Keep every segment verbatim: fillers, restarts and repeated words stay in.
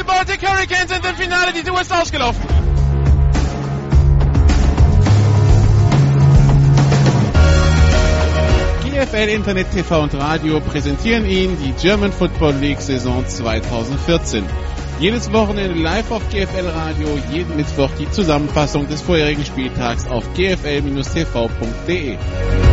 Baltic Hurricanes sind im Finale, die Tour ist ausgelaufen. G F L Internet T V und Radio präsentieren Ihnen die German Football League Saison zweitausendvierzehn. Jedes Wochenende live auf G F L Radio, jeden Mittwoch die Zusammenfassung des vorherigen Spieltags auf g f l Bindestrich t v punkt d e.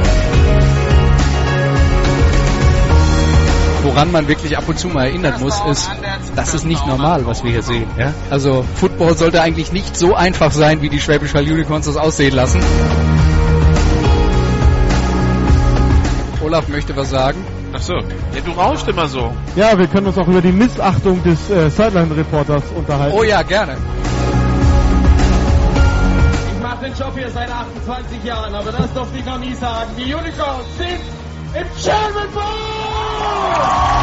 Woran man wirklich ab und zu mal erinnern muss, ist, das ist nicht normal, was wir hier sehen. Ja? Also Football sollte eigentlich nicht so einfach sein, wie die Schwäbisch Hall Unicorns das aussehen lassen. Olaf möchte was sagen. Ach so, ja, du rauschst immer so. Ja, wir können uns auch über die Missachtung des äh, Sideline-Reporters unterhalten. Oh ja, gerne. Ich mache den Job hier seit achtundzwanzig Jahren, aber das durfte ich noch nie sagen. Die Unicorns sind im German Bowl!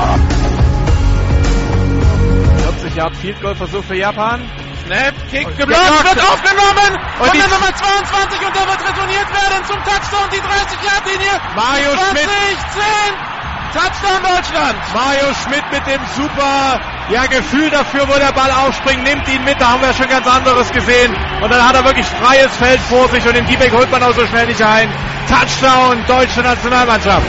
vierzig Yard Field Goal Versuch für Japan. Snap, Kick, geblockt, wird aufgenommen von der Nummer zweiundzwanzig und der wird retourniert werden zum Touchdown, die dreißig Yard Linie. Mario Schmidt. zwanzig, zehn, Touchdown Deutschland. Mario Schmidt mit dem super ja, Gefühl dafür, wo der Ball aufspringt, nimmt ihn mit, da haben wir schon ganz anderes gesehen. Und dann hat er wirklich freies Feld vor sich und den D-Back holt man auch so schnell nicht ein. Touchdown, deutsche Nationalmannschaft.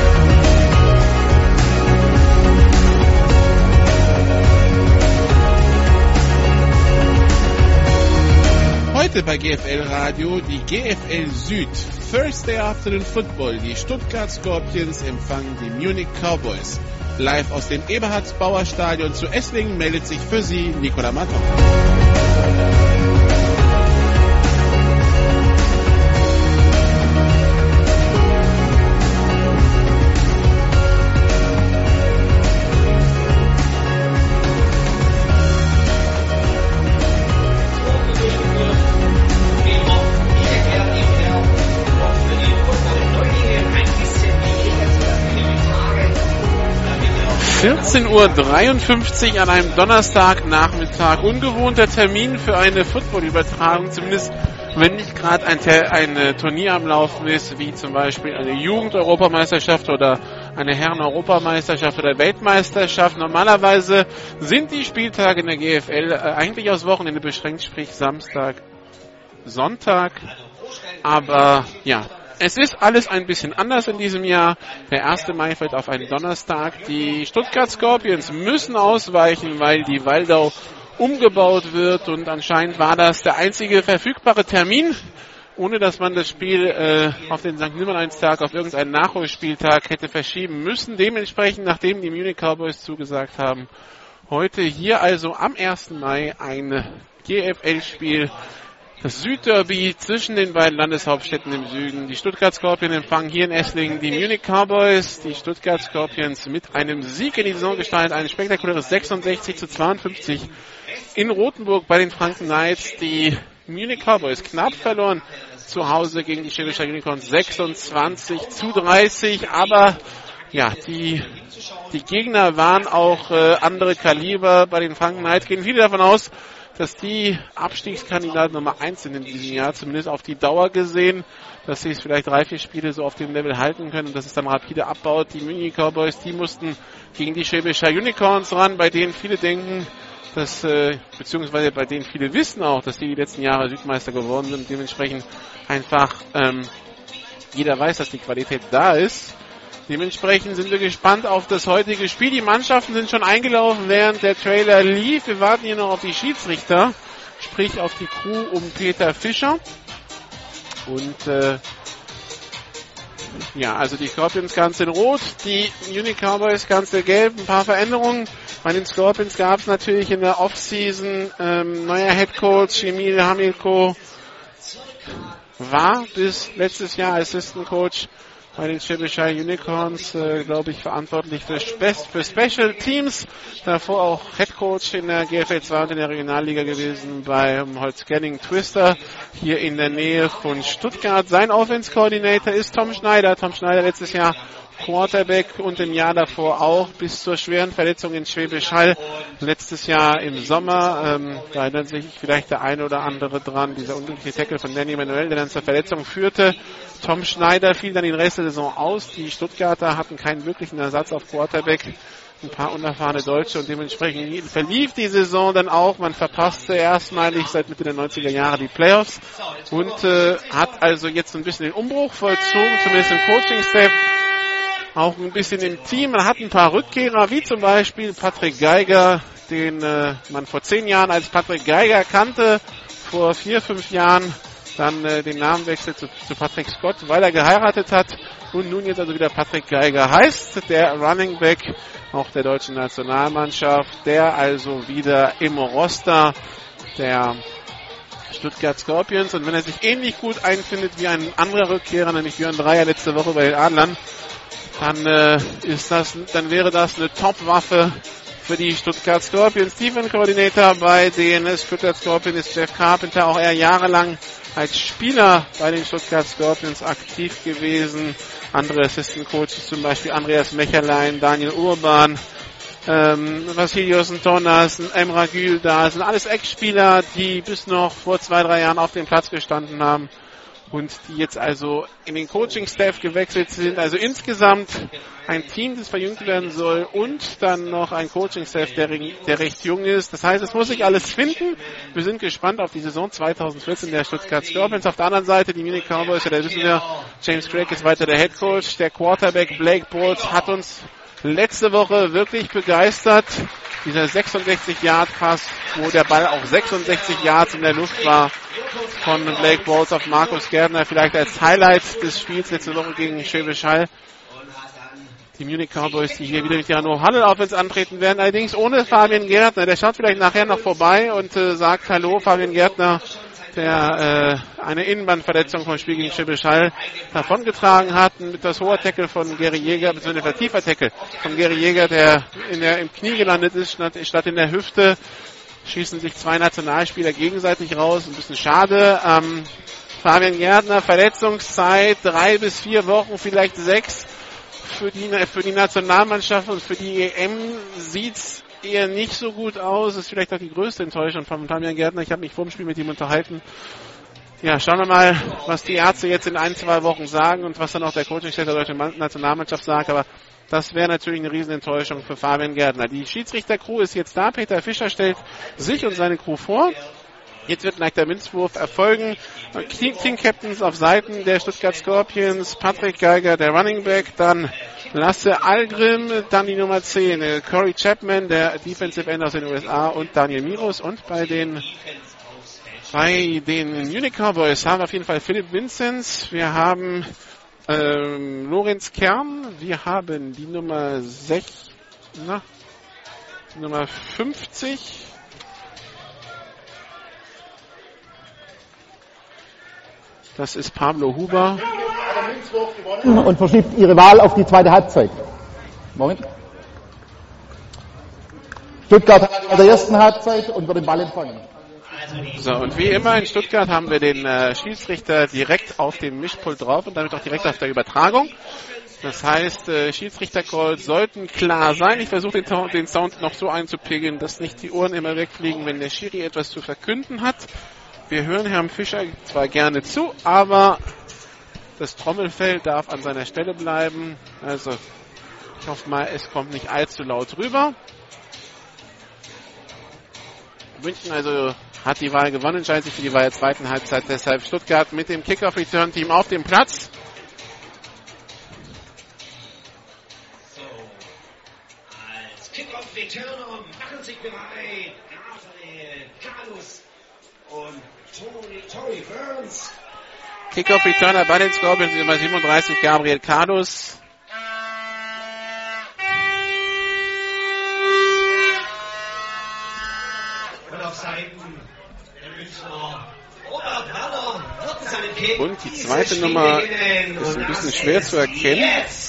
Heute bei G F L Radio die G F L Süd. Thursday Afternoon Football. Die Stuttgart Scorpions empfangen die Munich Cowboys. Live aus dem Eberhard-Bauer-Stadion zu Esslingen meldet sich für Sie Nicola Maton. vierzehn Uhr dreiundfünfzig an einem Donnerstagnachmittag. Ungewohnter Termin für eine Football-Übertragung, zumindest wenn nicht gerade ein, ein Turnier am Laufen ist, wie zum Beispiel eine Jugend-Europameisterschaft oder eine Herren-Europameisterschaft oder Weltmeisterschaft. Normalerweise sind die Spieltage in der G F L eigentlich aufs Wochenende beschränkt, sprich Samstag, Sonntag. Aber ja, es ist alles ein bisschen anders in diesem Jahr. Der erste Mai fällt auf einen Donnerstag. Die Stuttgart Scorpions müssen ausweichen, weil die Waldau umgebaut wird. Und anscheinend war das der einzige verfügbare Termin, ohne dass man das Spiel äh, auf den Sankt Nimmerleinstag, auf irgendeinen Nachholspieltag hätte verschieben müssen. Dementsprechend, nachdem die Munich Cowboys zugesagt haben, heute hier also am ersten Mai ein G F L-Spiel. Das Südderby zwischen den beiden Landeshauptstädten im Süden. Die Stuttgart Scorpions empfangen hier in Esslingen die Munich Cowboys. Die Stuttgart Scorpions mit einem Sieg in die Saison gestartet. Ein spektakuläres sechsundsechzig zu zweiundfünfzig in Rothenburg bei den Franken Knights. Die Munich Cowboys knapp verloren zu Hause gegen die Schwäbisch Hall Unicorns sechsundzwanzig zu dreißig. Aber ja, die, die Gegner waren auch äh, andere Kaliber. Bei den Franken Knights gehen viele davon aus, dass die Abstiegskandidaten Nummer eins sind in diesem Jahr, zumindest auf die Dauer gesehen, dass sie es vielleicht drei, vier Spiele so auf dem Level halten können und dass es dann rapide abbaut. Die Munich Cowboys, die mussten gegen die Schwäbisch Hall Unicorns ran, bei denen viele denken, dass, äh, beziehungsweise bei denen viele wissen auch, dass die die letzten Jahre Südmeister geworden sind und dementsprechend einfach ähm, jeder weiß, dass die Qualität da ist. Dementsprechend sind wir gespannt auf das heutige Spiel. Die Mannschaften sind schon eingelaufen, während der Trailer lief. Wir warten hier noch auf die Schiedsrichter, sprich auf die Crew um Peter Fischer. Und äh, ja, also die Scorpions ganz in Rot, die Munich Cowboys ganz in Gelb. Ein paar Veränderungen. Bei den Scorpions gab es natürlich in der Offseason ähm, neuer Headcoach Emil Hamilko war bis letztes Jahr Assistant Coach bei den Schwäbisch Hall Unicorns, äh, glaube ich, verantwortlich für, Spe- für Special Teams. Davor auch Head Coach in der G F L zwei und in der Regionalliga gewesen beim Holzgerling Twister hier in der Nähe von Stuttgart. Sein Offense Coordinator ist Tom Schneider. Tom Schneider letztes Jahr Quarterback und im Jahr davor auch bis zur schweren Verletzung in Schwäbisch Hall. Letztes Jahr im Sommer, ähm, da erinnert sich vielleicht der eine oder andere dran, dieser unglückliche Tackle von Danny Manuel, der dann zur Verletzung führte. Tom Schneider fiel dann den Rest der Saison aus. Die Stuttgarter hatten keinen wirklichen Ersatz auf Quarterback ein paar unerfahrene Deutsche und dementsprechend verlief die Saison dann auch. Man verpasste erstmalig seit Mitte der neunziger Jahre die Playoffs und äh, hat also jetzt ein bisschen den Umbruch vollzogen, zumindest im Coaching-Staff, auch ein bisschen im Team. Man hat ein paar Rückkehrer, wie zum Beispiel Patrick Geiger, den äh, man vor zehn Jahren als Patrick Geiger kannte, vor vier, fünf Jahren dann äh, den Namenwechsel zu, zu Patrick Scott, weil er geheiratet hat und nun jetzt also wieder Patrick Geiger heißt, der Running Back auch der deutschen Nationalmannschaft, der also wieder im Roster der Stuttgart Scorpions, und wenn er sich ähnlich gut einfindet wie ein anderer Rückkehrer, nämlich Björn Dreier letzte Woche bei den Adlern, dann äh, ist das, dann wäre das eine Top-Waffe für die Stuttgart Scorpions. Team-Koordinator bei den Stuttgart Scorpions ist Jeff Carpenter, auch er jahrelang als Spieler bei den Stuttgart Scorpions aktiv gewesen. Andere Assistant Coaches, zum Beispiel Andreas Mecherlein, Daniel Urban, ähm, Vassilios Ntonas, Emra Gül, da sind alles Ex-Spieler, die bis noch vor zwei, drei Jahren auf dem Platz gestanden haben und die jetzt also in den Coaching-Staff gewechselt sind. Also insgesamt ein Team, das verjüngt werden soll, und dann noch ein Coaching-Staff, der, der recht jung ist. Das heißt, es muss sich alles finden. Wir sind gespannt auf die Saison zwanzig vierzehn der Stuttgart Scorpions. Auf der anderen Seite die Munich Cowboys, ja, da wissen wir, James Craig ist weiter der Head Coach. Der Quarterback Blake Bortles hat uns letzte Woche wirklich begeistert. Dieser sechsundsechzig-Yard-Pass, wo der Ball auch sechsundsechzig Yards in der Luft war, von Blake Bortles auf Markus Gärtner, vielleicht als Highlight des Spiels letzte Woche gegen Schwäbisch Hall. Die Munich Cowboys, die hier wieder mit ihrer No-Huddle-Offense antreten werden, allerdings ohne Fabian Gärtner. Der schaut vielleicht nachher noch vorbei und äh, sagt Hallo, Fabian Gärtner, der äh, eine Innenbandverletzung vom Spiel gegen Schwäbisch Hall davongetragen hat. Mit das hoher Tackle von Gary Jäger, beziehungsweise der tiefer Tackle von Gary Jäger, der in der im Knie gelandet ist, statt, statt in der Hüfte. Schießen sich zwei Nationalspieler gegenseitig raus. Ein bisschen schade. Ähm, Fabian Gärtner, Verletzungszeit, drei bis vier Wochen, vielleicht sechs. Für die, für die Nationalmannschaft und für die E M sieht's eher nicht so gut aus. Das ist vielleicht auch die größte Enttäuschung von Fabian Gärtner. Ich habe mich vor dem Spiel mit ihm unterhalten. Ja, schauen wir mal, was die Ärzte jetzt in ein, zwei Wochen sagen und was dann auch der Coaching-Chef der deutschen Nationalmannschaft sagt. Aber das wäre natürlich eine Riesenenttäuschung für Fabian Gärtner. Die Schiedsrichter-Crew ist jetzt da. Peter Fischer stellt sich und seine Crew vor. Jetzt wird gleich der Münzwurf erfolgen. Team-Captains auf Seiten der Stuttgart Scorpions, Patrick Geiger, der Running Back, dann Lasse Algrim, dann die Nummer zehn, Corey Chapman, der Defensive End aus den U S A, und Daniel Miros. Und bei den bei den Munich Cowboys haben wir auf jeden Fall Philipp Vinzenz, wir haben ähm, Lorenz Kern, wir haben die Nummer sechs, na, die Nummer fünfzig, das ist Pablo Huber. Und verschiebt ihre Wahl auf die zweite Halbzeit. Moment. Stuttgart hat in der ersten Halbzeit und wird den Ball empfangen. So, und wie immer in Stuttgart haben wir den äh, Schiedsrichter direkt auf dem Mischpult drauf und damit auch direkt auf der Übertragung. Das heißt, äh, Schiedsrichter-Calls sollten klar sein. Ich versuche den, den Sound noch so einzupegeln, dass nicht die Ohren immer wegfliegen, wenn der Schiri etwas zu verkünden hat. Wir hören Herrn Fischer zwar gerne zu, aber das Trommelfell darf an seiner Stelle bleiben. Also ich hoffe mal, es kommt nicht allzu laut rüber. München also hat die Wahl gewonnen, entscheidet sich für die Wahl der zweiten Halbzeit. Deshalb Stuttgart mit dem Kickoff-Return-Team auf dem Platz. So, als Kickoff-Returner machen sich bereit Raphael Kalus und Tony, Tony Burns. Kickoff-Returner bei den Scorpions, Nummer siebenunddreißig, Gabriel Kadus. Und auf Seiten der Münchner Robert Werner wird seinen Kick. Und die zweite Nummer ist ein bisschen schwer zu erkennen.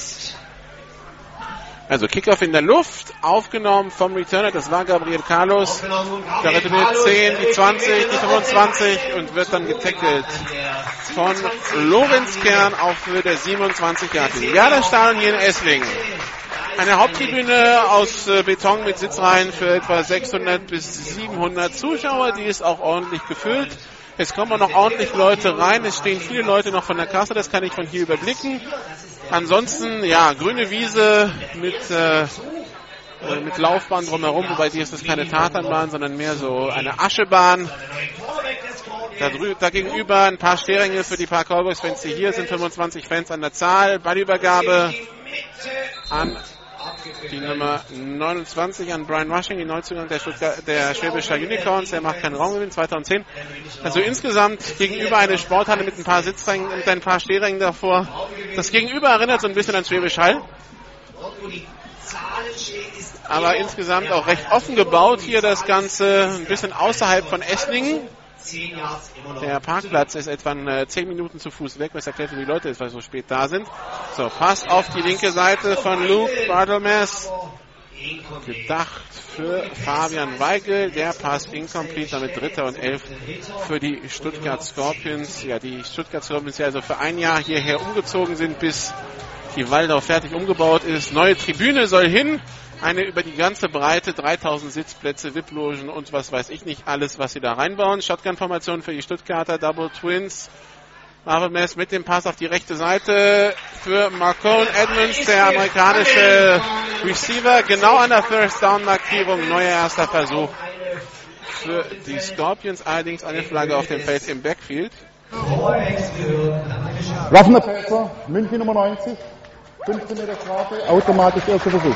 Also Kickoff in der Luft, aufgenommen vom Returner, das war Gabriel Carlos. Der retourniert zehn, die zwanzig, die fünfundzwanzig und wird dann getackelt von Lorenz Kern auf Höhe der siebenundzwanzig Yard Linie. Ja, das Stadion hier in Esslingen. Eine Haupttribüne aus äh, Beton mit Sitzreihen für etwa sechshundert bis siebenhundert Zuschauer, die ist auch ordentlich gefüllt. Es kommen auch noch ordentlich Leute rein, es stehen viele Leute noch von der Kasse, das kann ich von hier überblicken. Ansonsten, ja, grüne Wiese mit äh, äh, mit Laufbahn drumherum, wobei die ist das keine Tatanbahn, sondern mehr so eine Aschebahn. Da, drü- da gegenüber ein paar Stehringe für die paar Cowboys-Fans, die hier sind, fünfundzwanzig Fans an der Zahl. Ballübergabe an die Nummer neunundzwanzig an Brian Rushing, die Neuzugang der, Stuttgart, der Schwäbischer Unicorns. Der macht keinen Raumgewinn, zweitausendzehn. Also insgesamt gegenüber eine Sporthalle mit ein paar Sitzrängen und ein paar Stehrängen davor. Das Gegenüber erinnert so ein bisschen an Schwäbisch Hall. Aber insgesamt auch recht offen gebaut hier das Ganze, ein bisschen außerhalb von Esslingen. Der Parkplatz ist etwa äh, zehn Minuten zu Fuß weg, was erklärt, wie die Leute etwa so spät da sind. So, Pass auf die linke Seite von Luke Barthelmess. Gedacht für Fabian Weigel. Der Pass incomplete, damit Dritter und Elf für die Stuttgart Scorpions. Ja, die Stuttgart Scorpions, die also für ein Jahr hierher umgezogen sind, bis die Waldau fertig umgebaut ist. Neue Tribüne soll hin. Eine über die ganze Breite, dreitausend Sitzplätze, V I P-Logen und was weiß ich nicht, alles, was sie da reinbauen. Shotgun-Formation für die Stuttgarter, Double Twins. Barthelmess mit dem Pass auf die rechte Seite für Marcone Edmonds, der amerikanische Receiver, genau an der First-Down-Markierung. Neuer erster Versuch für die Scorpions, allerdings eine Flagge auf dem Feld im Backfield. Rushing Passer, München Nummer neunzig, fünfzehn Meter Strafe, automatisch erster Versuch.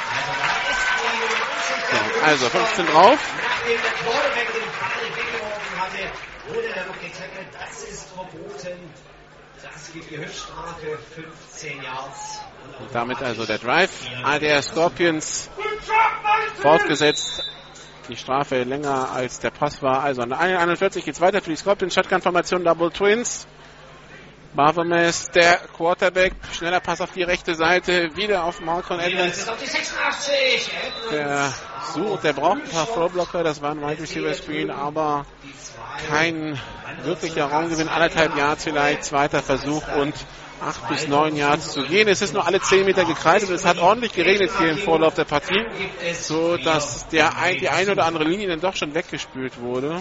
Also fünfzehn drauf. Nachdem der Quarterback den Ball weggeworfen hatte, wurde er noch getackelt. Das ist verboten. Das gibt die Höchststrafe, fünfzehn Yards. Und damit also der Drive der Scorpions fortgesetzt. Die Strafe länger als der Pass war. Also an der einundvierzig geht es weiter für die Scorpions. Shotgun-Formation Double Twins. Barthelmess, der Quarterback, schneller Pass auf die rechte Seite, wieder auf Marcone Edmonds. Der sucht, der braucht ein paar Throwblocker, das war ein Wide Receiver Screen, aber kein wirklicher Raumgewinn, anderthalb Yards vielleicht, zweiter Versuch und acht bis neun Yards zu gehen. Es ist nur alle zehn Meter gekreidet und es hat ordentlich geregnet hier im Vorlauf der Partie, so dass der ein, die eine oder andere Linie dann doch schon weggespült wurde.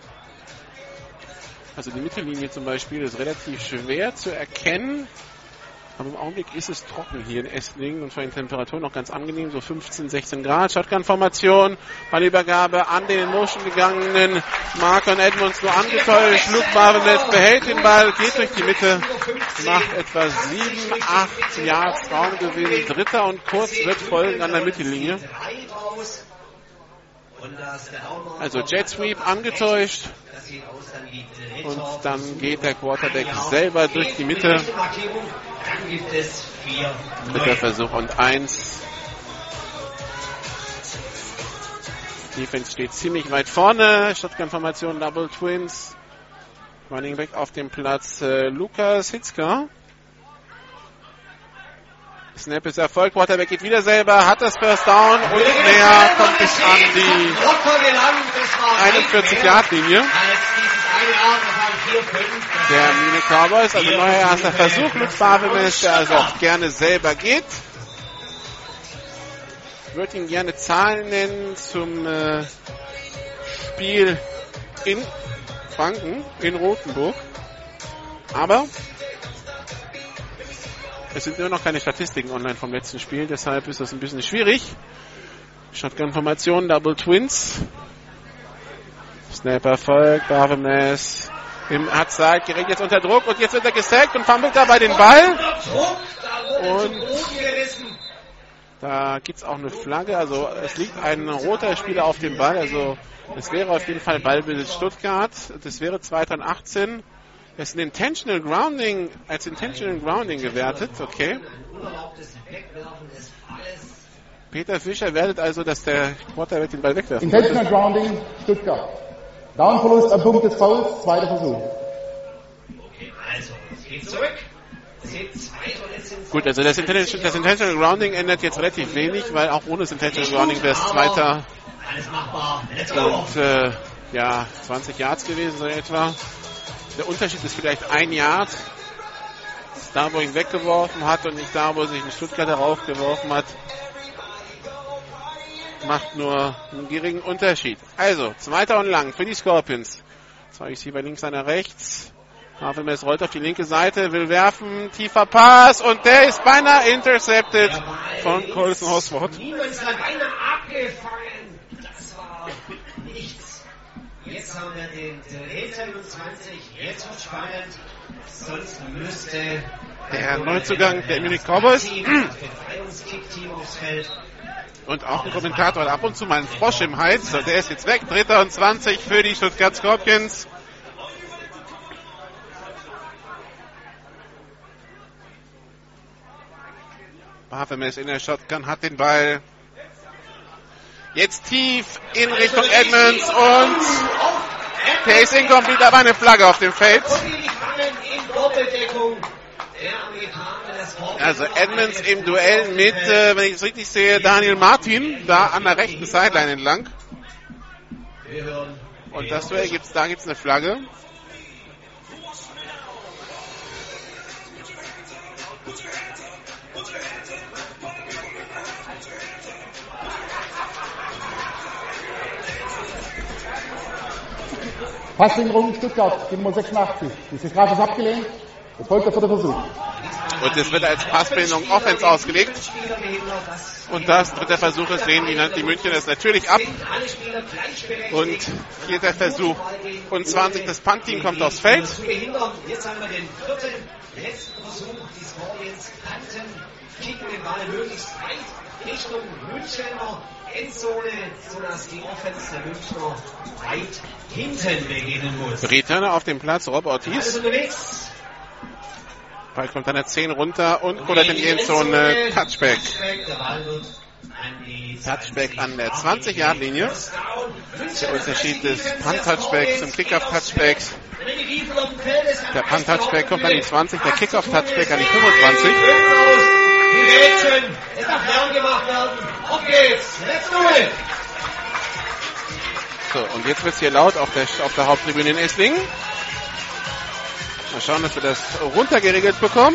Also die Mittellinie zum Beispiel ist relativ schwer zu erkennen. Aber im Augenblick ist es trocken hier in Esslingen und von den Temperaturen noch ganz angenehm, so fünfzehn, sechzehn Grad. Shotgun-Formation, Ballübergabe an den in Motion gegangenen Marcone Edmonds, nur angetäuscht. Luke Barthelmess behält den Ball, geht durch die Mitte, macht etwa sieben, acht Yards Raumgewinn. Dritter und kurz wird folgen an der Mittellinie. Also Jet Sweep angetäuscht. Und dann geht der Quarterback selber durch die Mitte. Dritter Versuch und eins. Defense steht ziemlich weit vorne. Shotgun-Formation Double Twins. Running Back auf dem Platz äh, Lukas Hitzka. Snap ist Erfolg. Quarterback geht wieder selber, hat das First Down und näher kommt es an die einundvierzig Yard Linie. Der Munich Cowboys, also neuer erster Versuch. Luke Barthelmess, der also auch gerne selber geht. Ich würde ihn gerne Zahlen nennen zum äh, Spiel in Franken, in Rothenburg. Aber es sind immer noch keine Statistiken online vom letzten Spiel, deshalb ist das ein bisschen schwierig. Shotgun-Formation, Double Twins. Snap Erfolg, Barthelmess hat Zeit, gerät jetzt unter Druck und jetzt wird er gesackt und fummelt dabei den Ball. Und da gibt es auch eine Flagge, also es liegt ein roter Spieler auf dem Ball, also es wäre auf jeden Fall Ballbesitz Stuttgart. Das wäre zweitausendachtzehn. Es ist ein Intentional Grounding, als Intentional Grounding gewertet, okay. Peter Fischer wertet also, dass der Quarterback den Ball wegwerfen kann. Intentional Grounding, Stuttgart. Downverlust am Punkt des Fouls, zweiter Versuch. Okay, also, es geht zurück. Gut, also das Intentional, das Intentional Grounding ändert jetzt relativ wenig, weil auch ohne das Intentional Grounding wäre es zweiter und äh, ja, zwanzig Yards gewesen, so etwa. Der Unterschied ist vielleicht ein Yard. Da, wo ihn weggeworfen hat und nicht da, wo sich ein Stuttgarter raufgeworfen hat. Macht nur einen geringen Unterschied. Also, zweiter und lang für die Scorpions. Zwei Receiver links, einer rechts. Barthelmess rollt auf die linke Seite, will werfen, tiefer Pass und der ist beinahe intercepted von Colson Oswald. Niemals beinahe angefangen. Das war nichts. Jetzt haben wir den Dreh siebenundzwanzig. Jetzt wird spannend. Sonst müsste der Neuzugang der Munich Cowboys. Befreiungskick-Team aufs Feld. Und auch ein Kommentator hat ab und zu mal einen Frosch im Hals. Der ist jetzt weg. Dritter und zwanzig für die Stuttgart Scorpions. Baphomet in der Shotgun, hat den Ball. Jetzt tief in Richtung Edmonds und der ist incomplete, aber eine Flagge auf dem Feld. Also Edmonds im Duell mit, äh, wenn ich es richtig sehe, Daniel Martin, da an der rechten Sideline entlang. Und das Duell gibt's, da gibt's eine Flagge. Passlingerung Stuttgart, die Nummer sechsundachtzig. Diese Strafe ist abgelehnt. Es folgt der vierte Versuch. Und es wird als Passbindung Offense ausgelegt. Und das dritte Versuch ist, sehen die, die München es natürlich ab. Und vierter Versuch und zwanzig. Das Punt-Team kommt aufs Feld. Jetzt haben wir den vierten, letzten Versuch. Die Scorpions kannten, kicken den Ball möglichst weit Richtung Münchner Endzone, sodass die Offense der Münchner weit hinten beginnen muss. Returner auf dem Platz, Rob Ortiz. Ball kommt an der zehn runter und kullert in die Endzone. Touchback. Touchback an der zwanzig-Yard-Linie. Der Unterschied des Punt-Touchbacks zum Kickoff-Touchbacks. Der Punt-Touchback kommt an die zwanzig, der Kickoff-Touchback an die fünfundzwanzig. Die Rädchen, es darf Lärm gemacht werden. Auf geht's, let's do it! So, und jetzt wird's hier laut auf der, auf der Haupttribüne in Esslingen. Mal schauen, dass wir das runtergeregelt bekommen.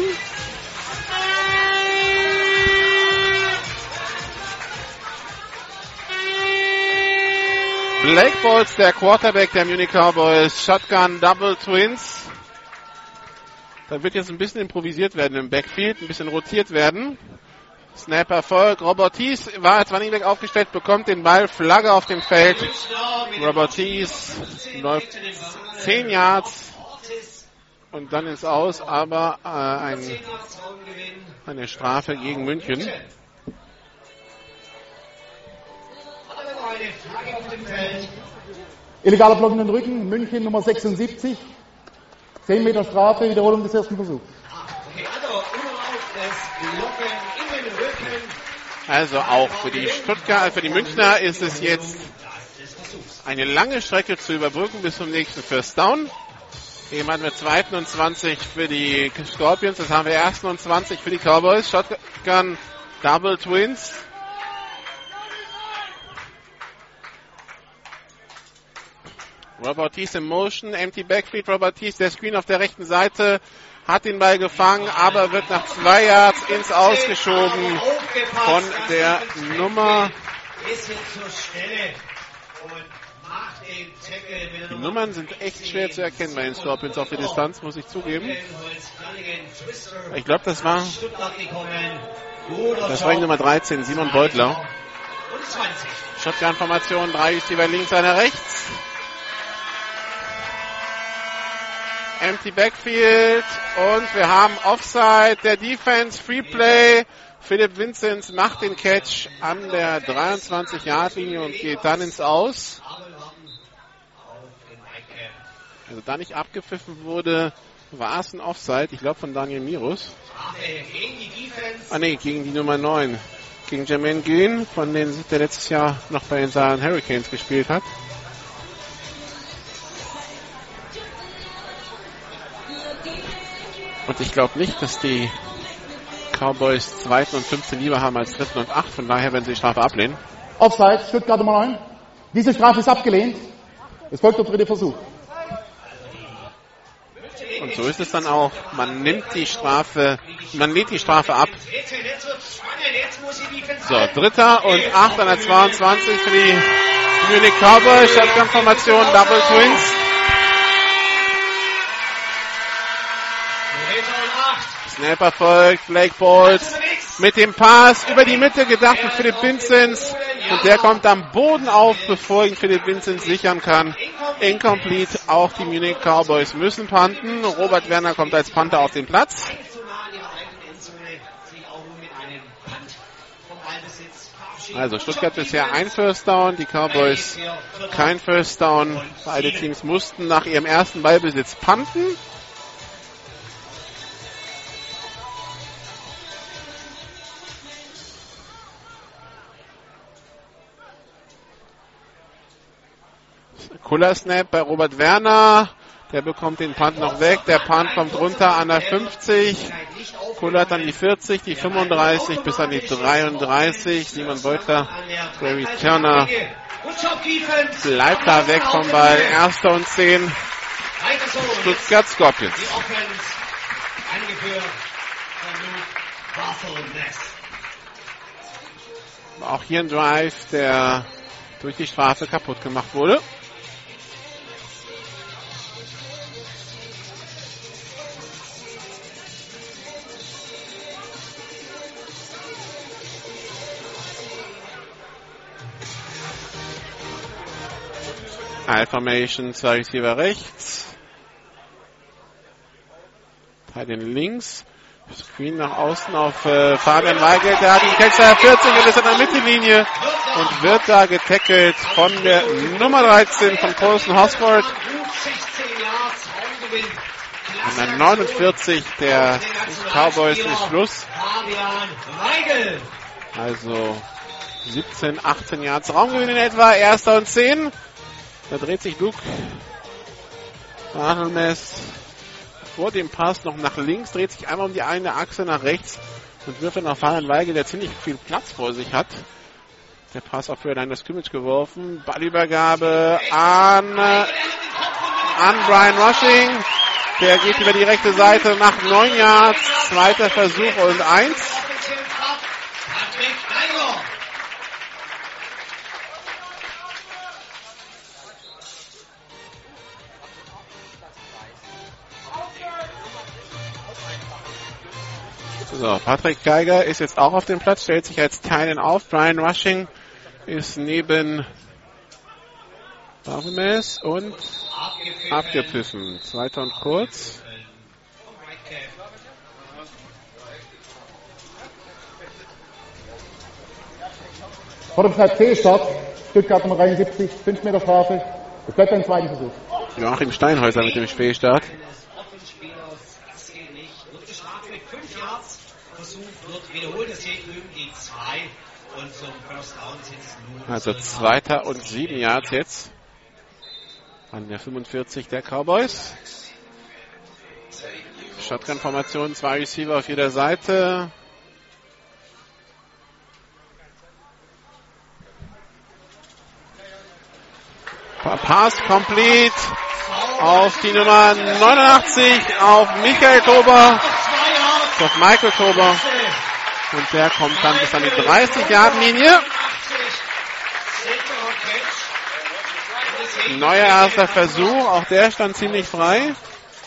Blake Bolts, der Quarterback der Munich Cowboys, Shotgun Double Twins. Da wird jetzt ein bisschen improvisiert werden im Backfield, ein bisschen rotiert werden. Snap Erfolg. Robert Thies war als Running Back aufgestellt, bekommt den Ball, Flagge auf dem Feld. Robert Thies läuft zehn Yards und dann ist aus, aber äh, ein, eine Strafe gegen München. Illegaler Block in den Rücken, München Nummer sechsundsiebzig. zehn Meter Strafe, Wiederholung des ersten Versuchs. Also auch für die Stuttgart, für die Münchner ist es jetzt eine lange Strecke zu überbrücken bis zum nächsten First Down. Eben hatten wir zweiten und zwanzig für die Scorpions, jetzt haben wir ersten und zwanzig für die Cowboys. Shotgun Double Twins. Robert Thies in Motion, empty Backfield, Robert Thies, der Screen auf der rechten Seite, hat den Ball gefangen, aber wird nach zwei Yards ins Ausgeschoben von der Nummer. Die Nummern sind echt schwer zu erkennen bei den Scorpions auf die Distanz, muss ich zugeben. Ich glaube, das war, das war die Nummer dreizehn, Simon Beutler. Shotgun-Formation, drei Receiver links, einer rechts. Empty Backfield und wir haben Offside, der Defense, Free Play. Philipp Vinzenz macht den Catch an der dreiundzwanzig-Yard-Linie und geht dann ins Aus. Also da nicht abgepfiffen wurde, war es ein Offside, ich glaube von Daniel Mirus. Ah ne, gegen die Nummer neun. Gegen Jermaine Green, von denen der letztes Jahr noch bei den Saarland Hurricanes gespielt hat. Und ich glaube nicht, dass die Cowboys zweiten und fünfzehn lieber haben als dritten und acht. Von daher werden sie die Strafe ablehnen. Offside, Stuttgart Nummer neun. Diese Strafe ist abgelehnt. Es folgt der dritte Versuch. Und so ist es dann auch. Man nimmt die Strafe, man lehnt die Strafe ab. So, dritter und acht an der zweiundzwanzig für die Munich Cowboys. Shotgun-Formation, Double Twins. Snap folgt, Blake Bolts mit dem Pass über die Mitte gedacht für Philipp Vinzenz. Und der kommt am Boden auf, bevor ihn Philipp Vincent sichern kann. Incomplete, auch die Munich Cowboys müssen punten. Robert Werner kommt als Panther auf den Platz. Also Stuttgart bisher ein First Down, die Cowboys kein First Down. Beide Teams mussten nach ihrem ersten Ballbesitz punten. Cooler Snap bei Robert Werner. Der bekommt den Punt noch weg. Der Punt kommt runter an der fünfzig. Kullert an die vierzig, die fünfunddreißig bis an die dreiunddreißig. Simon Beutler, Gary Turner bleibt da weg vom Ball. Erster und zehn. Stuttgart Scorpions. Auch hier ein Drive, der durch die Strafe kaputt gemacht wurde. I-Formation, zwei Receiver rechts. Teil links. Screen nach außen auf äh, Fabian Weigel. Der hat den Catcher vierzig und ist an der Mittellinie und wird da getackelt von der Nummer dreizehn von Colson Hosford. An der neunundvierzig der Cowboys ist Schluss. Also siebzehn, achtzehn Yards Raumgewinn in etwa. Erster und zehn. Da dreht sich Luke Barthelmess vor dem Pass noch nach links, dreht sich einmal um die eine Achse nach rechts und wirft dann auf Fabian Weigel, der ziemlich viel Platz vor sich hat. Der Pass auf für das Scrimmage geworfen. Ballübergabe an, an Brian Rushing. Der geht über die rechte Seite, macht neun Yards. Zweiter Versuch und eins. So, Patrick Geiger ist jetzt auch auf dem Platz, stellt sich als Teilen auf. Brian Rushing ist neben Barmes und abgepfiffen. Zweiter und kurz. Vor dem Zeit C-Start, Stuttgart Nummer dreiundsiebzig, fünf Meter Strafe. Es bleibt ein zweiter Versuch. Joachim Steinhäuser mit dem Spielstart. Also zweiter und sieben Yards jetzt. An der fünfundvierzig der Cowboys. Shotgun-Formation, zwei Receiver auf jeder Seite. Pass complete auf die Nummer neunundachtzig, auf Michael Tober, auf Michael Tober. Und der kommt dann bis an die dreißig-Yard-Linie. Neuer erster Versuch, auch der stand ziemlich frei.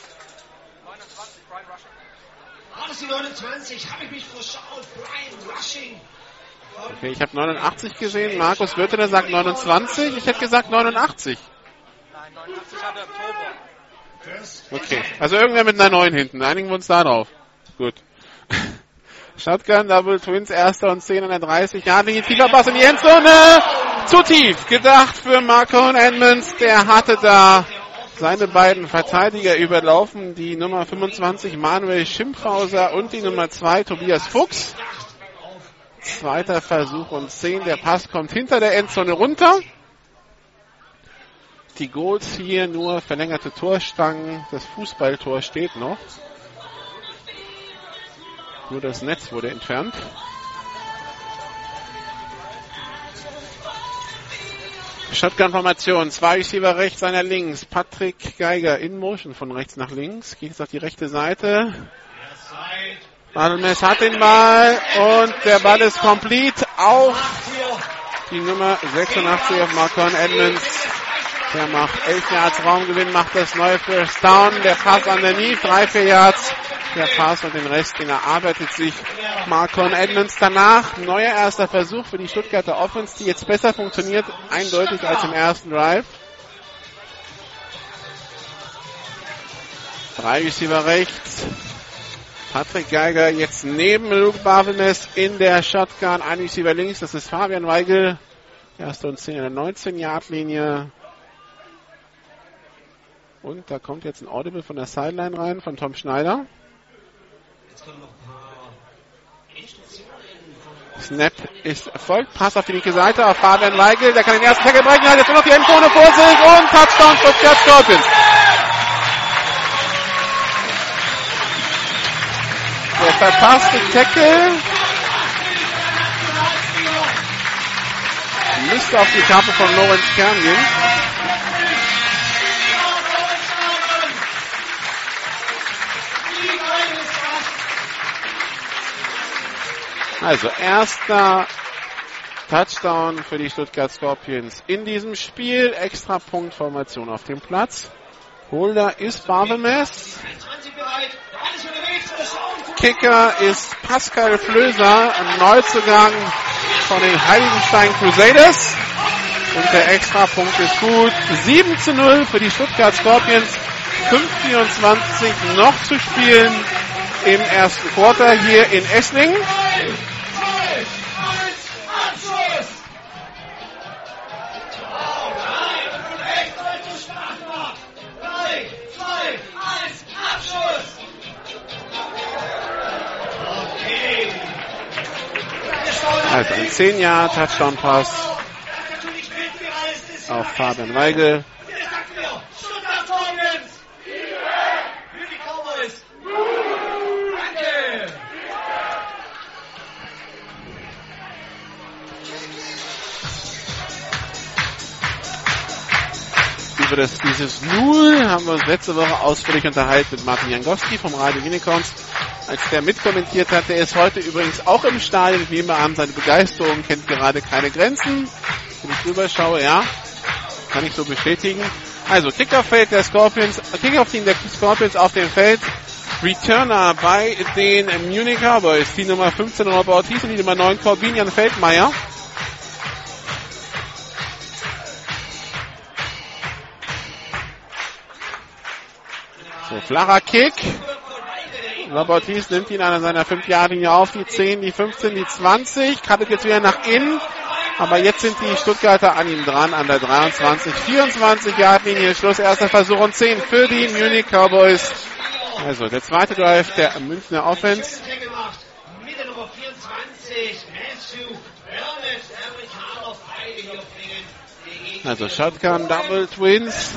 Okay, ich habe neunundachtzig gesehen. Markus Wörter sagt neunundzwanzig. Ich hätte gesagt neunundachtzig. Nein, neunundachtzig hat der Oktober. Okay, also irgendwer mit einer neun hinten. Einigen wir uns da drauf. Gut. Shotgun, Double Twins, erster und zehn an der dreißig. Ja, die tiefer Pass in die Endzone. Zu tief gedacht für Marcon Edmonds. Der hatte da seine beiden Verteidiger überlaufen. Die Nummer fünfundzwanzig Manuel Schimpfhauser und die Nummer zwei Tobias Fuchs. Zweiter Versuch und zehn. Der Pass kommt hinter der Endzone runter. Die Goals hier nur verlängerte Torstangen. Das Fußballtor steht noch. Nur das Netz wurde entfernt. Shotgun-Formation. Zwei Receiver rechts, einer links. Patrick Geiger in Motion von rechts nach links. Geht jetzt auf die rechte Seite. Barthelmess hat den Ball und der Ball ist complete auf die Nummer sechsundachtzig auf Marcon Edmonds. Der macht elf Yards Raumgewinn, macht das neue First Down. Der Pass underneath, drei, vier Yards. Der Pass und den Rest, den erarbeitet sich Marcon Edmonds danach. Neuer erster Versuch für die Stuttgarter Offense, die jetzt besser funktioniert, eindeutig als im ersten Drive. Drei Receiver rechts. Patrick Geiger jetzt neben Luke Barvemes in der Shotgun. Ein Receiver links, das ist Fabian Weigel. Erste und zehn in der neunzehn-Yard-Linie. Und da kommt jetzt ein Audible von der Sideline rein, von Tom Schneider. Snap ist erfolgt. Pass auf die linke Seite auf Fabian Weigel. Der kann den ersten Tackle brechen. Hat jetzt nur noch die Endzone vor sich. Und Touchdown Stuttgart Scorpions. Der verpasste Tackle müsste auf die Kappe von Lorenz Kern gehen. Also erster Touchdown für die Stuttgart Scorpions in diesem Spiel. Extra Punktformation auf dem Platz. Holder ist Barvemes. Kicker ist Pascal Flöser, ein Neuzugang von den Heiligenstein Crusaders. Und der Extrapunkt ist gut. sieben zu null für die Stuttgart Scorpions. fünf vierundzwanzig noch zu spielen im ersten Quarter hier in Esslingen. Also ein zehn-Jahr-Touchdown-Pass auf Fabian Weigel. Über das, dieses Null haben wir uns letzte Woche ausführlich unterhalten mit Martin Jankowski vom Radio Unicorns, als der mitkommentiert hat. Der ist heute übrigens auch im Stadion. Ich nehme an, seine Begeisterung kennt gerade keine Grenzen. Wenn ich drüber schaue, ja, kann ich so bestätigen. Also Kickoff-Feld der Scorpions, Kickoff-Team der Scorpions auf dem Feld. Returner bei den Munich Cowboys. Die Nummer fünfzehn Robert Ortiz und die Nummer neun Corbinian Feldmeier. So, flacher Kick. Robert Ortiz nimmt ihn an seiner fünf-Yard-Linie auf. Die zehn, die fünfzehn, die zwanzig. Cuttet jetzt wieder nach innen. Aber jetzt sind die Stuttgarter an ihm dran, an der dreiundzwanzig, vierundzwanzig-Yard-Linie. Schluss, erster Versuch und zehn für die Munich Cowboys. Also der zweite Drive der Münchner Offense. Also Shotgun, Double Twins.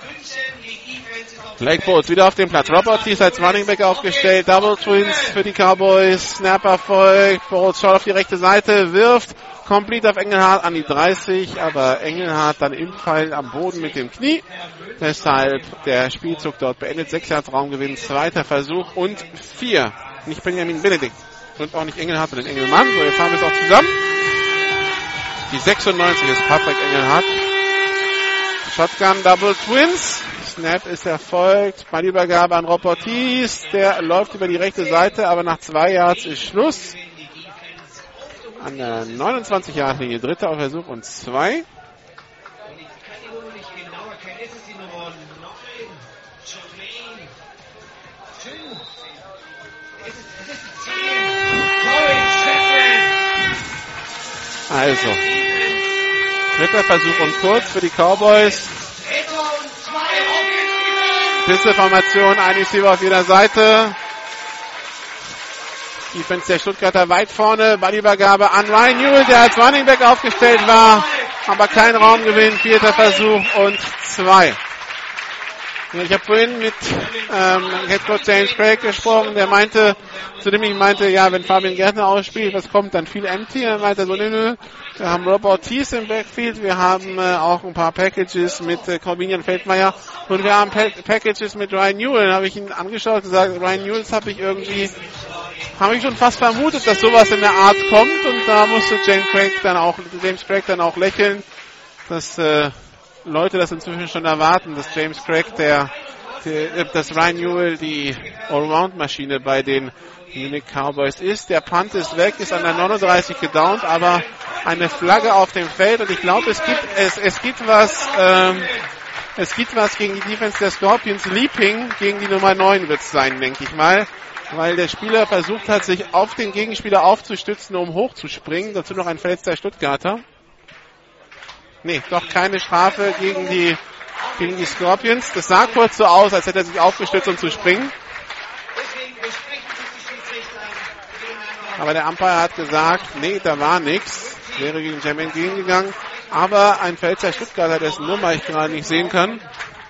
Blake Bowles wieder auf dem Platz. Robert Ortiz als Running Back aufgestellt. Double Twins für die Cowboys. Snap erfolgt. Bowles schaut auf die rechte Seite, wirft. Complete auf Engelhardt an die dreißig, aber Engelhardt dann im Fall am Boden mit dem Knie. Deshalb der Spielzug dort beendet. sechs Yards Raumgewinn, zweiter Versuch und vier. Nicht Benjamin Benedikt und auch nicht Engelhardt, sondern Engelmann. So, jetzt haben wir es auch zusammen. Die sechsundneunzig ist Patrick Engelhardt. Shotgun Double Twins. Snap ist erfolgt. Ballübergabe an Rob Ortiz. Der läuft über die rechte Seite, aber nach zwei Yards ist Schluss. An der neunundzwanzig-Yard-Linie, dritter Versuch und zwei. Also, dritter Versuch und kurz für die Cowboys. Pistolformation, ein Receiver auf jeder Seite. Defense der Stuttgarter weit vorne. Ballübergabe an Ryan Newell, der als Running Back aufgestellt war. Aber kein Raumgewinn. Vierter Versuch und zwei. Ich habe vorhin mit ähm, Headcoach James Craig gesprochen. Der meinte, zu dem ich meinte, ja, wenn Fabian Gärtner ausspielt, was kommt dann? Viel empty. Er meinte so, nö, nö. Wir haben Rob Ortiz im Backfield. Wir haben äh, auch ein paar Packages mit äh, Corbinian Feldmeier. Und wir haben pa- Packages mit Ryan Newell. Dann habe ich ihn angeschaut und gesagt, Ryan Newell habe ich irgendwie, habe ich schon fast vermutet, dass sowas in der Art kommt. Und da musste James Craig dann auch, James Craig dann auch lächeln, dass äh, Leute das inzwischen schon erwarten, dass James Craig, der äh, dass Ryan Newell die Allround-Maschine bei den Munich Cowboys ist. Der Punt ist weg, ist an der neununddreißig gedownt, aber eine Flagge auf dem Feld und ich glaube, es gibt es, es gibt was ähm, es gibt was gegen die Defense der Scorpions. Leaping gegen die Nummer neun wird es sein, denke ich mal, weil der Spieler versucht hat, sich auf den Gegenspieler aufzustützen, um hochzuspringen. Dazu noch ein verletzter Stuttgarter. Nee, doch keine Strafe gegen die gegen die Scorpions. Das sah kurz so aus, als hätte er sich aufgestützt, um zu springen. Aber der Umpire hat gesagt, nee, da war nichts. Wäre gegen Jermaine Green gegangen. Aber ein Pfälzer Stuttgarter, dessen Nummer ich gerade nicht sehen kann.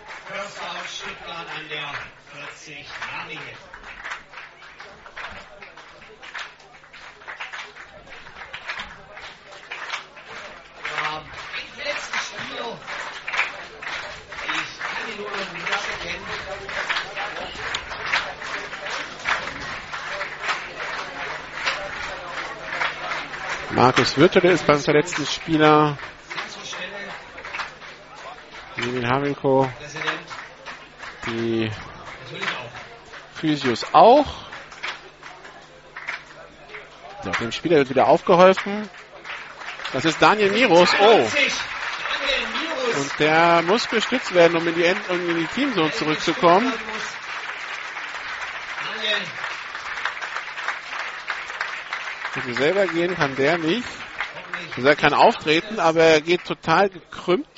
Markus Würtele ist beim verletzten Spieler. Emil Havenko. Die Physios auch. So, dem Spieler wird wieder aufgeholfen. Das ist Daniel Miros. Oh. Und der muss gestützt werden, um in die, End- um in die Teamzone zurückzukommen. Also selber gehen kann der nicht. Also er kann auftreten, aber er geht total gekrümmt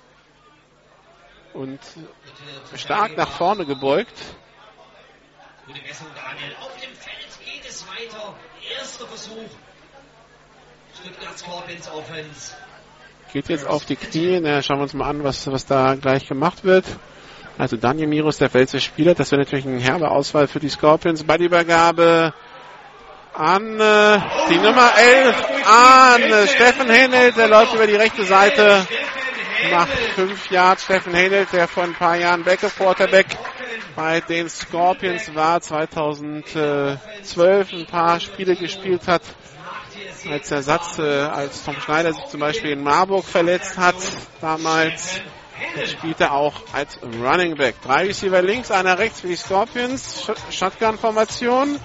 und stark nach vorne gebeugt. Gute Messung, Daniel. Auf dem Feld geht es weiter. Erster Versuch. Stuttgart Scorpions Offense. Geht jetzt auf die Knie. Na, schauen wir uns mal an, was, was da gleich gemacht wird. Also Daniel Miros, der Pfälzer Spieler. Das wäre natürlich eine herbe Auswahl für die Scorpions. Bei der Übergabe an äh, die Nummer elf, an äh, Steffen Henelt, der läuft über die rechte Seite, macht fünf Yards. Steffen Henelt, der vor ein paar Jahren Backup Quarterback bei den Scorpions war, zweitausendzwölf ein paar Spiele gespielt hat, als Ersatz, äh, als Tom Schneider sich zum Beispiel in Marburg verletzt hat, damals. Jetzt spielt er auch als Running Back. Drei Receiver links, einer rechts für die Scorpions, Shotgun-Formation.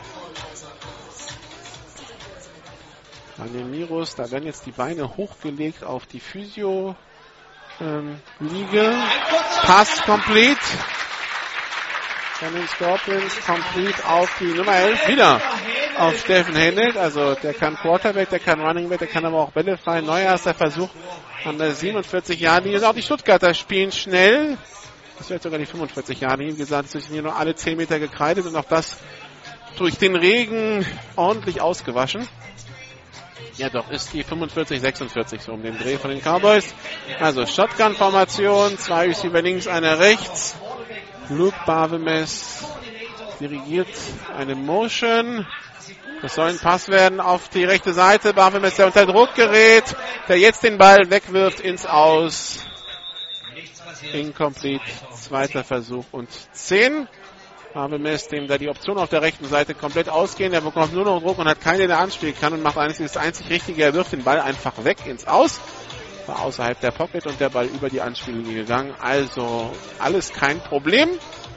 Daniel Miros, da werden jetzt die Beine hochgelegt auf die Physio ähm, Liege. Pass complete. Von den Scorpions complete auf die Nummer elf. Wieder auf Steffen Henelt. Also der kann Quarterback, der kann Running Back, der kann aber auch Bälle frei. Neuerster Versuch an der siebenundvierzig Yard Linie. Auch die Stuttgarter spielen schnell. Das wird sogar die fünfundvierzig Yard Linie. Wie gesagt, es sind hier nur alle zehn Meter gekreidet und auch das durch den Regen ordentlich ausgewaschen. Ja doch, ist die fünfundvierzig sechsundvierzig so um den Dreh von den Cowboys. Also Shotgun-Formation, zwei Receiver links, einer rechts. Luke Barvemes dirigiert eine Motion. Das soll ein Pass werden auf die rechte Seite. Barvemes, der unter Druck gerät, der jetzt den Ball wegwirft ins Aus. Incomplete, zweiter Versuch und zehn. Barvemes, dem da die Option auf der rechten Seite komplett ausgehen. Er bekommt nur noch Druck und hat keinen, der anspielen kann und macht eigentlich das einzig Richtige. Er wirft den Ball einfach weg ins Aus. War außerhalb der Pocket und der Ball über die Anspiellinie gegangen. Also alles kein Problem.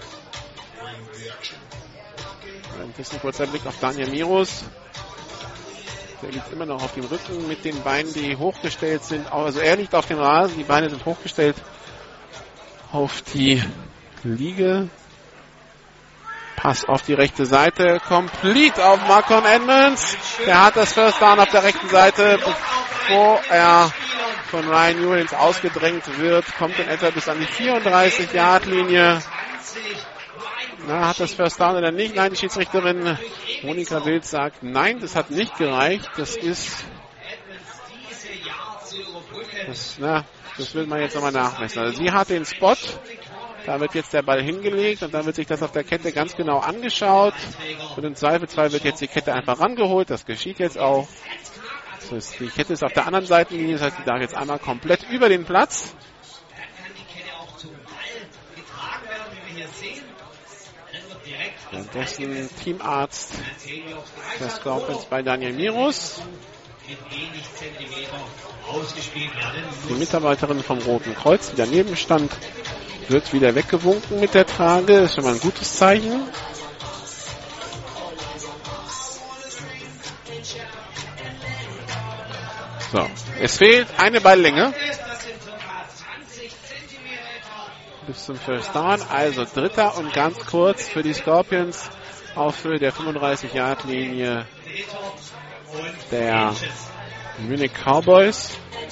Ein bisschen kurzer Blick auf Daniel Miros. Der liegt immer noch auf dem Rücken mit den Beinen, die hochgestellt sind. Also er liegt auf dem Rasen, die Beine sind hochgestellt auf die Liege. Pass auf die rechte Seite. Complete auf Marcon Edmonds. Der hat das First Down auf der rechten Seite, bevor er von Ryan Newell ins Ausgedrängt wird. Kommt in etwa bis an die vierunddreißig Yard Linie. Na, hat das First Down oder nicht? Nein, die Schiedsrichterin Monika Wild sagt, nein, das hat nicht gereicht. Das ist, das, na, das will man jetzt nochmal nachmessen. Also sie hat den Spot. Da wird jetzt der Ball hingelegt und dann wird sich das auf der Kette ganz genau angeschaut. Und im Zweifelsfall wird jetzt die Kette einfach rangeholt. Das geschieht jetzt auch. Das ist, die Kette ist auf der anderen Seitenlinie, das heißt, die darf jetzt einmal komplett über den Platz. Währenddessen Teamarzt der Scorpions bei Daniel Miros. Die Mitarbeiterin vom Roten Kreuz, die daneben stand, Wird wieder weggewunken mit der Trage. Ist schon mal ein gutes Zeichen. So, es fehlt eine Balllänge bis zum First Down. Also dritter und ganz kurz für die Scorpions auf Höhe der fünfunddreißig-Yard-Linie der Munich Cowboys.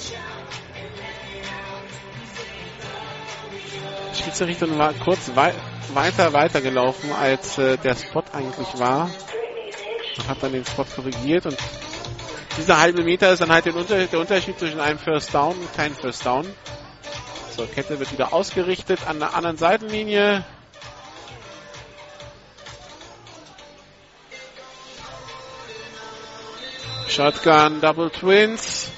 Die Schiedsrichtung war kurz wei- weiter weitergelaufen, als äh, der Spot eigentlich war. Und hat dann den Spot korrigiert. Und dieser halbe Meter ist dann halt der Unterschied, der Unterschied zwischen einem First Down und keinem First Down. So, Kette wird wieder ausgerichtet an der anderen Seitenlinie. Shotgun, Double Twins.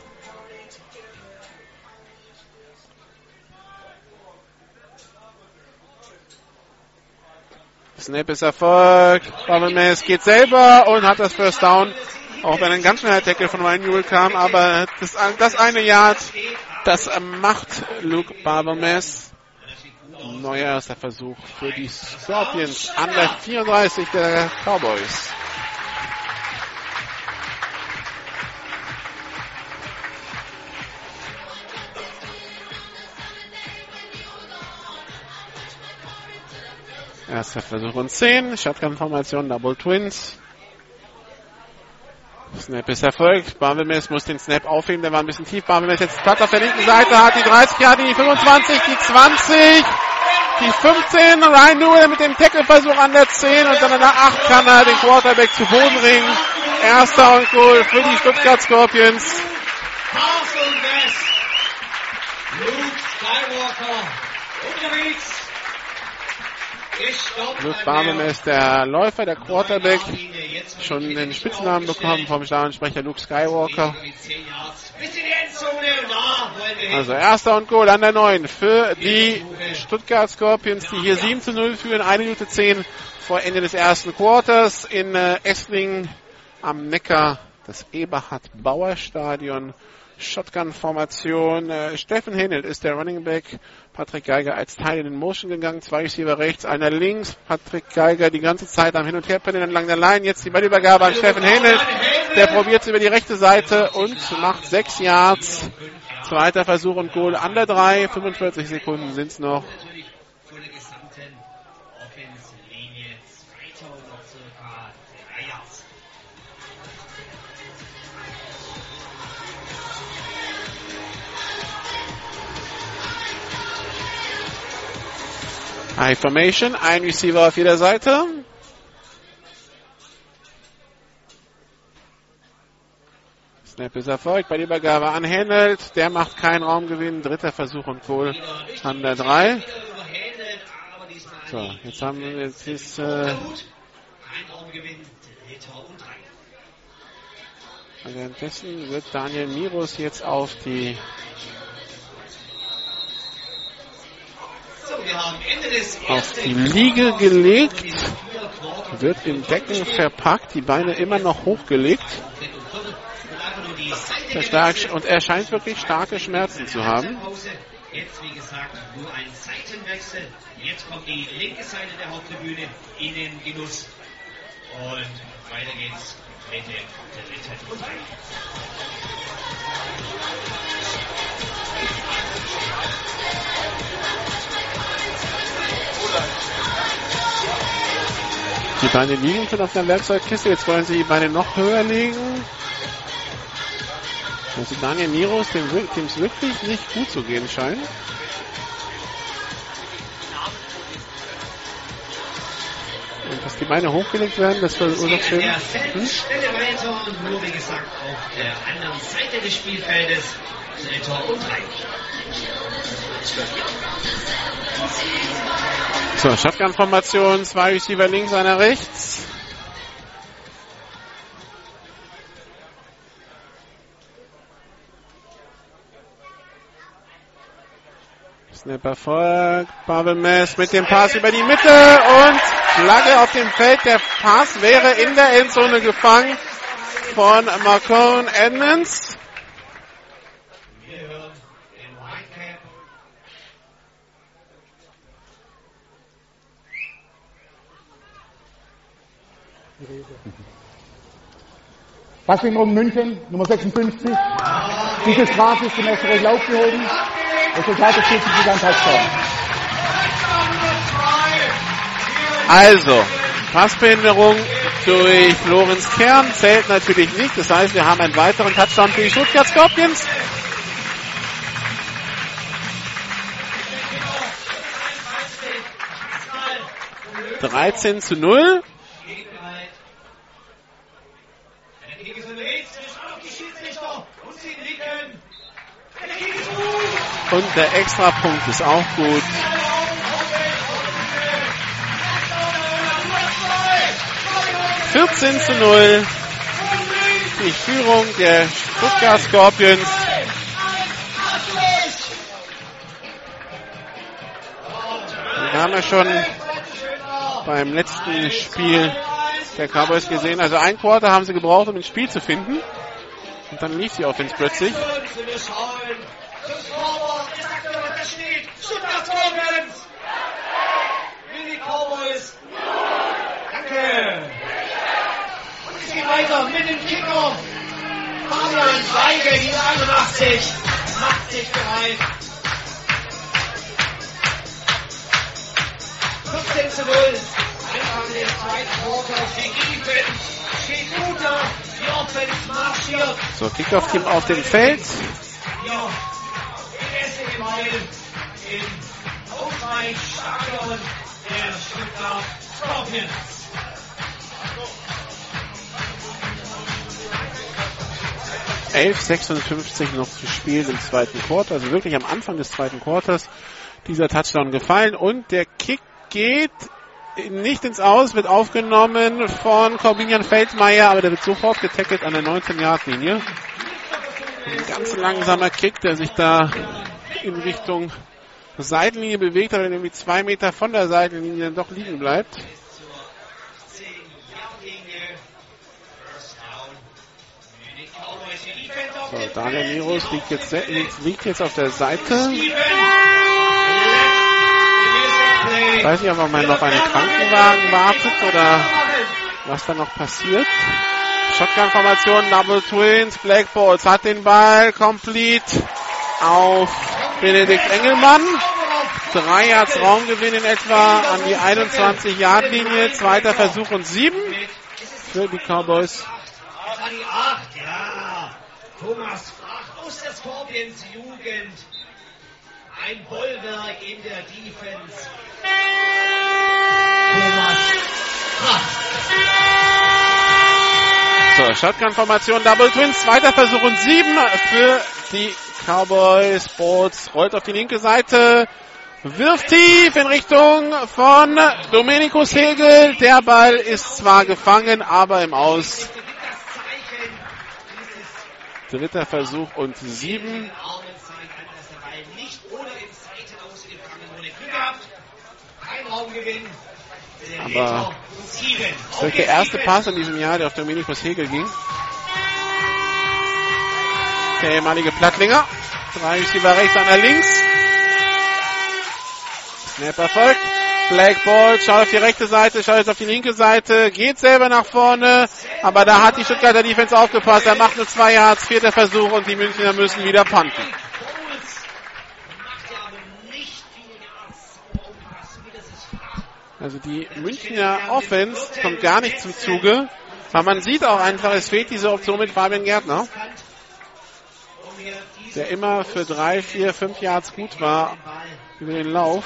Snap ist Erfolg. Barmelmez geht selber und hat das First Down. Auch wenn ein ganz schneller Tackle von Ryan Newell kam, aber das, das eine Yard, das macht Luke Barmelmez. Neuer erster Versuch für die Scorpions an der vierunddreißig der Cowboys. Erster Versuch und zehn. Shotgun-Formation, Double Twins. Snap ist erfolgt. Barmelmez muss den Snap aufheben, der war ein bisschen tief. Barmelmez jetzt Platz auf der linken Seite, hat die dreißig Jahre, die fünfundzwanzig, die zwanzig, die fünfzehn. Ryan Newell mit dem Tackle-Versuch an der zehn und dann an der acht kann er den Quarterback zu Boden ringen. Erster und Goal für die Stuttgart Scorpions. Luke Skywalker unterwegs. Luke Barmelmez, der Läufer, der Quarterback, schon den Spitznamen bekommen vom Stadionsprecher Luke Skywalker. Also erster und Goal an der neun für die Stuttgart Scorpions, die hier sieben zu null führen, eine Minute zehn vor Ende des ersten Quarters in äh, Esslingen am Neckar, das Eberhard-Bauer-Stadion. Shotgun-Formation. Äh, Steffen Hähnelt ist der Running Back. Patrick Geiger als Teil in den Motion gegangen. Zwei Receiver rechts, einer links. Patrick Geiger die ganze Zeit am Hin- und Herpendeln entlang der Line. Jetzt die Ballübergabe an Steffen Hähnelt. Der probiert es über die rechte Seite und macht sechs Yards. Zweiter Versuch und Goal an der drei. fünfundvierzig Sekunden sind es noch. High Formation, ein Receiver auf jeder Seite. Snap ist erfolgt, bei der Übergabe an Hähnelt. Der macht keinen Raumgewinn. Dritter Versuch und Goal an der drei. So, jetzt haben wir, jetzt ist, äh, währenddessen wird Daniel Miros jetzt auf die auf die Liege gelegt, wird im Becken verpackt, die Beine immer noch hochgelegt. Und er scheint wirklich starke Schmerzen zu haben. Jetzt, wie gesagt, nur ein Seitenwechsel. Jetzt kommt die linke Seite der Haupttribüne in den Genuss. Und weiter geht's mit dem dritten und drei. Die Beine liegen schon auf der Werkzeugkiste. Jetzt wollen sie die Beine noch höher legen. Also Daniel Miros, dem es wirklich nicht gut zu gehen scheint. Und dass die Beine hochgelegt werden, das verursacht Schäden. Hm? Stelle weiter und nur wie gesagt auf der anderen Seite des Spielfeldes dritter und drei. So, Shotgun-Formation, zwei Receiver links, einer rechts. Snap erfolgt, Barmelmez mit dem Pass über die Mitte und Flagge auf dem Feld. Der Pass wäre in der Endzone gefangen von Marcone Edmonds. Passbehinderung München, Nummer sechsundfünfzig. Diese Strafe ist gemäß der Regel aufgehoben. Resultat des Spiels ist ein Touchdown. Also, Passbehinderung durch Lorenz Kern zählt natürlich nicht. Das heißt, wir haben einen weiteren Touchdown für die Stuttgart Scorpions. dreizehn zu null. Und der Extrapunkt ist auch gut. vierzehn zu null. Die Führung der Stuttgart Scorpions. Wir haben ja schon beim letzten Spiel der Cowboys gesehen. Also ein Quarter haben sie gebraucht, um ins Spiel zu finden. Und dann lief die Offense plötzlich. Danke. Und es geht weiter mit dem Kicker. Fabian Weigel, die einundachtzig, macht sich bereit. fünfzehn zu null. Anfang des zweiten Quarters. Die Defense steht gut da. Die Offense marschiert. So, Kickoff-Team auf dem Feld. Ja, die erste Gemeinde im Ausweichstadion der Stuttgart Scorpions. elf sechsundfünfzig noch zu spielen im zweiten Quarter. Also wirklich am Anfang des zweiten Quarters dieser Touchdown gefallen. Und der Kick geht nicht ins Aus, wird aufgenommen von Corbinian Feldmeier, aber der wird sofort getackelt an der neunzehn-Yard-Linie. Ein ganz langsamer Kick, der sich da in Richtung Seitenlinie bewegt, aber irgendwie zwei Meter von der Seitenlinie dann doch liegen bleibt. So, Daniel Miros liegt jetzt, liegt jetzt auf der Seite. Ich weiß nicht, ob man noch einen Krankenwagen wartet oder was da noch passiert. Shotgun-Formation, Double Twins, Black Balls hat den Ball, complete auf Benedikt Engelmann. Drei Yards Raumgewinn in etwa an die einundzwanzig-Yard-Linie. Zweiter Versuch und sieben für die Cowboys. Die acht, ja. Thomas Frach aus der Scorpions Jugend. Ein Bollwerk in der Defense. Thomas Frach. So, Shotgun-Formation, Double Twins, zweiter Versuch und sieben für die Cowboys. Bolts rollt auf die linke Seite, wirft tief in Richtung von Domenikus Hegel. Der Ball ist zwar gefangen, aber im Aus. Dritter Versuch und sieben. Aber das ist der erste Pass in diesem Jahr, der auf Domenikus Hegel ging. Der ehemalige Plattlinger. Drei Receiver rechts, einer links. Snap erfolgt. Black Ball schaut auf die rechte Seite, schaut jetzt auf die linke Seite, geht selber nach vorne, aber da hat die Stuttgarter Defense aufgepasst. Er macht nur zwei Yards, vierter Versuch und die Münchner müssen wieder punten. Also die Münchner Offense kommt gar nicht zum Zuge, aber man sieht auch einfach, es fehlt diese Option mit Fabian Gärtner, der immer für drei, vier, fünf Yards gut war über den Lauf.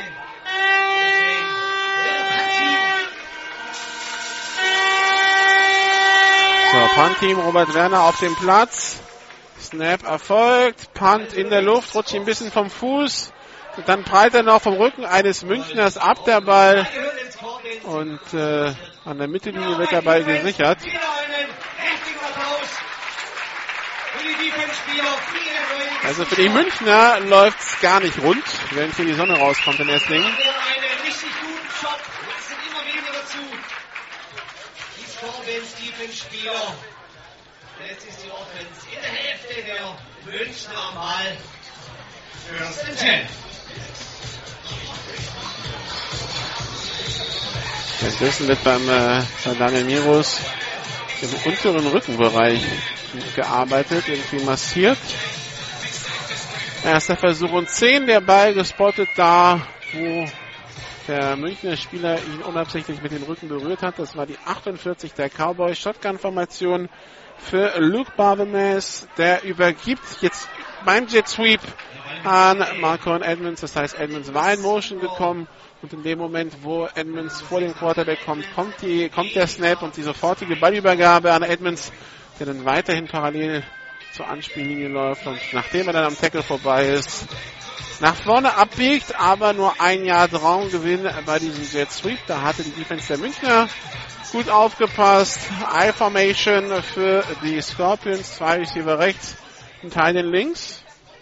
So, Punt-Team, Robert Werner auf dem Platz. Snap erfolgt, Punt in der Luft, rutscht ein bisschen vom Fuß. Und dann prallt er noch vom Rücken eines Münchners ab, der Ball. Und äh, an der Mittellinie wird der Ball gesichert. Also für die Münchner läuft's gar nicht rund, wenn hier die Sonne rauskommt in Esslingen. Spieler. Jetzt ist die Offense in der Hälfte der Münchner am Ball. First and ten. Währenddessen wird beim äh, Daniel Miros im unteren Rückenbereich gearbeitet, irgendwie massiert. Erster Versuch und zehn, der Ball gespottet da, wo der Münchner Spieler ihn unabsichtlich mit dem Rücken berührt hat. Das war die achtundvierzig der Cowboys. Shotgun-Formation für Luke Barbemes. Der übergibt jetzt beim Jet Sweep an Marcon Edmonds. Das heißt, Edmonds war in Motion gekommen. Und in dem Moment, wo Edmonds vor dem Quarterback kommt, kommt, die, kommt der Snap und die sofortige Ballübergabe an Edmonds, der dann weiterhin parallel zur Anspiellinie läuft und nachdem er dann am Tackle vorbei ist, nach vorne abbiegt, aber nur ein Yard Raumgewinn bei diesem Jet Sweep. Da hatte die Defense der Münchner gut aufgepasst. I-Formation für die Scorpions, zwei Receiver rechts und Teil links.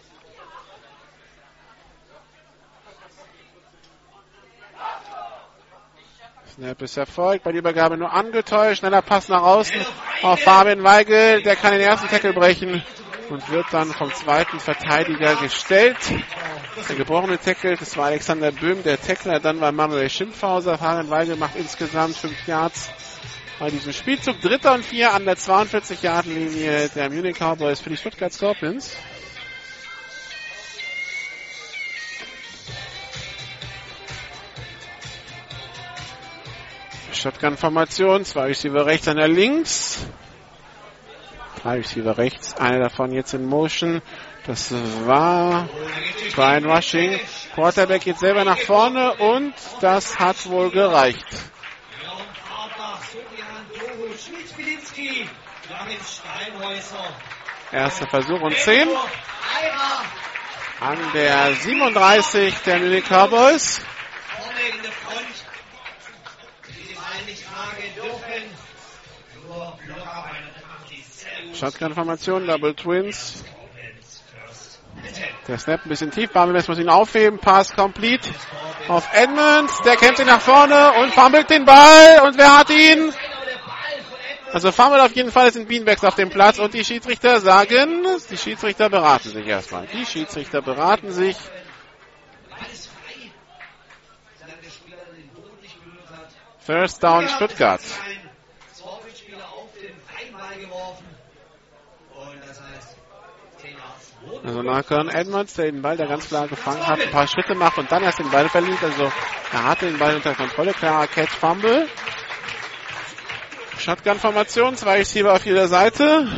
Snap ist erfolgt, bei der Übergabe nur angetäuscht, schneller Pass nach außen auf Fabian Weigel, der kann den ersten Tackle brechen und wird dann vom zweiten Verteidiger gestellt. Der gebrochene Tackle, das war Alexander Böhm, der Tackler, dann war Manuel Schimpfhauser. Fabian Weigel macht insgesamt fünf Yards bei diesem Spielzug. Dritter und vier an der zweiundvierzig Yard Linie der Munich Cowboys für die Stuttgart Scorpions. Shotgun-Formation, zwei Receiver rechts, einer links. Drei Receiver rechts, einer davon jetzt in Motion. Das war Brian Rushing. Quarterback geht selber nach vorne und das hat wohl gereicht. Erster Versuch und zehn. An der siebenunddreißig der Munich Cowboys. Shotgun-Formation, Double Twins. Der Snap ein bisschen tief, Barbemes muss ihn aufheben, Pass complete auf Edmonds, der kämpft ihn nach vorne und fummelt den Ball und wer hat ihn? Also fummelt auf jeden Fall, es sind Beanbags auf dem Platz und die Schiedsrichter sagen, die Schiedsrichter beraten sich erstmal. Die Schiedsrichter beraten sich. First Down Stuttgart. Also Marcon Edmonds, der den Ball da ganz klar gefangen hat, ein paar Schritte macht und dann erst den Ball verliert. Also er hatte den Ball unter Kontrolle, klarer Catch, Fumble. Shotgun-Formation, zwei Receiver auf jeder Seite.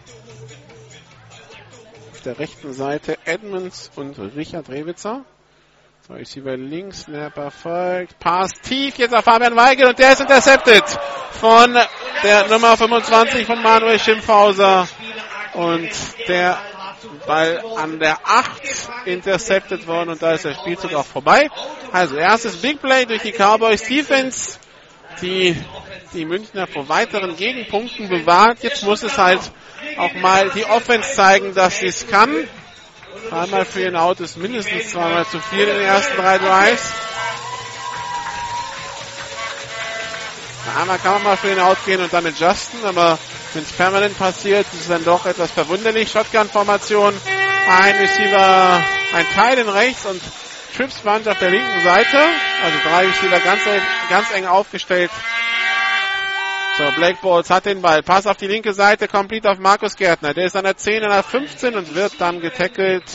Auf der rechten Seite Edmonds und Richard Rewitzer. Zwei Receiver links, Snap erfolgt. Pass tief, jetzt auf Fabian Weigel und der ist intercepted von der Nummer fünfundzwanzig von Manuel Schimpfhauser. Und der Ball an der acht intercepted worden und da ist der Spielzug auch vorbei. Also erstes Big Play durch die Cowboys Defense, die die Münchner vor weiteren Gegenpunkten bewahrt. Jetzt muss es halt auch mal die Offense zeigen, dass sie es kann. Einmal für den Out ist mindestens zweimal zu viel in den ersten drei Drives. Einmal kann man mal für den Out gehen und dann adjusten, aber wenn es permanent passiert, ist es dann doch etwas verwunderlich. Shotgun-Formation, ein Receiver, ein Teil in rechts und Trips Bunch auf der linken Seite. Also drei Receiver ganz, ganz eng aufgestellt. So, Blake Bowles hat den Ball. Pass auf die linke Seite, complete auf Markus Gärtner. Der ist an der zehn, an der fünfzehn und wird dann getackelt.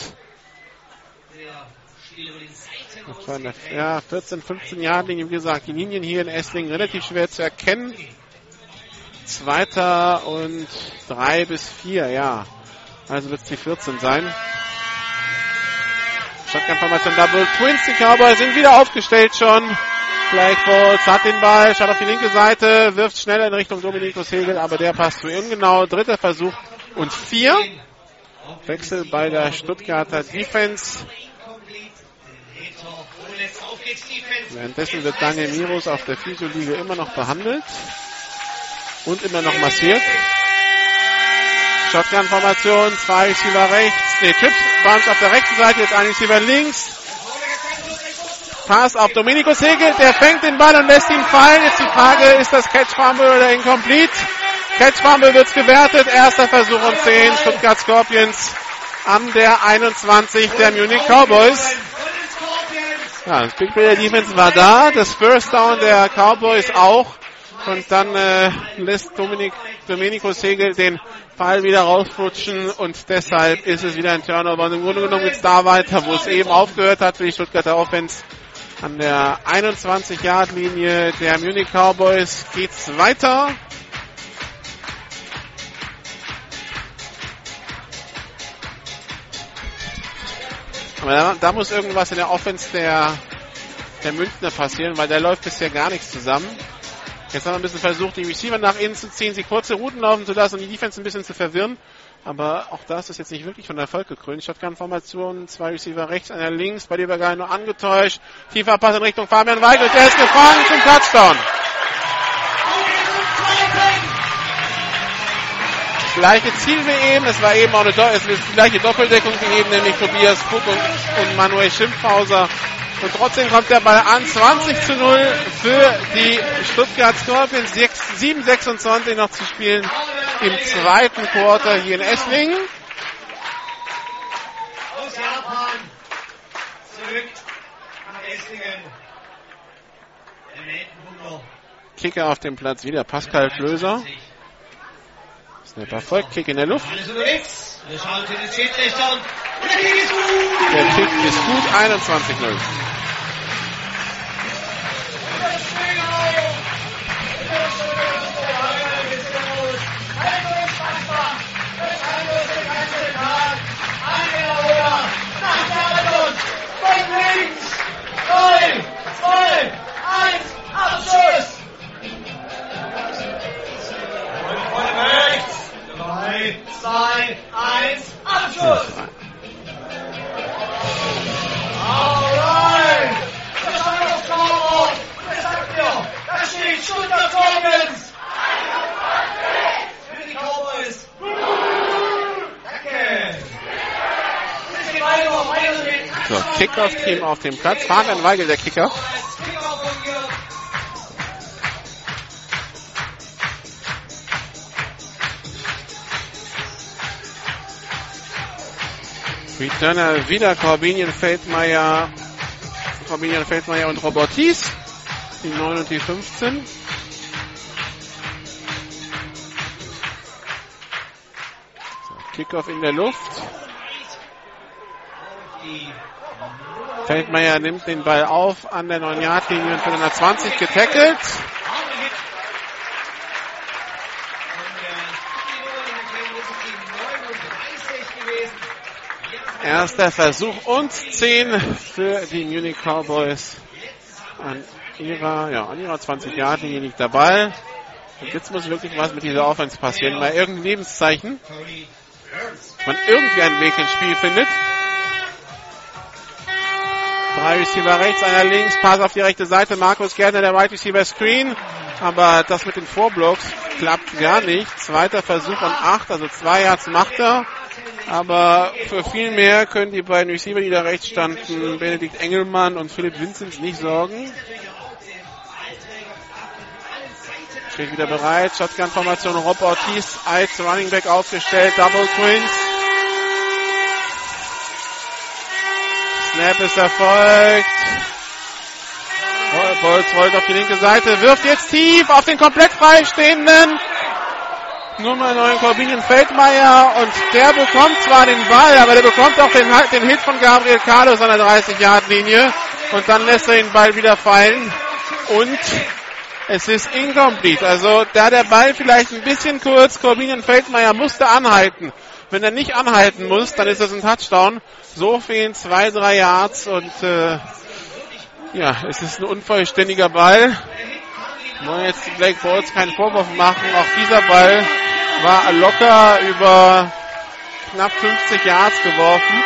Ja, vierzehn, fünfzehn Jahre Linie, wie gesagt, die Linien hier in Esslingen relativ schwer zu erkennen. Zweiter und drei bis vier, ja. Also wird es die vierzehn sein. Shotgun-Formation Double Twins, die Cowboys sind wieder aufgestellt schon. Blake Bowles hat den Ball, schaut auf die linke Seite, wirft schnell in Richtung Dominikus Hegel, aber der passt zu ungenau. Dritter Versuch und vier. Wechsel bei der Stuttgarter Defense. Währenddessen wird Daniel Miros auf der Physio-Liga immer noch behandelt und immer noch massiert. Shotgun-Formation, zwei Receiver rechts, nee, Trips Bunch auf der rechten Seite, jetzt ein Receiver links. Pass auf Dominikus Hegel, der fängt den Ball und lässt ihn fallen. Jetzt die Frage, ist das Catch-Fumble oder Incomplete? Catch-Fumble wird gewertet, erster Versuch und zehn, Stuttgart Scorpions an der einundzwanzig der Munich Cowboys. Ja, das Big Play der Defense war da, das First Down der Cowboys auch. Und dann äh, lässt Dominik, Domenico Segel den Ball wieder rausrutschen und deshalb ist es wieder ein Turnover. Und im Grunde genommen geht's da weiter, wo es eben aufgehört hat für die Stuttgarter Offense. An der einundzwanzig-Yard-Linie der Munich Cowboys geht's weiter. Aber da, da muss irgendwas in der Offense der, der Münchner passieren, weil da läuft bisher gar nichts zusammen. Jetzt haben wir ein bisschen versucht, die Receiver nach innen zu ziehen, sie kurze Routen laufen zu lassen und die Defense ein bisschen zu verwirren. Aber auch das ist jetzt nicht wirklich von Erfolg gekrönt. Shotgun-Formation, zwei Receiver rechts, einer links, bei Liebergeil nur angetäuscht. Tiefer Pass in Richtung Fabian Weigel, der ist gefangen zum Touchdown. Gleiche Ziel wie eben, es war eben auch eine, es ist die gleiche Doppeldeckung wie eben, nämlich Tobias Puck und, und Manuel Schimpfhauser. Und trotzdem kommt der Ball an, zwanzig zu null für die Stuttgart Scorpions, sieben sechsundzwanzig noch zu spielen im zweiten Quarter hier in Esslingen. Aus Japan zurück nach Esslingen. Kicker auf dem Platz wieder, Pascal Flöser. Snapper folgt, Kick in der Luft. Wir schauen zu den Schiedsrichtern. Der Kick ist gut, einundzwanzig null. drei, zwei, eins, Abschluss! drei, zwei, eins, Abschluss! Alright! Das ist ein Scoreboard! Und er sagt mir, da steht Stuttgart Scorpions! Für die Cowboys! Danke! Es geht weiter, weiter mit So, Kickoff-Team auf dem Platz. Fabian Weigel, der Kicker. Returner wieder Corbinian Feldmeier, Corbinian Feldmeier und Robert Thies, die neun und die fünfzehn. So, Kickoff in der Luft. Feldmeier nimmt den Ball auf an der neun-Yard-Linie und von der zwanzig getackelt. Erster Versuch und zehn für die Munich Cowboys. An ihrer, ja, an ihrer zwanzig-Yard-Linie liegt der Ball. Und jetzt muss wirklich was mit dieser Offense passieren. Mal irgendein Lebenszeichen. Man irgendwie einen Weg ins Spiel findet. Drei Receiver rechts, einer links, Pass auf die rechte Seite. Markus Gärtner, der Wide Receiver Screen. Aber das mit den Vorblocks klappt gar nicht. Zweiter Versuch und acht, also zwei Yards macht er. Aber für viel mehr können die beiden Receiver, die da rechts standen, Benedikt Engelmann und Philipp Vinzenz, nicht sorgen. Steht wieder bereit. Shotgun-Formation, Rob Ortiz als Running Back aufgestellt. Double Twins. Snap ist erfolgt. Bolz rollt auf die linke Seite, wirft jetzt tief auf den komplett freistehenden Nummer neun Corbinian Feldmeier und der bekommt zwar den Ball, aber der bekommt auch den, den Hit von Gabriel Carlos an der dreißig-Yard-Linie und dann lässt er den Ball wieder fallen und es ist incomplete. Also da der Ball vielleicht ein bisschen kurz, Corbinian Feldmeier musste anhalten. Wenn er nicht anhalten muss, dann ist das ein Touchdown. So fehlen zwei, drei Yards und äh, ja, es ist ein unvollständiger Ball. Wollen jetzt die Blake Bolts keinen Vorwurf machen. Auch dieser Ball war locker über knapp fünfzig Yards geworfen.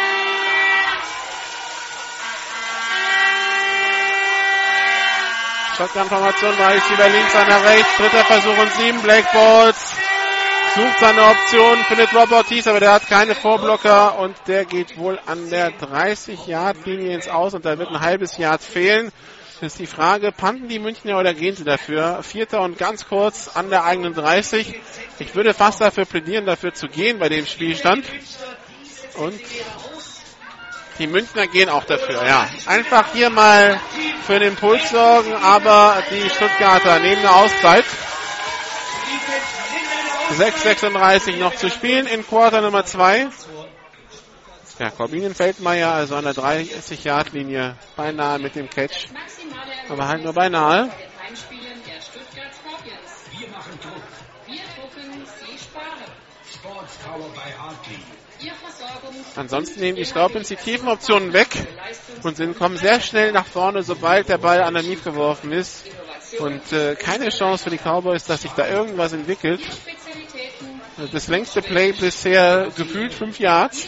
Shotgun-Formation, drei Receiver links, einer rechts, dritter Versuch und sieben. Blake Bolts sucht seine Option, findet Robert Thies, aber der hat keine Vorblocker und der geht wohl an der dreißig-Yard-Linie ins Aus und da wird ein halbes Yard fehlen. Das ist die Frage, panten die Münchner oder gehen sie dafür? Vierter und ganz kurz an der eigenen dreißig. Ich würde fast dafür plädieren, dafür zu gehen bei dem Spielstand. Und Die Münchner gehen auch dafür, ja. Einfach hier mal für den Impuls sorgen, aber die Stuttgarter nehmen eine Auszeit. sechs sechsunddreißig noch zu spielen in Quarter Nummer zwei. Ja, Corbinian Feldmeier also an der dreißig-Yard-Linie beinahe mit dem Catch. Aber halt nur beinahe. Ansonsten nehmen die Scorpions die Tiefenoptionen weg und sind, kommen sehr schnell nach vorne, sobald der Ball underneath geworfen ist. Und äh, keine Chance für die Cowboys, dass sich da irgendwas entwickelt. Das längste Play bisher gefühlt fünf Yards.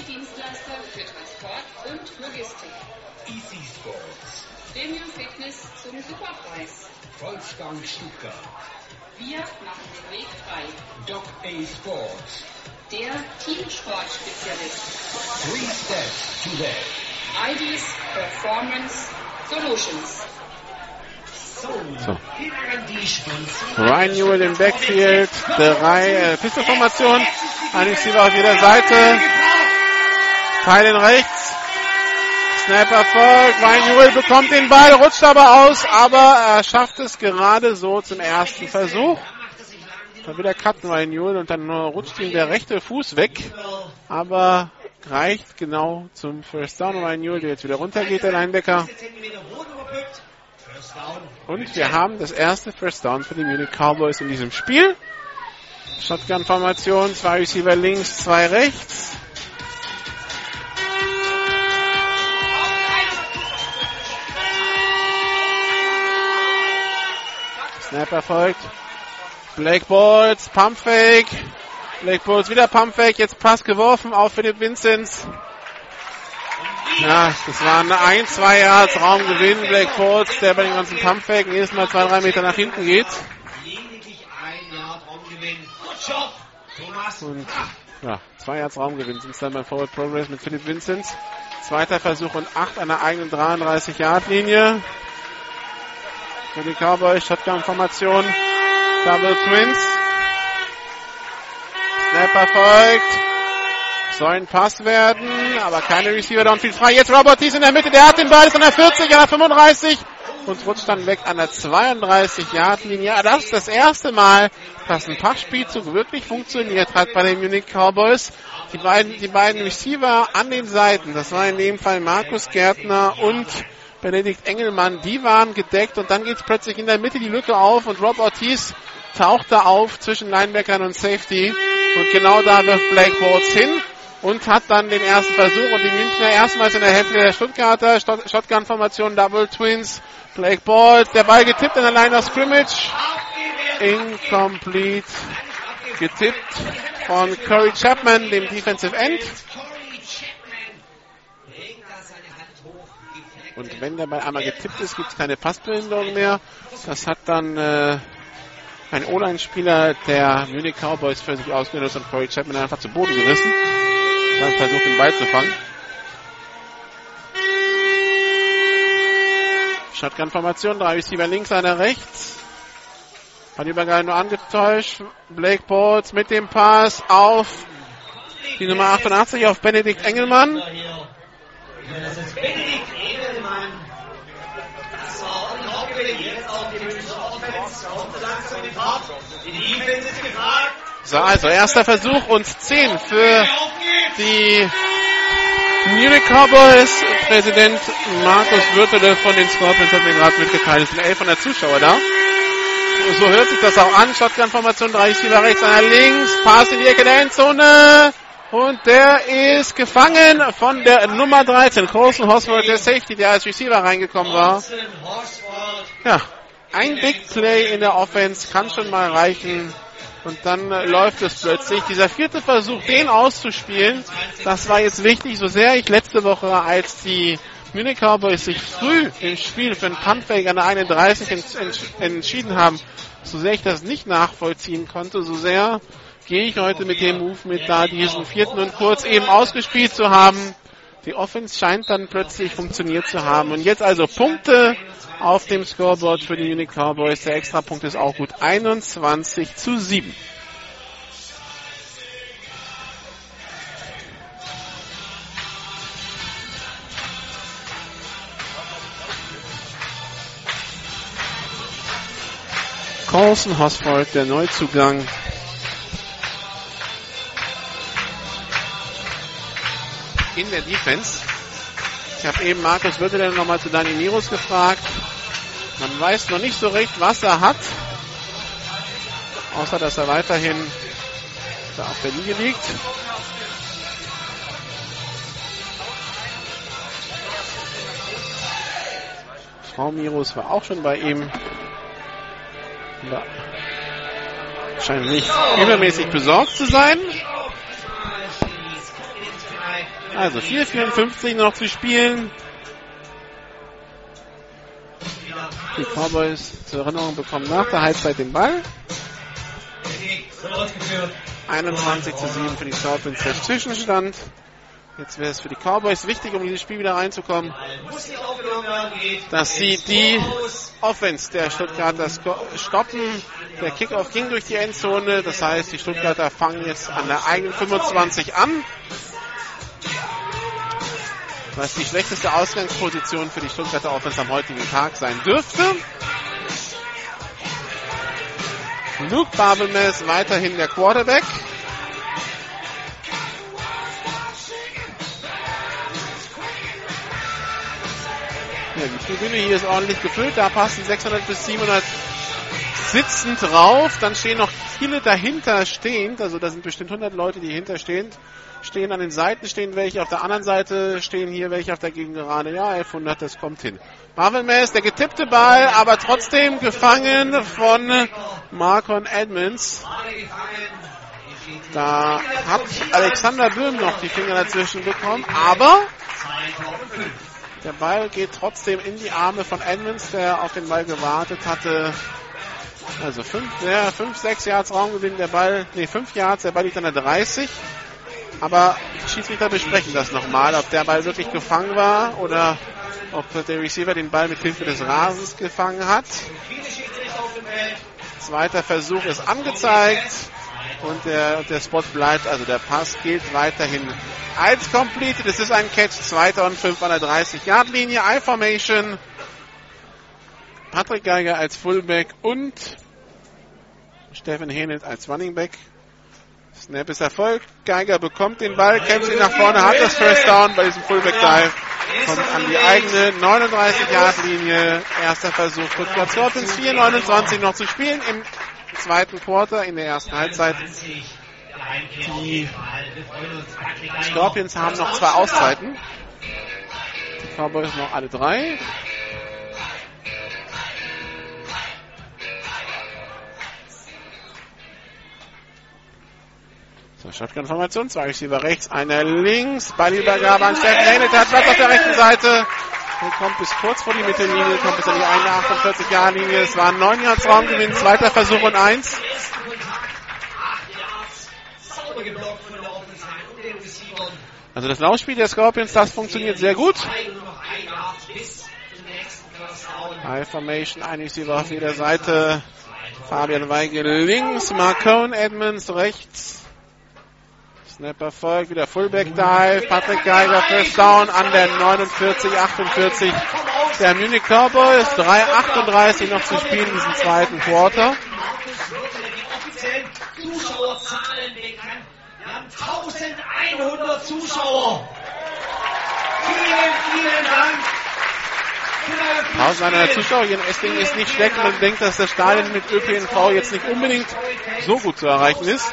Volksbank Stuttgart. Wir machen den Weg frei. Doc A Sports. Der Teamsportspezialist. Three steps to that. I Ds Performance Solutions. So. Ryan Newell im Backfield. Drei äh, Pistolformation. Ein Receiver auf jeder Seite. Teilen rechts. Snap erfolgt. Ryan Newell bekommt den Ball, rutscht aber aus, aber er schafft es gerade so zum ersten Versuch. Dann wieder cutten Ryan Newell und dann rutscht ihm der rechte Fuß weg, aber reicht genau zum First Down. Ryan Newell, der jetzt wieder runtergeht, der Linebacker. Und wir haben das erste First Down für die Munich Cowboys in diesem Spiel. Shotgun-Formation, zwei Receiver links, zwei rechts. Snap erfolgt. Blake Bolts, Pumpfake. Blake Bolts wieder Pumpfake, jetzt Pass geworfen auf Philipp Vinzenz. Ja, das waren ein, zwei Yards Raumgewinn. Blake Bolts, der bei den ganzen Pumpfaken jedes Mal zwei, drei Meter nach hinten geht. Und ja, zwei Yards Raumgewinn sind es dann beim Forward Progress mit Philipp Vinzenz. Zweiter Versuch und acht an der eigenen dreiunddreißig-Yard-Linie. Für die Cowboys, Shotgun-Formation, Double Twins. Snap erfolgt. Soll ein Pass werden, aber keine Receiver downfield frei. Jetzt Robert Thies in der Mitte, der hat den Ball, ist an der vierzig, an der fünfunddreißig und rutscht dann weg an der zweiunddreißig-Yard-Linie. Ja, das ist das erste Mal, dass ein Passspielzug wirklich funktioniert hat bei den Munich Cowboys. Die beiden, die beiden Receiver an den Seiten, das war in dem Fall Markus Gärtner und Benedikt Engelmann, die waren gedeckt und dann geht es plötzlich in der Mitte die Lücke auf und Rob Ortiz taucht da auf zwischen Linebackern und Safety und genau da wirft Blake Bolts hin und hat dann den ersten Versuch und die Münchner erstmals in der Hälfte der Stuttgarter Shotgun-Formation Double Twins. Blake Bolts, der Ball getippt an der Line of Scrimmage. Incomplete. Getippt von Corey Chapman, dem Defensive End. Und wenn der Ball einmal getippt ist, gibt es keine Passbehinderung mehr. Das hat dann äh, ein O-Line-Spieler der Munich Cowboys für sich ausgenutzt und Corey Chapman einfach zu Boden gerissen. Dann versucht, den Ball zu fangen. Shotgun-Formation, drei Receiver links, einer rechts. Hat Übergang nur angetäuscht. Blake Bolts mit dem Pass auf die Nummer achtundachtzig, auf Benedikt Engelmann. Das ist Benedikt Engelmann. Das war unglaublich. Jetzt auch die Münchner Offense. Kommt langsam in Fahrt. Die Defense ist gefragt. So, also erster Versuch und zehn für die Munich Cowboys. Präsident Markus Würtele von den Scorpions hat mir gerade mitgeteilt, es sind elfhundert Zuschauer da. So hört sich das auch an. Shotgun-Formation, drei Receiver rechts, einer links. Pass in die Ecke der Endzone. Und der ist gefangen von der Nummer dreizehn, Großen Hosford, der Safety, der als Receiver reingekommen war. Ja, ein Big Play in der Offense kann schon mal reichen. Und dann äh, läuft es plötzlich. Dieser vierte Versuch, den auszuspielen, das war jetzt wichtig. So sehr ich letzte Woche, als die Munich Cowboys sich früh im Spiel für einen Puntfake an der einunddreißig ents- ents- entschieden haben, so sehr ich das nicht nachvollziehen konnte, so sehr gehe ich heute mit dem Move mit, da diesen vierten und kurz eben ausgespielt zu haben. Die Offense scheint dann plötzlich funktioniert zu haben. Und jetzt also Punkte auf dem Scoreboard für die Munich Cowboys. Der Extrapunkt ist auch gut. einundzwanzig zu sieben. Colson Hosford, der Neuzugang. In der Defense. Ich habe eben Markus Wirtelen nochmal zu Dani Mirus gefragt. Man weiß noch nicht so recht, was er hat. Außer, dass er weiterhin da auf der Linie liegt. Frau Mirus war auch schon bei ihm. Ja. Scheint nicht übermäßig besorgt zu sein. Also vier vierundfünfzig noch zu spielen. Die Cowboys zur Erinnerung bekommen nach der Halbzeit den Ball. einundzwanzig zu sieben für die Scorpions der Zwischenstand. Jetzt wäre es für die Cowboys wichtig, um dieses Spiel wieder reinzukommen, dass sie die Offense der Stuttgarter stoppen. Der Kickoff ging durch die Endzone. Das heißt, die Stuttgarter fangen jetzt an der eigenen fünfundzwanzig an. Was die schlechteste Ausgangsposition für die Stuttgarter Offense am heutigen Tag sein dürfte. Luke Babelmess weiterhin der Quarterback. Ja, die Tribüne hier ist ordentlich gefüllt. Da passen sechshundert bis siebenhundert sitzend drauf. Dann stehen noch viele dahinter stehend. Also da sind bestimmt hundert Leute, die hinter stehen. Stehen an den Seiten, stehen welche auf der anderen Seite, stehen hier welche auf der Gegengerade. Ja, elfhundert, das kommt hin. Babelmess, der getippte Ball, aber trotzdem gefangen von Marcon Edmonds. Da hat Alexander Böhm noch die Finger dazwischen bekommen, aber der Ball geht trotzdem in die Arme von Edmonds, der auf den Ball gewartet hatte. Also fünf, ja, fünf, sechs Yards Raumgewinn, der Ball, nee, fünf Yards, der Ball liegt an der dreißig. Aber die Schiedsrichter besprechen das nochmal, ob der Ball wirklich gefangen war oder ob der Receiver den Ball mit Hilfe des Rasens gefangen hat. Zweiter Versuch ist angezeigt und der, der Spot bleibt, also der Pass gilt weiterhin als completed. Es ist ein Catch, zweiter und fünf an der dreißig-Yard-Linie. I-Formation. Patrick Geiger als Fullback und Steffen Henelt als Running Back. Snap ist erfolgt. Geiger bekommt den Ball, kämpft ihn nach vorne, hat das First Down bei diesem Fullback-Dive. Kommt an die eigene neununddreißig-Yard-Linie. Erster Versuch. Stuttgart Scorpions, vier neunundzwanzig noch zu spielen im zweiten Quarter, in der ersten Halbzeit. Die Scorpions haben noch zwei Auszeiten. Die Cowboys noch alle drei. So, Shotgun-Formation, zwei Receiver rechts, einer links, Ballübergabe an Steffen Henelt, hat Platz auf der rechten Seite. Und kommt bis kurz vor die Mittellinie, kommt bis an die eigene achtundvierzig-Yard-Linie. Es waren neun Yards Raumgewinn, zweiter Versuch und eins. Also das Laufspiel der Scorpions, das funktioniert sehr gut. High Formation, ein Receiver auf jeder Seite. Fabian Weigel links, Marcone Edmonds rechts. Snap erfolgt, wieder Fullback Dive, Patrick Geiger First Down an der neunundvierzig achtundvierzig der Munich Cowboys. drei achtunddreißig noch zu spielen in diesem zweiten Quarter. Zuschauerzahlen bekannt. Wir haben eintausendeinhundert Zuschauer. Vielen, vielen Dank. eintausendeinhundert Zuschauer hier in Esslingen ist nicht schlecht. Man denkt, dass das Stadion mit Ö P N V jetzt nicht unbedingt so gut zu erreichen ist.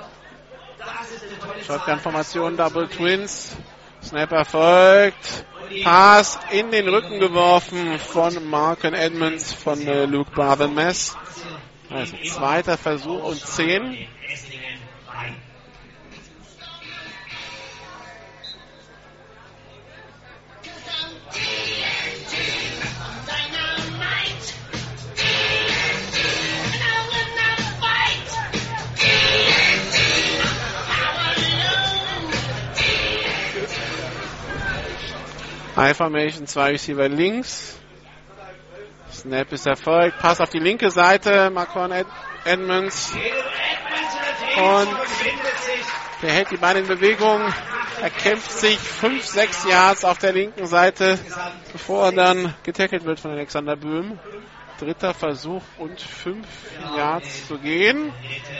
Shotgun-Formation, Double Twins. Snap erfolgt. Pass in den Rücken geworfen von Marcon Edmonds von äh, Luke Babelmess. Also zweiter Versuch und zehn. I-Formation, zwei Receiver links. Snap ist erfolgt. Pass auf die linke Seite. Marcon Ed- Edmonds. Und der hält die Beine in Bewegung. Er kämpft sich fünf, sechs Yards auf der linken Seite, bevor er dann getackelt wird von Alexander Böhm. Dritter Versuch und fünf Yards zu gehen.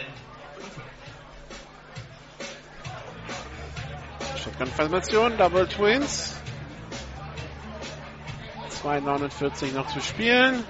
Shotgun-Formation, Double Twins. zwei neunundvierzig noch zu spielen.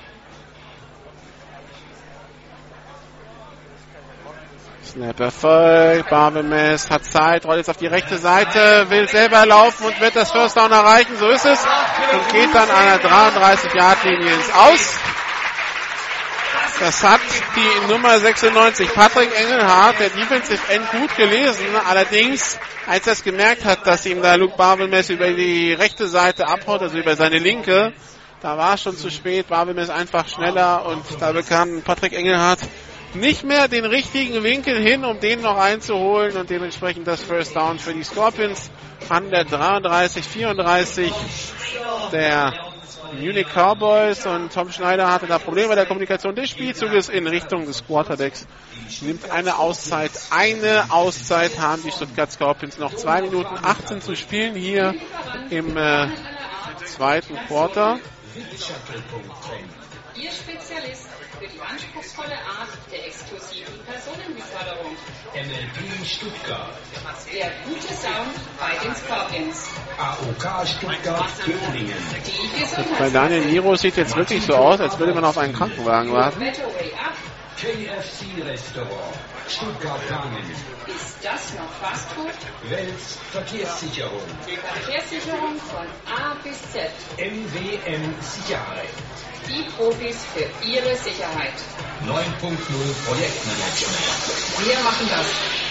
Snap erfolgt, Barbemes hat Zeit, rollt jetzt auf die rechte Seite, will selber laufen und wird das First Down erreichen, so ist es. Und geht dann an der dreiunddreißig-Yard-Linie ins Aus. Das hat die Nummer sechsundneunzig, Patrick Engelhardt, der Defensive End, gut gelesen. Allerdings, als er es gemerkt hat, dass ihm da Luke Barbemes über die rechte Seite abhaut, also über seine linke, da war es schon zu spät. Barbemes einfach schneller und da bekam Patrick Engelhardt nicht mehr den richtigen Winkel hin, um den noch einzuholen und dementsprechend das First Down für die Scorpions an der dreiunddreißig vierunddreißig der Munich Cowboys. Und Tom Schneider hatte da Probleme bei der Kommunikation des Spielzuges in Richtung des Quarterbacks. Nimmt eine Auszeit. Eine Auszeit haben die Stuttgart Scorpions. Noch zwei Minuten achtzehn zu spielen hier im äh, zweiten Quarter. Ihr Spezialist für die anspruchsvolle Art der exklusiven Personenbeförderung. M L P Stuttgart. Der gute Sound bei den Scorpions. A O K Stuttgart Göttingen. Die Gesundheit. Bei Daniel Niro sieht jetzt wirklich so aus, als würde man auf einen Krankenwagen warten. K F C Restaurant Stuttgart-Langen. Ist das noch Fastfood? Wels Verkehrssicherung. Verkehrssicherung von A bis Z. M W M Sicherheit. Die Profis für ihre Sicherheit. neun Punkt null Projektmanagement. Wir machen das.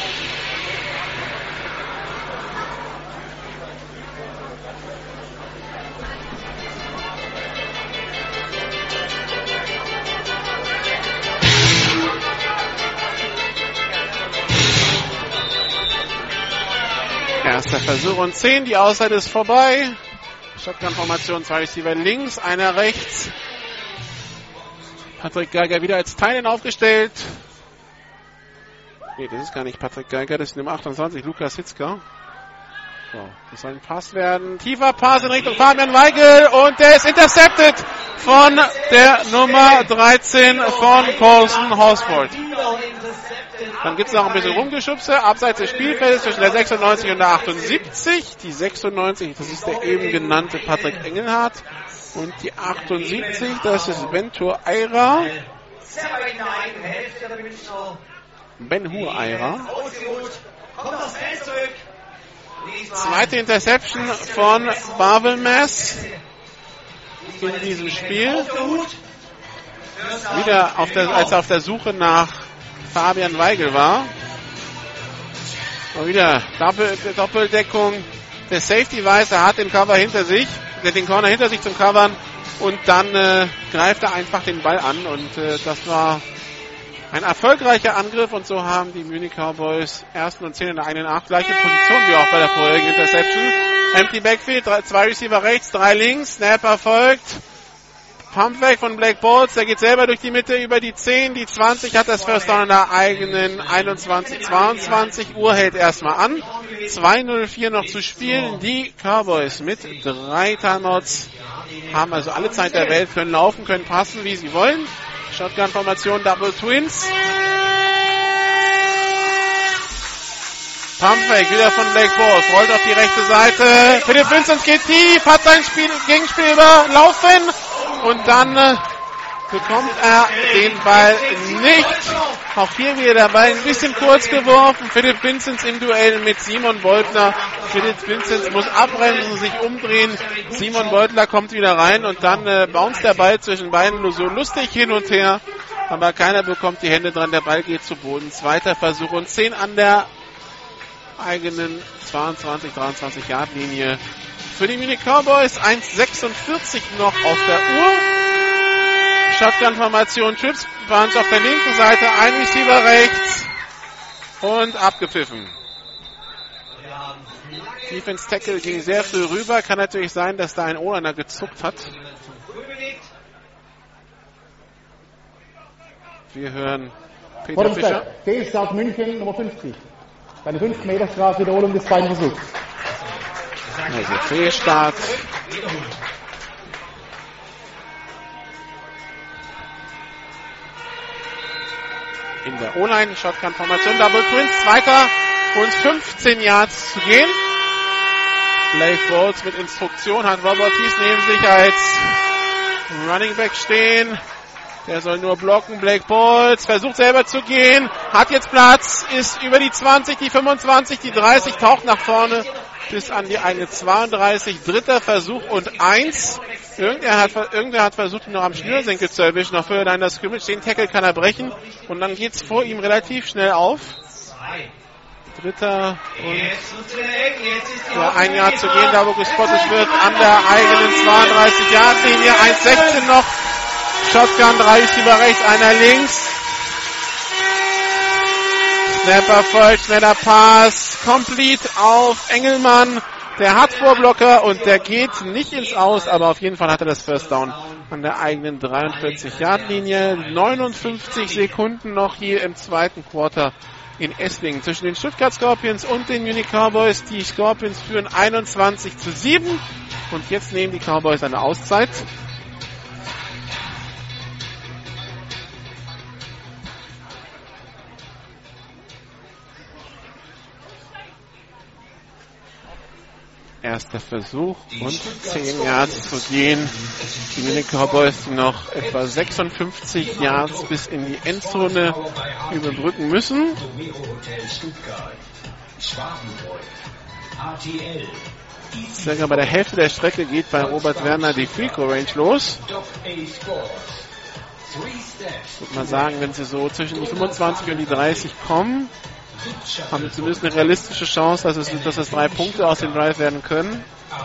Erster Versuch und zehn, die Auszeit ist vorbei. Shotgun-Formation, zwei Receiver links, einer rechts. Patrick Geiger wieder als Teilen aufgestellt. Nee, das ist gar nicht Patrick Geiger, das ist Nummer achtundzwanzig, Lukas Hitzka. So, das soll ein Pass werden. Tiefer Pass in Richtung Fabian Weigel und der ist intercepted von der Nummer dreizehn von Colson Horsford. Dann gibt es noch ein bisschen Rumgeschubse, abseits des Spielfeldes zwischen der sechsundneunzig und der achtundsiebzig. Die sechsundneunzig, das ist der eben genannte Patrick Engelhardt. Und die achtundsiebzig, das ist Bentur Eira. Ben Hur Eira. Zweite Interception von Barbemes in diesem Spiel. Wieder auf der, als er auf der Suche nach Fabian Weigel war. Und wieder Doppel, Doppeldeckung. Der Safety weiß, er hat den Cover hinter sich, den Corner hinter sich zum Covern und dann äh, greift er einfach den Ball an und äh, das war ein erfolgreicher Angriff und so haben die Munich Cowboys ersten und zehn in der eigenen acht, gleiche Position wie auch bei der vorherigen Interception. Empty Backfield, drei, zwei Receiver rechts, drei links, Snap erfolgt. Pump weg von Blake Bolts, der geht selber durch die Mitte über die zehn, die zwanzig, hat das First Down in der eigenen einundzwanzig zweiundzwanzig, Uhr hält erstmal an. zwei null vier noch zu spielen, die Cowboys mit drei Timeouts haben also alle Zeit der Welt, können laufen, können passen, wie sie wollen. Shotgun-Formation, Double Twins. Pumpfake wieder von Blake Bolts, rollt auf die rechte Seite. Philipp Vincent geht tief, hat sein Spiel, Gegenspiel überlaufen und dann äh, bekommt er den Ball nicht. Auch hier wieder der Ball ein bisschen kurz geworfen. Philipp Vincent im Duell mit Simon Beutler. Philipp Vincent muss abbremsen, sich umdrehen. Simon Beutler kommt wieder rein und dann äh, bounced der Ball zwischen beiden nur so lustig hin und her. Aber keiner bekommt die Hände dran. Der Ball geht zu Boden. Zweiter Versuch und zehn an der eigenen zweiundzwanzig dreiundzwanzig Yard Linie für die Munich Cowboys. eins sechsundvierzig noch auf der Uhr. Shotgun-Formation, Trips Bunch auf der linken Seite, ein Receiver rechts und abgepfiffen. Defense Tackle ging sehr früh rüber. Kann natürlich sein, dass da ein O-Liner gezuckt hat. Wir hören Peter Fischer. Fehlstart München, Nummer fünfzig. Eine fünf Meter Straße, Wiederholung des zweiten Versuchs. Also Fehlstart. in der O-Line. Shotgun-Formation, Double Twins, zweiter und fünfzehn Yards zu gehen. Blake Bolts mit Instruktion, hat Robert Thies neben sich als Running Back stehen. Der soll nur blocken. Blake Bolts versucht selber zu gehen, hat jetzt Platz, ist über die zwanzig, die fünfundzwanzig, die dreißig, taucht nach vorne bis an die eigene zweiunddreißig. Dritter Versuch und eins. Irgendwer hat, irgendwer hat versucht, ihn noch am Schnürsenkel zu erwischen. Noch für einer Scrimmage. Den Tackle kann er brechen. Und dann geht's vor ihm relativ schnell auf. Dritter und ja, ein Jahr zu gehen, da wo gespottet wird an der eigenen zweiunddreißig Yard Linie. eins sechzehn noch. Shotgun, drei Receiver rechts, einer links. Snapper folgt, schneller Pass, complete auf Engelmann. Der hat Vorblocker und der geht nicht ins Aus, aber auf jeden Fall hat er das First Down an der eigenen dreiundvierzig Yard Linie. neunundfünfzig Sekunden noch hier im zweiten Quarter in Esslingen zwischen den Stuttgart Scorpions und den Munich Cowboys. Die Scorpions führen einundzwanzig zu sieben und jetzt nehmen die Cowboys eine Auszeit. Erster Versuch und zehn Yards zu gehen. Die Munich Cowboys, die noch etwa sechsundfünfzig Yards bis in die Endzone überbrücken müssen. Circa bei der Hälfte der Strecke geht bei Robert Werner die Field Goal Range los. Ich würde mal sagen, wenn sie so zwischen die fünfundzwanzig und die dreißig kommen, haben wir zumindest eine realistische Chance, dass es, dass es drei Punkte aus dem Drive werden können.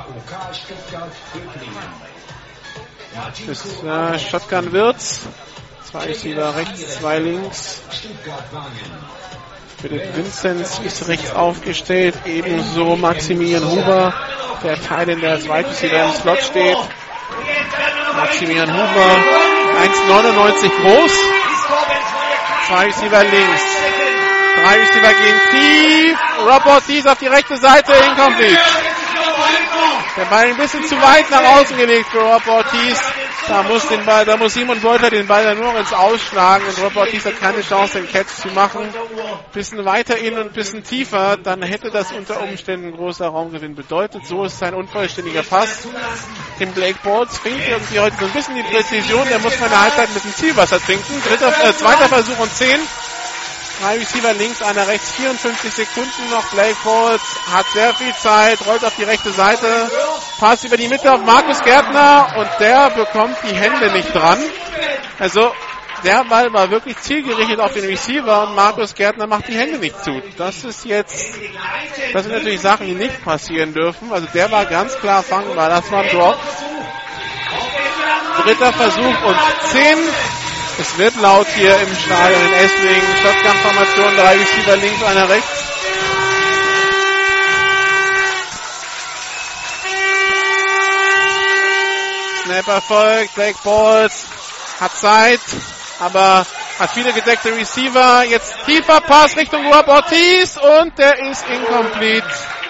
Das äh, Shotgun wird's. Zwei Receiver rechts, zwei links. Philipp Vinzenz ist rechts aufgestellt, ebenso Maximilian Huber, der Teil in der zweiten Receiver im Slot steht. Maximilian Huber, eins neunundneunzig groß. Zwei Receiver links. Drei Receiver gehen tief. Rob Ortiz auf die rechte Seite, incomplete. Der Ball ein bisschen zu weit nach außen gelegt für Rob Ortiz. Da muss, den Ball, da muss Simon Beuter den Ball dann nur ins Ausschlagen und Rob Ortiz hat keine Chance, den Catch zu machen. Bisschen weiter in und ein bisschen tiefer, dann hätte das unter Umständen ein großer Raumgewinn bedeutet. So ist es ein unvollständiger Pass. Tim Blake Bolts fehlt irgendwie heute so ein bisschen die Präzision. Der muss mal eine Halbzeit mit dem Zielwasser trinken. Dritter, äh, zweiter Versuch und zehn. Drei Receiver links, einer rechts, vierundfünfzig Sekunden noch. Blake Bolts hat sehr viel Zeit, rollt auf die rechte Seite, Pass über die Mitte auf Markus Gärtner und der bekommt die Hände nicht dran. Also der Ball war wirklich zielgerichtet auf den Receiver und Markus Gärtner macht die Hände nicht zu. Das ist jetzt, das sind natürlich Sachen, die nicht passieren dürfen. Also der war ganz klar fangbar, das war ein Drop. Dritter Versuch und zehn. Es wird laut hier im Stadion in Esslingen. Shotgun-Formation, drei Receiver links, einer rechts. Snapper folgt, Blake Bolts hat Zeit, aber hat viele gedeckte Receiver. Jetzt tiefer Pass Richtung Rob Ortiz und der ist incomplete.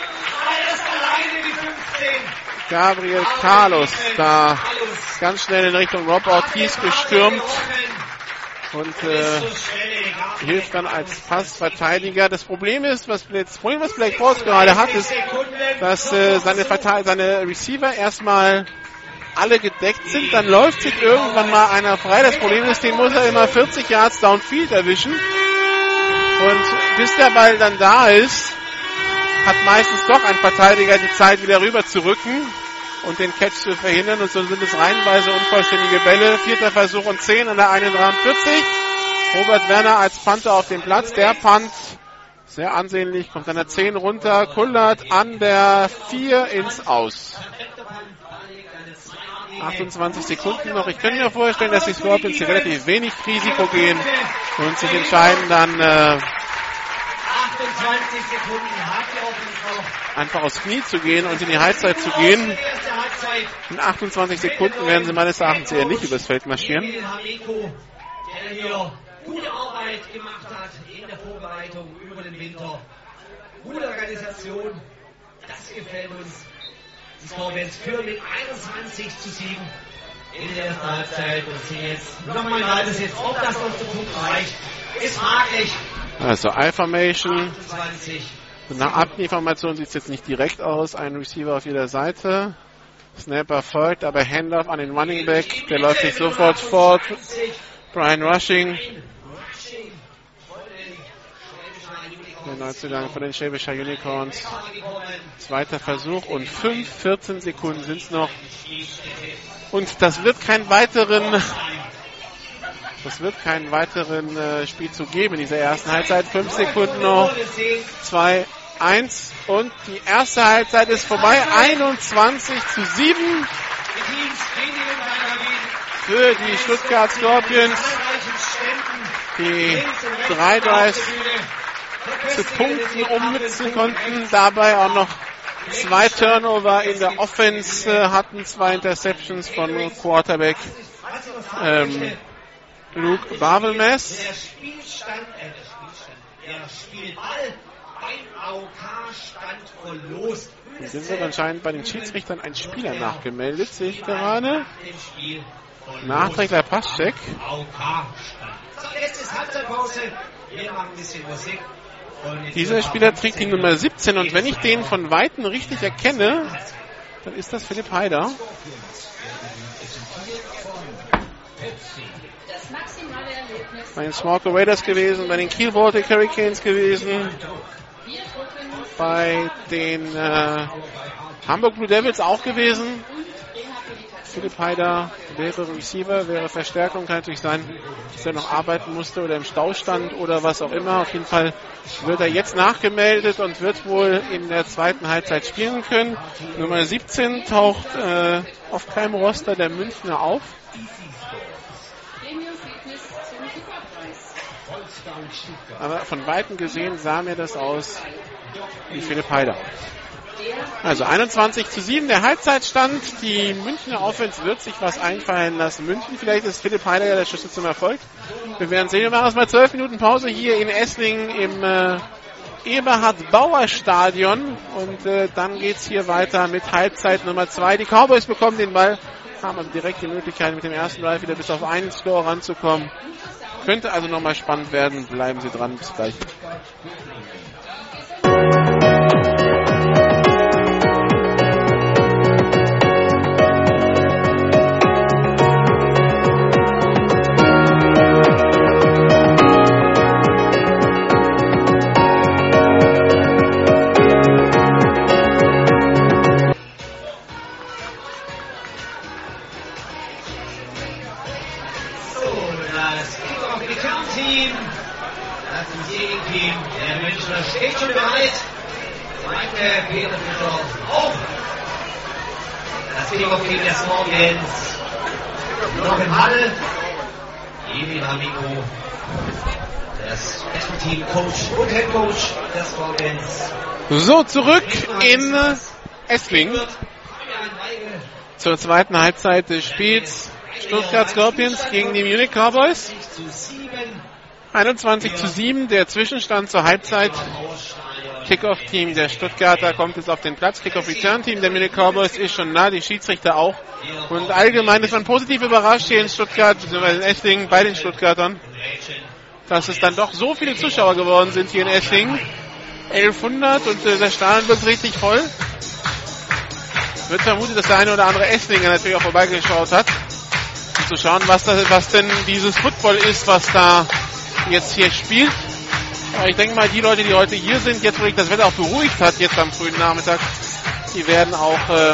Gabriel Carlos da ganz schnell in Richtung Rob Ortiz gestürmt und äh, hilft dann als Passverteidiger. Das Problem ist, was, das Problem, was Blake Bolts gerade hat, ist, dass äh, seine, Verte- seine Receiver erstmal alle gedeckt sind. Dann läuft sich irgendwann mal einer frei. Das Problem ist, den muss er immer vierzig Yards downfield erwischen. Und bis der Ball dann da ist, hat meistens doch ein Verteidiger die Zeit, wieder rüber zu rücken und den Catch zu verhindern. Und so sind es reihenweise unvollständige Bälle. Vierter Versuch und zehn an der einunddreißig. Robert Werner als Panther auf dem Platz. Der Punt, sehr ansehnlich, kommt an der zehn runter, kullert an der vier ins Aus. achtundzwanzig Sekunden noch. Ich könnte mir vorstellen, dass die Scorpions hier relativ wenig Risiko gehen und sich entscheiden, dann äh, achtundzwanzig Sekunden hat die Offense einfach aufs Knie zu gehen und in die Halbzeit zu gehen. In achtundzwanzig Sekunden werden sie meines Erachtens eher nicht übers Feld marschieren. Der hier gute Arbeit gemacht hat in der Vorbereitung über den Winter. Gute Organisation. Das gefällt uns. Die Scorpions führen mit einundzwanzig zu sieben in der ersten Halbzeit und sie jetzt nochmal weiter jetzt, ob das noch zum Punkt reicht. ist fraglich. Also I-Formation. zwanzig. Nach Abknieformation sieht es jetzt nicht direkt aus. Ein Receiver auf jeder Seite. Snapper folgt, aber Handoff an den Running Back. Der läuft sich sofort fort. Brian Rushing. Der Neuzugang von den Schwäbischer Unicorns. Zweiter Versuch und fünf, vierzehn Sekunden sind es noch. Und das wird keinen weiteren, das wird keinen weiteren äh, Spielzug geben in dieser ersten Halbzeit. Fünf Sekunden noch. Zwei, eins und die erste Halbzeit ist vorbei. einundzwanzig zu sieben für die Stuttgart Scorpions, die drei Drives zu Punkten ummünzen konnten, dabei auch noch zwei Turnover in der Offense äh, hatten, zwei Interceptions von Quarterback ähm, Luke Babelmess. Der Spielstand, äh, der Spielstand, der Spielball beim A O K stand verlost. Jetzt sind wir anscheinend bei den Schiedsrichtern ein Spieler nachgemeldet, sehe ich gerade. Nachträglicher Passcheck. A O K stand. So, jetzt ist Halbzeitpause. Wir machen ein bisschen Musik. Dieser Spieler trägt die Nummer siebzehn und wenn ich den von Weitem richtig erkenne, dann ist das Philipp Heider. Bei den Smallco Raiders gewesen, bei den Kiel Baltic Hurricanes gewesen, bei den äh, Hamburg Blue Devils auch gewesen. Philipp Heider wäre Receiver, wäre Verstärkung, kann natürlich sein, dass er noch arbeiten musste oder im Stau stand oder was auch immer. Auf jeden Fall wird er jetzt nachgemeldet und wird wohl in der zweiten Halbzeit spielen können. Nummer siebzehn taucht äh, auf keinem Roster der Münchner auf. Aber von Weitem gesehen sah mir das aus wie Philipp Heider. Also einundzwanzig zu sieben, der Halbzeitstand. Die Münchner Offense wird sich was einfallen lassen. München, vielleicht ist Philipp Heider ja der Schlüssel zum Erfolg. Wir werden sehen, wir machen erstmal zwölf Minuten Pause hier in Esslingen im äh, Eberhard-Bauer-Stadion. Und äh, dann geht's hier weiter mit Halbzeit Nummer zwei. Die Cowboys bekommen den Ball, haben also direkt die Möglichkeit, mit dem ersten Drive wieder bis auf einen Score ranzukommen. Könnte also nochmal spannend werden. Bleiben Sie dran, bis gleich. Steht schon bereit. Zweite Peter auch. Das Kickoff-Team der Scorpions. Noch im Halle. Emil Amico. Das Special-Team-Coach und Head-Coach der Scorpions. So, zurück in Esslingen. Zur zweiten Halbzeit des Spiels. Stuttgart Scorpions gegen die Munich Cowboys. einundzwanzig zu sieben, der Zwischenstand zur Halbzeit. Kickoff-Team der Stuttgarter kommt jetzt auf den Platz. Kickoff-Return-Team der Munich Cowboys ist schon nah, die Schiedsrichter auch. Und allgemein ist man positiv überrascht hier in Stuttgart, beziehungsweise in Esslingen, bei den Stuttgartern, dass es dann doch so viele Zuschauer geworden sind hier in Esslingen. elfhundert und äh, der Stadion wird richtig voll. Wird vermutet, dass der eine oder andere Esslinger natürlich auch vorbeigeschaut hat. Um zu schauen, was, das, was denn dieses Football ist, was da jetzt hier spielt. Aber ich denke mal, die Leute, die heute hier sind, jetzt wo sich das Wetter auch beruhigt hat, jetzt am frühen Nachmittag, die werden auch ähm,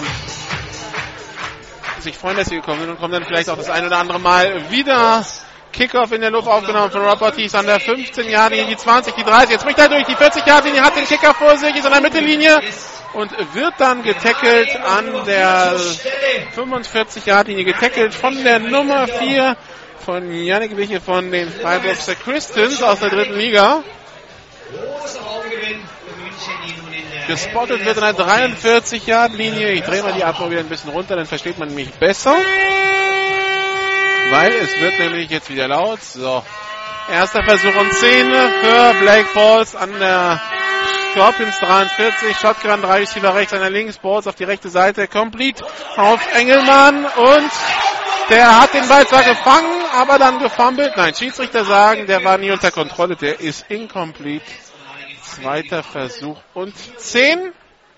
sich freuen, dass sie gekommen sind und kommen dann vielleicht auch das ein oder andere Mal wieder. Kickoff in der Luft aufgenommen von Robert Thies an der fünfzehn Yard Linie, die zwanzig, die dreißig. Jetzt bricht er durch die vierzig Yard Linie, hat den Kicker vor sich, ist an der Mittellinie und wird dann getackelt an der fünfundvierzig Yard Linie, getackelt von der Nummer vier von Yannick Wiche von den Freiburg Christians aus der dritten Liga. Gespottet wird an der dreiundvierzig Yard Linie. Ich drehe mal die Atmo wieder ein bisschen runter, dann versteht man mich besser. Weil es wird nämlich jetzt wieder laut. So. Erster Versuch und zehn für Blake Balls an der Scorpions dreiundvierzig. Shotgun, drei Receiver rechts, einer links. Balls auf die rechte Seite. Complete auf Engelmann und Der hat den Ball zwar gefangen, aber dann gefummelt. Nein, Schiedsrichter sagen, der war nie unter Kontrolle. Der ist incomplete. Zweiter Versuch und zehn.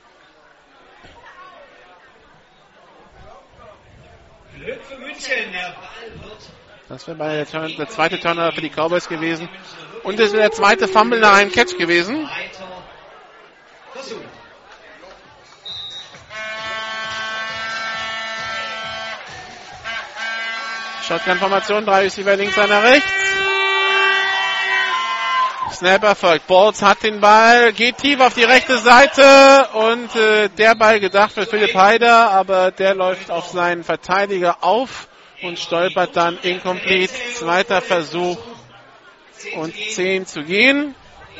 Glück für München. Der Ball wird. Das wäre bei der, Turn, der zweite Turner für die Cowboys gewesen. Und es wäre der zweite Fumble nach einem Catch gewesen. Shotgun-Formation, drei Receiver links, einer rechts. Snap erfolgt. Bolts hat den Ball, geht tief auf die rechte Seite und äh, der Ball gedacht für Philipp Heider, aber der läuft auf seinen Verteidiger auf und stolpert dann incomplete. Zweiter Versuch und zehn zu gehen.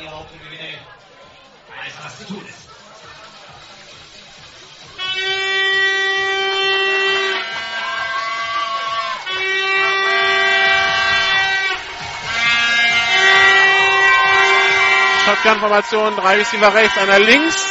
Shotgun-Formation, drei Receiver rechts, einer links.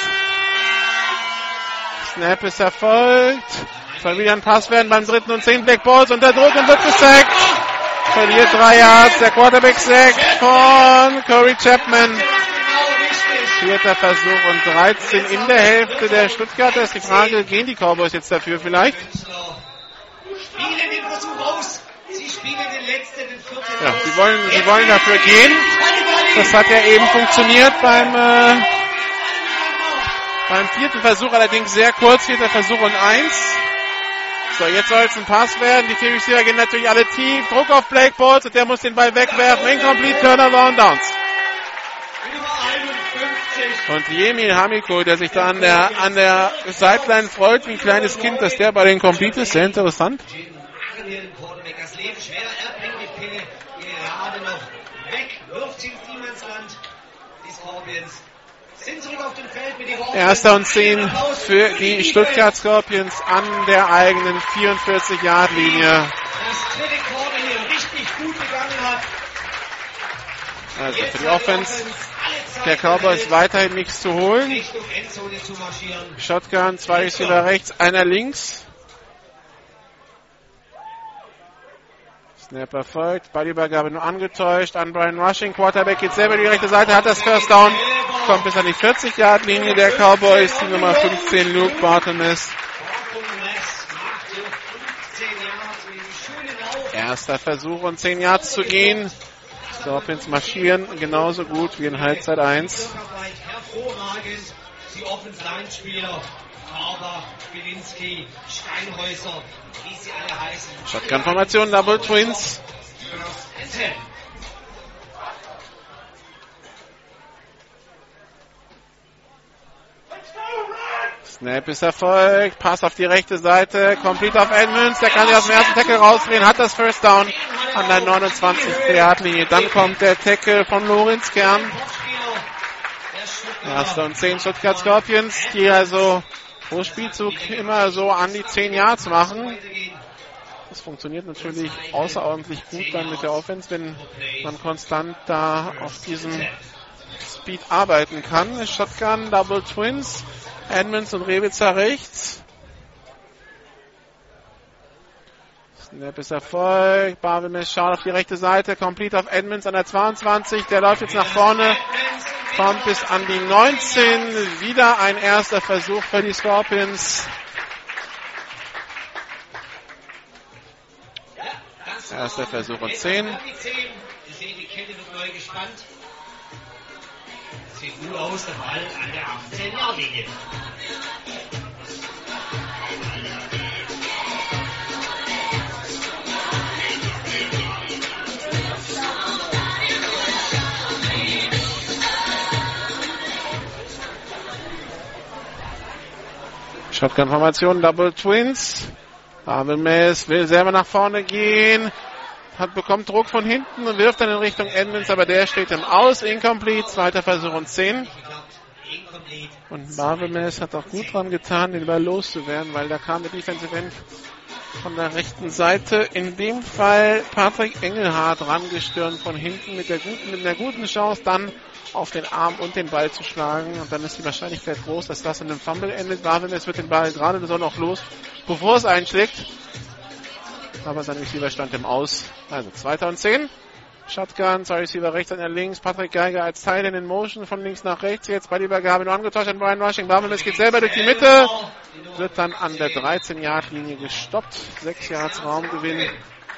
Snap ist erfolgt. Soll wieder ein Pass werden beim dritten und zehn. Black Balls unter Druck und wird gesackt. Verliert drei Yards. Der Quarterback-Sack von Corey Chapman. Vierter Versuch und dreizehn in der Hälfte der Stuttgarter. Ist die Frage, gehen die Cowboys jetzt dafür vielleicht? Spielen den Versuch aus. Sie spielen den letzten, den vierten. Ja, sie wollen, sie wollen dafür gehen. Das hat ja eben funktioniert beim, äh, beim vierten Versuch, allerdings sehr kurz. Vierter Versuch und eins. So, jetzt soll es ein Pass werden. Die vier Receiver gehen natürlich alle tief. Druck auf Blake Bolts und der muss den Ball wegwerfen. Incomplete, Turnover und Downs. Und Jemil Hamiko, der sich da an der, an der Sideline freut, wie ein kleines Kind, dass der bei den Complete ist. Sehr interessant. Das Leben schwer, er bringt die Pinne gerade noch weg, wirft sie ins Niemandsland. Die Scorpions sind zurück auf dem Feld mit ihrer Erster und zehn für die Stuttgart Scorpions an der eigenen vierundvierzig-Yard-Linie. Das dritte Quarter hier richtig gut begangen hat. Also für die Offense der Cowboys weiterhin nichts zu holen. Shotgun, zwei Receiver rechts, einer links. Snap erfolgt, Ballübergabe nur angetäuscht an Brian Rushing. Quarterback geht selber in die rechte Seite, hat das First Down, kommt bis an die vierzig-Yard-Linie der Cowboys. Die Nummer fünfzehn, Luke Bartemes. Erster Versuch und zehn Yards zu gehen. Scorpions marschieren genauso gut wie in Halbzeit eins. Hervorragend, die Offense-Line-Spieler. Harder, Bilinski, Steinhäuser, wie sie alle heißen. Shotgun-Formation, Double Twins. Snap ist erfolgt, Pass auf die rechte Seite, complete auf Edmonds, der kann sich aus dem ersten Tackle rausdrehen, hat das First Down an der neunundzwanzig-Yard-Linie. Dann kommt der Tackle von Lorenz Kern. Erster und zehn Stuttgart Scorpions, die also pro Spielzug immer so an die zehn Yards machen. Das funktioniert natürlich außerordentlich gut dann mit der Offense, wenn man konstant da auf diesem Speed arbeiten kann. Shotgun, Double Twins, Edmonds und Rewitzer rechts. Snap ist erfolgt. Barvemes schaut auf die rechte Seite. Complete auf Edmonds an der zweiundzwanzig. Der läuft jetzt nach vorne. Kommt bis an die neunzehn. Wieder ein erster Versuch für die Scorpions. Erster Versuch und zehn. Die Kette wird neu gespannt. Sieht gut aus, der Ball an der achtzehn-Yard-Linie. Shotgun-Formation, Double Twins. Abelmes will selber nach vorne gehen. Hat, bekommt Druck von hinten und wirft dann in Richtung Edmonds, aber der steht im Aus. Incomplete. Zweiter Versuch und zehn. Und Barvemes hat auch gut dran getan, den Ball loszuwerden, weil da kam der Defensive End von der rechten Seite. In dem Fall Patrick Engelhardt rangestürmt von hinten mit der guten, mit einer guten Chance, dann auf den Arm und den Ball zu schlagen. Und dann ist die Wahrscheinlichkeit groß, dass das in einem Fumble endet. Barvemes wird den Ball gerade so noch los, bevor es einschlägt. aber sein Receiver stand im Aus. Also zweiter und zehn. Shotgun, zwei Receiver rechts, einer links. Patrick Geiger als Teil in Motion von links nach rechts. Jetzt bei der Übergabe nur angetauscht an Brian Rushing. Barmelmes geht selber durch die Mitte. Wird dann an der dreizehn-Yard-Linie gestoppt. sechs Yards Raumgewinn.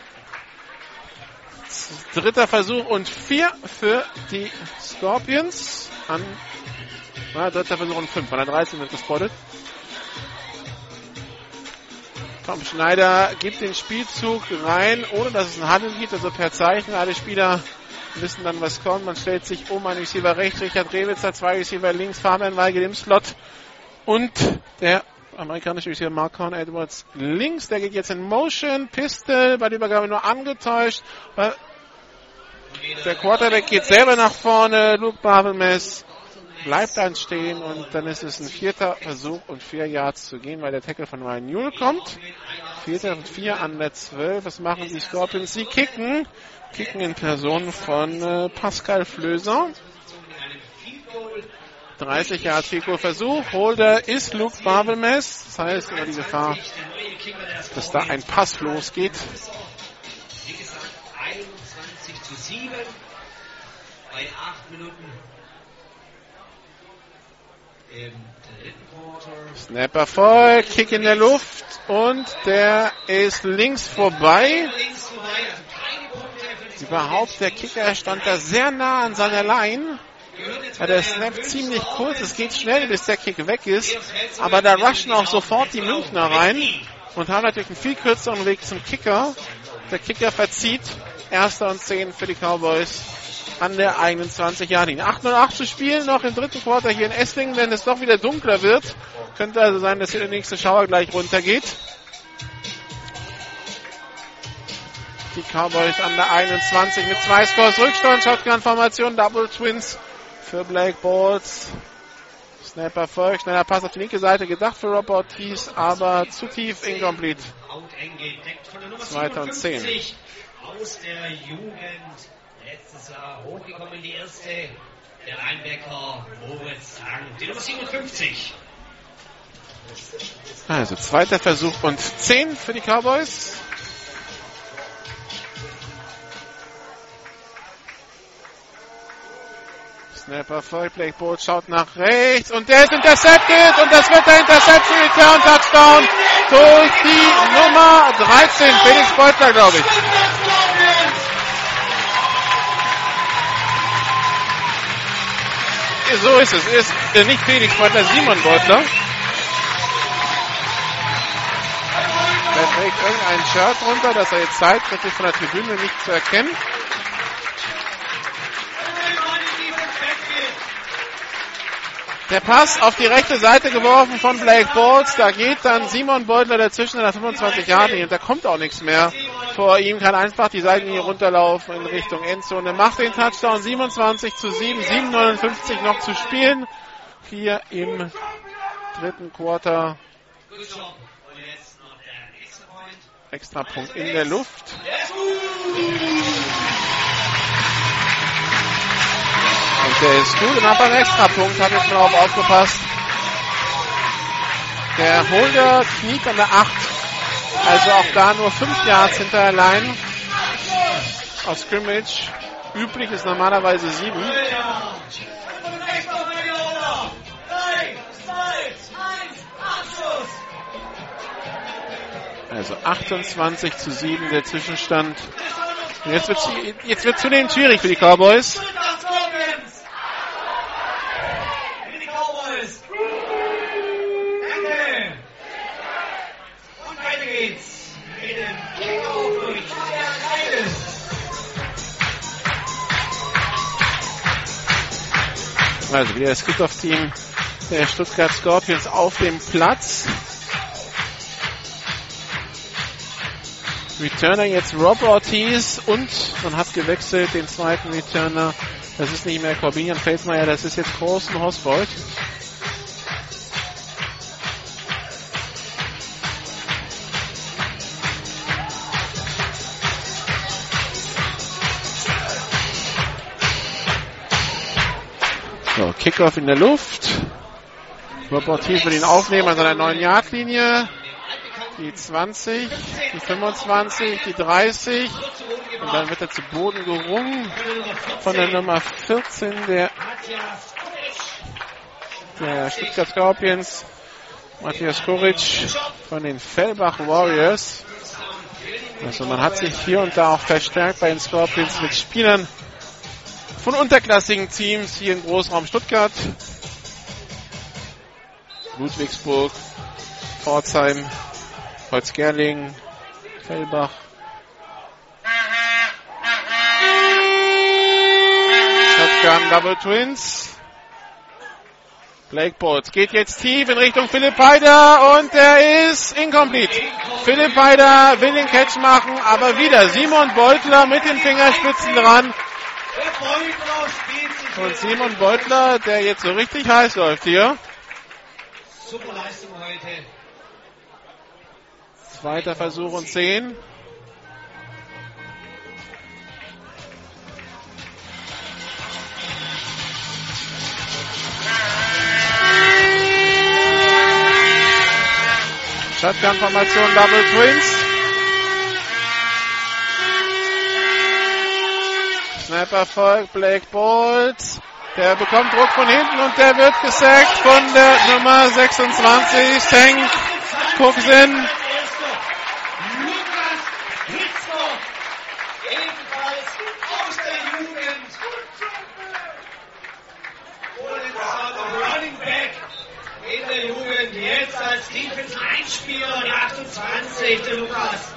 Dritter Versuch und vier für die Scorpions. An, na, dritter Versuch und fünf. Von der dreizehn wird gespottet. Tom Schneider gibt den Spielzug rein, ohne dass es einen Huddle gibt, also per Zeichen. Alle Spieler wissen dann, was kommt. Man stellt sich um, ein Receiver rechts, Richard Rewitzer, zwei Receiver links, Fabian Weigel im Slot und der amerikanische Receiver Marcon Edwards links. Der geht jetzt in Motion, Pistol, bei der Übergabe nur angetäuscht. Der Quarterback geht selber nach vorne, Luke Barmelmes bleibt dann stehen und dann ist es ein vierter Versuch und vier Yards zu gehen, weil der Tackle von Ryan Newell kommt. Vierter und vier an der zwölf. Was machen die Scorpions? Sie kicken. Kicken in Person von äh, Pascal Flöser. dreißig Yards Field-Goal-Versuch. Holder ist Luke Barmelmes. Das heißt, über die Gefahr, dass da ein Pass losgeht. Wie gesagt, einundzwanzig zu sieben bei acht Minuten. Snap Erfolg, Kick in der Luft und der ist links vorbei. Überhaupt, der Kicker stand da sehr nah an seiner Line. Ja, der Snap ziemlich kurz, es geht schnell, bis der Kick weg ist. Aber da rushen auch sofort die Münchner rein und haben natürlich einen viel kürzeren Weg zum Kicker. Der Kicker verzieht. Erster und zehn für die Cowboys an der eigenen zwanzig-Yard-Linie. acht null acht zu spielen, noch im dritten Quarter hier in Esslingen, wenn es doch wieder dunkler wird. Könnte also sein, dass hier der nächste Schauer gleich runtergeht. Die Cowboys an der einundzwanzig mit zwei Scores Rückstand. Shotgun-Formation, Double Twins für Blake Bortles. Snap Erfolg, schneller Pass auf die linke Seite, gedacht für Rob Ortiz, aber zu tief, incomplete. Zweiter und zehn. Aus der Jugend. Letztes Jahr hochgekommen in die erste. Der Linebacker Moritz Lang. Die Nummer siebenundfünfzig. Also zweiter Versuch und zehn für die Cowboys. Snapper voll, Blake Bortles schaut nach rechts und der ist intercepted und das wird der Interception Return Touchdown durch die Nummer dreizehn, Felix Beutler, glaube ich. So ist es. Ist äh, nicht Felix Beutler, Simon Beutler. Er trägt irgendein Shirt drunter, das er jetzt zeigt, natürlich von der Tribüne nicht zu erkennen. Der Pass auf die rechte Seite geworfen von Blake Bortles. Da geht dann Simon Beutler dazwischen in der fünfundzwanzig-Yard-Linie. Und da kommt auch nichts mehr. Vor ihm kann einfach die Seitenlinie runterlaufen in Richtung Endzone. Macht den Touchdown. siebenundzwanzig zu sieben. sieben neunundfünfzig noch zu spielen. Hier im dritten Quarter. Extrapunkt in der Luft. Und der ist gut und hat einen Extrapunkt, hat jetzt mal auf aufgepasst. Der Holder kniet an der acht. Also auch da nur fünf Yards hinter der Line. Aus Scrimmage. Üblich ist normalerweise sieben. Also achtundzwanzig zu sieben der Zwischenstand. Jetzt wird jetzt wird zunehmend schwierig für die Cowboys. Also wieder das Kickoff-Team der Stuttgart Scorpions auf dem Platz. Returner jetzt Rob Ortiz und man hat gewechselt den zweiten Returner. Das ist nicht mehr Corbinian Felsmeier, das ist jetzt Thorsten Hosbold. So, Kickoff in der Luft. Rob Ortiz will ihn aufnehmen an seiner neuen Yard-Linie. die zwanzig, die fünfundzwanzig, die dreißig. Und dann wird er zu Boden gerungen von der Nummer vierzehn der, der Stuttgart Scorpions, Matthias Kuric von den Fellbach Warriors. Also man hat sich hier und da auch verstärkt bei den Scorpions mit Spielern von unterklassigen Teams hier im Großraum Stuttgart. Ludwigsburg, Pforzheim, Holzgerling, Fellbach. Shotgun Double Twins. Blake Bolts geht jetzt tief in Richtung Philipp Heider und der ist incomplete. Philipp Heider will den Catch machen, aber wieder Simon Beutler mit den Fingerspitzen dran. Und Simon Beutler, der jetzt so richtig heiß läuft hier. Super Leistung heute. Zweiter Versuch und zehn. Shotgun-Formation Double Twins. Snap Erfolg, Blake Bolts. Der bekommt Druck von hinten und der wird gesackt von der Nummer sechsundzwanzig, Tank Cookson. Jetzt als Defense-Einspieler, die achtundzwanzig, der Lukas.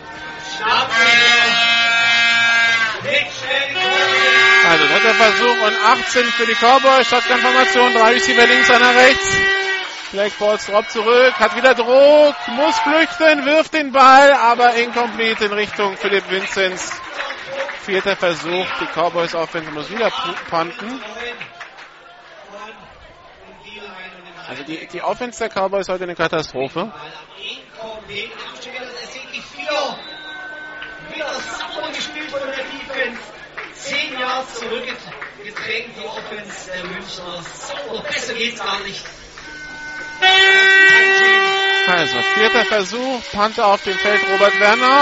Also dritter Versuch und achtzehn für die Cowboys. Shotgun-Formation, drei Receiver links, einer rechts. Blake Bolts droppt zurück, hat wieder Druck, muss flüchten, wirft den Ball, aber incomplete in Richtung Philipp Vinzenz. Vierter Versuch, die Cowboys Offense muss wieder punten. Also die, die Offense der Cowboys heute eine Katastrophe. Zehn Jahre zurückgedrängt, die Offense der Münchner. So, besser geht's gar nicht. Also, vierter Versuch, Panther auf dem Feld, Robert Werner.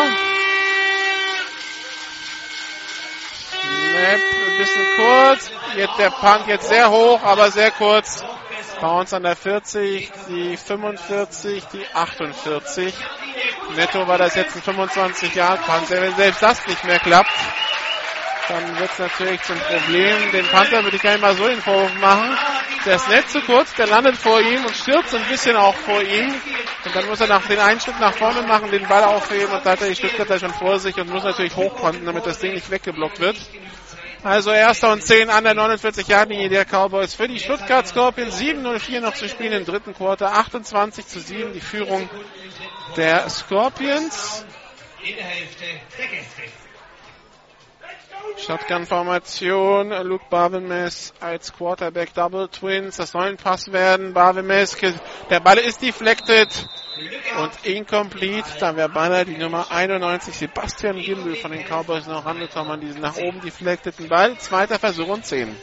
Snap, ein bisschen kurz. Jetzt der Punt jetzt sehr hoch, aber sehr kurz. Bounce an der vierzig, die fünfundvierzig, die achtundvierzig. Netto war das jetzt ein fünfundzwanzig Yard Punt. Wenn selbst das nicht mehr klappt, dann wird es natürlich zum Problem. Den Panther würde ich gar nicht mal so in Vorwurf machen. Der ist nicht zu kurz, der landet vor ihm und stürzt ein bisschen auch vor ihm. Und dann muss er nach den einen Schritt nach vorne machen, den Ball aufheben und da hat er die Stuttgarter schon vor sich und muss natürlich hochponten, damit das Ding nicht weggeblockt wird. Also erster und zehn an der neunundvierzig Yard Linie der Cowboys für die Stuttgart Scorpions. sieben null vier noch zu spielen im dritten Quarter. achtundzwanzig zu sieben die Führung der Scorpions. Shotgun-Formation, Luke Barvemes als Quarterback, Double Twins, das soll ein Pass werden, Barvemes, der Ball ist deflected und incomplete, da wäre beinahe die Nummer einundneunzig, Sebastian Gimbel von den Cowboys noch rangekommen an diesen nach oben deflecteden Ball, zweiter Versuch und zehn.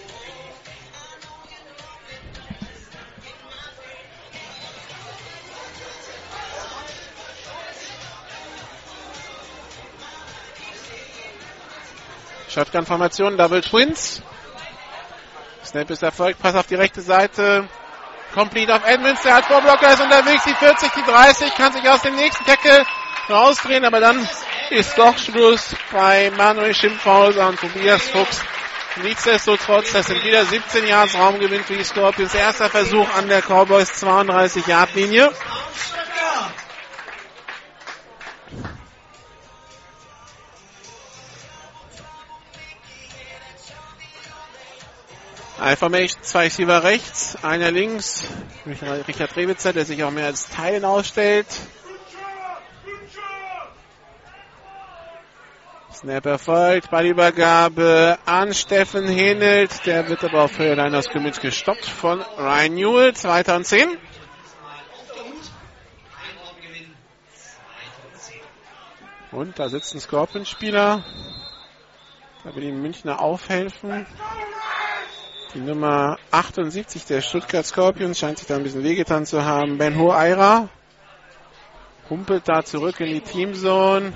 Shotgun-Formation, Double Twins. Snap ist erfolgt, Pass auf die rechte Seite. Complete auf Edmonds, der hat Vorblocker, ist unterwegs, die vierzig, die dreißig, kann sich aus dem nächsten Tackle rausdrehen, aber dann ist doch Schluss bei Manuel Schimpfhauser und Tobias Fuchs. Nichtsdestotrotz, das sind wieder siebzehn Yards Raumgewinn für die Scorpions. Erster Versuch an der Cowboys zweiunddreißig Yard Linie. I-Formation, zwei Receiver rechts, einer links. Richard Rewitzer, der sich auch mehr als Teilen ausstellt. Snap erfolgt, Ballübergabe an Steffen Henelt. Der wird aber auf Höhe einer Scrimmage gestoppt von Ryan Newell. Zweiter und zehn. Und da sitzt ein Scorpion-Spieler. Da will ihm Münchner aufhelfen. Die Nummer achtundsiebzig der Stuttgart Scorpions scheint sich da ein bisschen wehgetan zu haben. Ben Hoeira. humpelt da zurück in die Teamzone.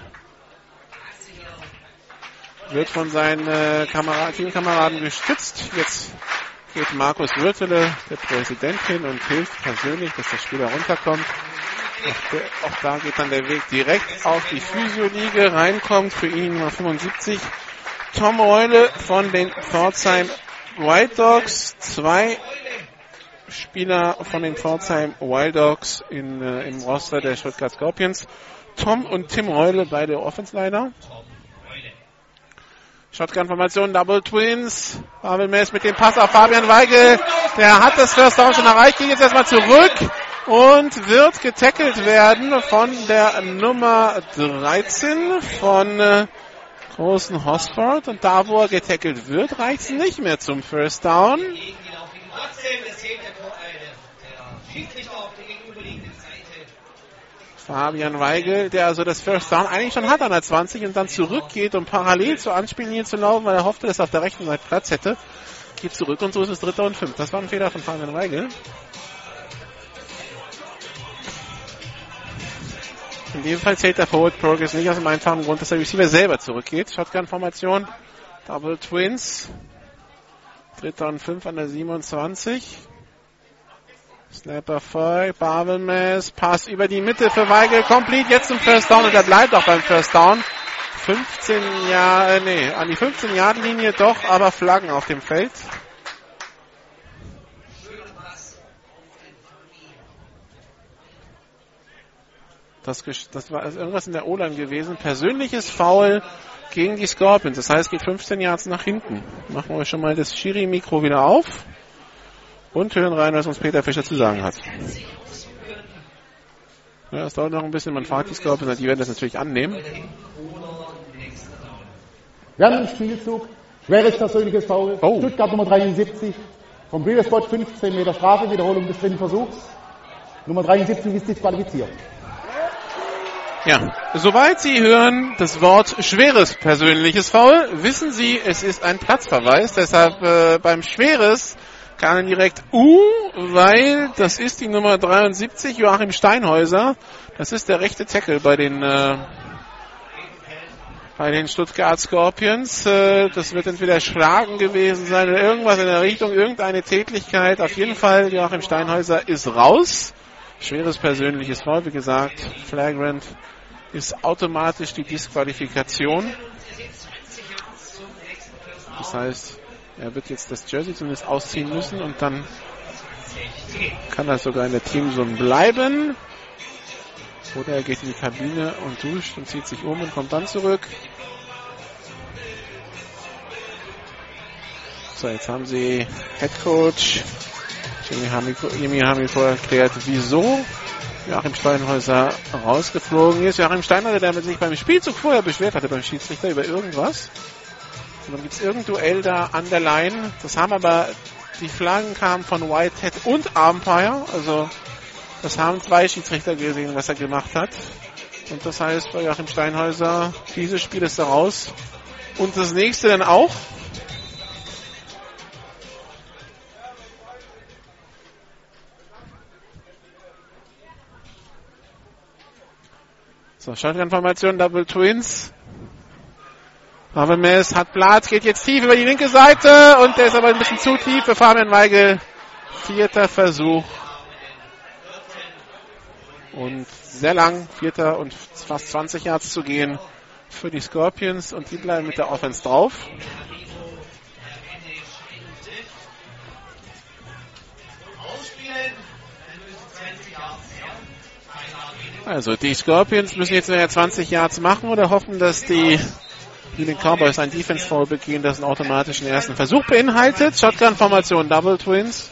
Wird von seinen äh, Kamerad- Teamkameraden gestützt. Jetzt geht Markus Würtele, der Präsident, hin und hilft persönlich, dass der Spieler runterkommt. Auch, der, auch da geht dann der Weg direkt auf die Physio-Liege. Reinkommt für ihn Nummer fünfundsiebzig. Tom Reule von den Pforzheim Wild Dogs. Zwei Spieler von den Pforzheim Wild Dogs in, äh, im Roster der Stuttgart Scorpions. Tom und Tim Reule, beide Offense-Liner. Shotgun-Formation, Double Twins. Pavel Mess mit dem Pass auf Fabian Weigel. Der hat das First Down schon erreicht, geht jetzt erstmal zurück und wird getackelt werden von der Nummer dreizehn von äh, Großen Hosford. Und da, wo er getackelt wird, reicht es nicht mehr zum First Down. Fabian Weigel, der also das First Down eigentlich schon hat an der zwanzig und dann zurückgeht, um parallel zur Anspiellinie zu laufen, weil er hoffte, dass er auf der rechten Seite Platz hätte. Geht zurück und so ist es dritter und fünf. Das war ein Fehler von Fabian Weigel. In dem Fall zählt der Forward Progress nicht aus dem einfachen Grund, dass der Receiver selber zurückgeht. Shotgun-Formation, Double Twins. Dritter und fünf an der siebenundzwanzig. Snapper voll, Babelmess, Pass über die Mitte für Weigel, complete, jetzt zum First Down und er bleibt auch beim First Down. fünfzehn Jahre, nee, an die fünfzehn-Yard-Linie doch, aber Flaggen auf dem Feld. Das, das war also irgendwas in der O-Line gewesen. Persönliches Foul gegen die Scorpions. Das heißt, geht fünfzehn Yards nach hinten. Machen wir schon mal das Schiri-Mikro wieder auf. Und hören rein, was uns Peter Fischer zu sagen hat. Ja, es dauert noch ein bisschen. Man fragt die Scorpions, die werden das natürlich annehmen. Wir haben einen Spielzug. Schweres persönliches Foul. Oh. Stuttgart Nummer dreiundsiebzig. Vom Spot fünfzehn Meter Strafe. Wiederholung des dritten Versuchs. Nummer dreiundsiebzig ist disqualifiziert. Ja, soweit Sie hören das Wort schweres persönliches Foul, wissen Sie, es ist ein Platzverweis. Deshalb äh, beim schweres kann direkt U, weil das ist die Nummer dreiundsiebzig, Joachim Steinhäuser. Das ist der rechte Tackle bei den äh, bei den Stuttgart Scorpions. Äh, das wird entweder Schlagen gewesen sein oder irgendwas in der Richtung, irgendeine Tätlichkeit. Auf jeden Fall, Joachim Steinhäuser ist raus. Schweres persönliches Foul, wie gesagt, Flagrant ist automatisch die Disqualifikation. Das heißt, er wird jetzt das Jersey zumindest ausziehen müssen und dann kann er sogar in der Teamzone bleiben. Oder er geht in die Kabine und duscht und zieht sich um und kommt dann zurück. So, jetzt haben sie Head Coach Jimmy Hamiko erklärt, wieso Joachim Steinhäuser rausgeflogen ist. Joachim Steinhäuser, der sich beim Spielzug vorher beschwert hatte beim Schiedsrichter über irgendwas. Und dann gibt es irgendein Duell da an der Line. Das haben aber, die Flaggen kamen von Whitehead und Umpire. Also das haben zwei Schiedsrichter gesehen, was er gemacht hat. Und das heißt bei Joachim Steinhäuser, dieses Spiel ist da raus. Und das nächste dann auch. So, Shotgun-Formation, Double Twins. Havermes hat Platz, geht jetzt tief über die linke Seite und der ist aber ein bisschen zu tief für Fabian Weigel. Vierter Versuch. Und sehr lang, vierter und fast zwanzig Yards zu gehen für die Scorpions und die bleiben mit der Offense drauf. Also die Scorpions müssen jetzt mehr zwanzig Yards machen oder hoffen, dass die Wheeling Cowboys ein Defense-Foul begehen, das einen automatischen ersten Versuch beinhaltet. Shotgun-Formation, Double Twins.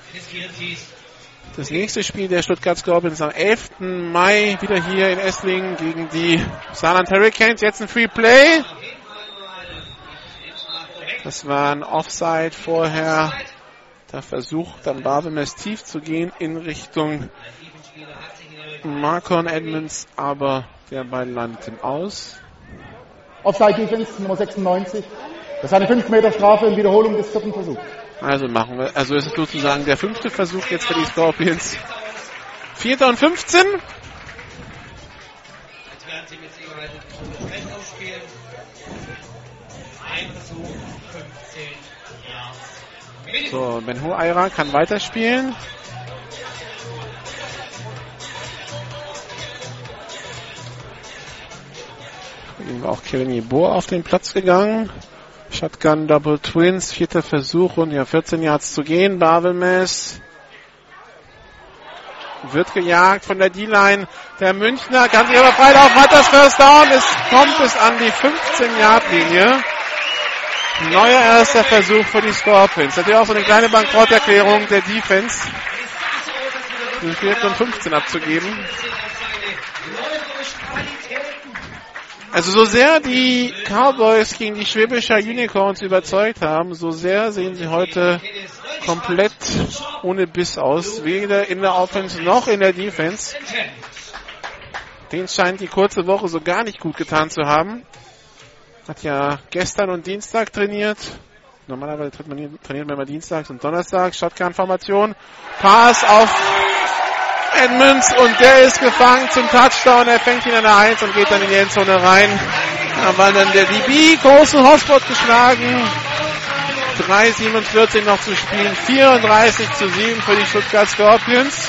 Das nächste Spiel der Stuttgart Scorpions am elften Mai wieder hier in Esslingen gegen die Saarland Hurricanes. Jetzt ein Free Play. Das war ein Offside vorher. Da versucht dann Barbemes tief zu gehen in Richtung Marcon Edmonds, aber der Ball landet im Aus. Offside Defense, Nummer sechsundneunzig. Das ist eine fünf Meter Strafe in Wiederholung des vierten Versuchs. Also machen wir, also ist es sozusagen der fünfte Versuch jetzt für die Scorpions. Vierter und fünfzehn. So, Benhu Aira kann weiterspielen. Ihm war auch Kevin Yeboah auf den Platz gegangen. Shotgun Double Twins, vierter Versuch und ja vierzehn Yards zu gehen. Bavelmes wird gejagt von der D-Line. Der Münchner kann sich aber freilaufen, hat das First Down. Es kommt bis an die fünfzehn-Yard-Linie. Neuer erster Versuch für die Scorpions. Natürlich auch so eine kleine Bankrotterklärung der Defense. Den vierten und fünfzehn abzugeben. Also so sehr die Cowboys gegen die Schwäbischer Unicorns überzeugt haben, so sehr sehen sie heute komplett ohne Biss aus. Weder in der Offense noch in der Defense. Den scheint die kurze Woche so gar nicht gut getan zu haben. Hat ja gestern und Dienstag trainiert. Normalerweise trainiert man immer Dienstags und Donnerstags. Shotgun-Formation. Pass auf Edmonds und der ist gefangen zum Touchdown. Er fängt ihn an der eins und geht dann in die Endzone rein. Da war dann der D B. Großen Hotspot geschlagen. drei siebenundvierzig noch zu spielen. vierunddreißig zu sieben für die Stuttgart Scorpions.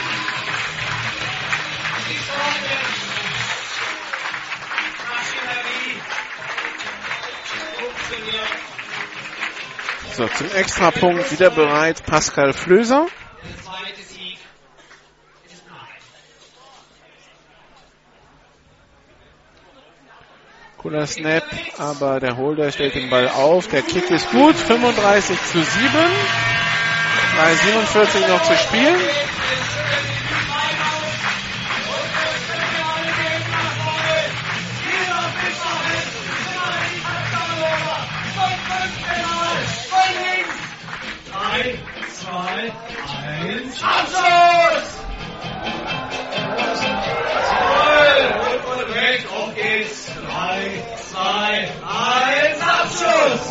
So, zum Extrapunkt wieder bereit Pascal Flöser. Cooler Snap, aber der Holder stellt den Ball auf. Der Kick ist gut, fünfunddreißig zu sieben. drei siebenundvierzig noch zu spielen. drei, zwei, eins, Abschluss! Jawohl, weg, auf geht's. drei, zwei, eins, Abschluss!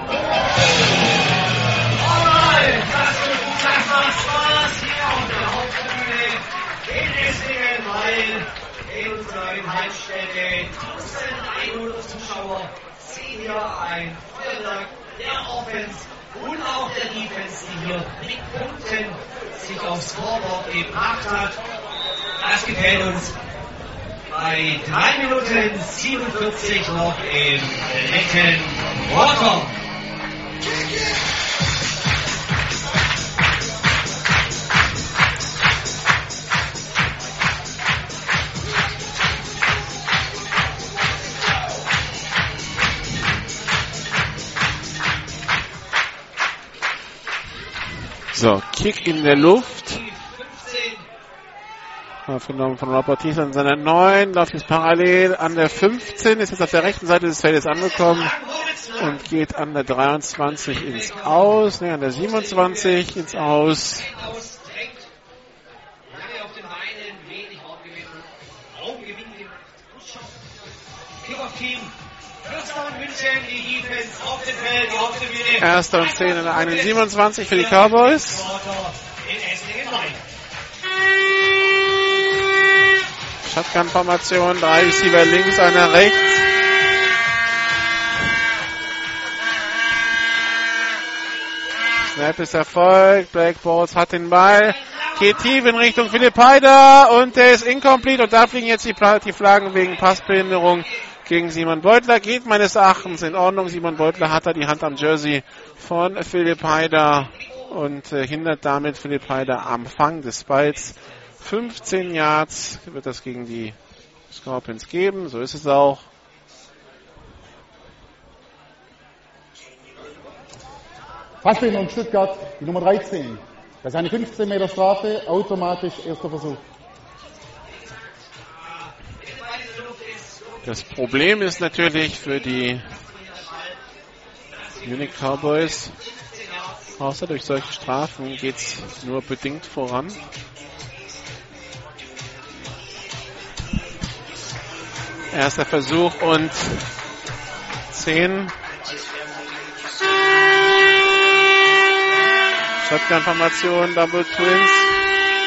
Alright, das wird gut, das macht Spaß hier auf der Hauptbühne in Esslingen, weil in unserer Heimstätte eintausendeinhundert Zuschauer sehen hier ein Feuerwerk der Offense und auch der Defense, die hier mit Punkten sich aufs Scoreboard gebracht hat. Das gefällt uns. Bei drei Minuten siebenundvierzig noch im dritten Quarter. So, Kick in der Luft. Aufgenommen von Robert Thies an seiner neun. Läuft jetzt parallel an der fünfzehn. Ist jetzt auf der rechten Seite des Feldes angekommen. Und geht an der dreiundzwanzig ins Aus. Ne, an der siebenundzwanzig ins Aus. Erster und zehn in der einundsiebenundzwanzig für die Cowboys. Shotgun-Formation, drei Receiver links, einer rechts. Snap ist erfolgt, Blake Bortles hat den Ball, geht tief in Richtung Philipp Heider und der ist incomplete und da fliegen jetzt die, die Flaggen wegen Passbehinderung gegen Simon Beutler. Geht meines Erachtens in Ordnung. Simon Beutler hat da die Hand am Jersey von Philipp Heider und äh, hindert damit Philipp Heider am Fang des Balls. fünfzehn Yards wird das gegen die Scorpions geben. So ist es auch. Fassbehinderung Stuttgart, die Nummer dreizehn. Das ist eine fünfzehn Meter Strafe, automatisch erster Versuch. Das Problem ist natürlich für die Munich Cowboys, außer durch solche Strafen geht es nur bedingt voran. Erster Versuch und zehn. Shotgun-Formation, Double Twins.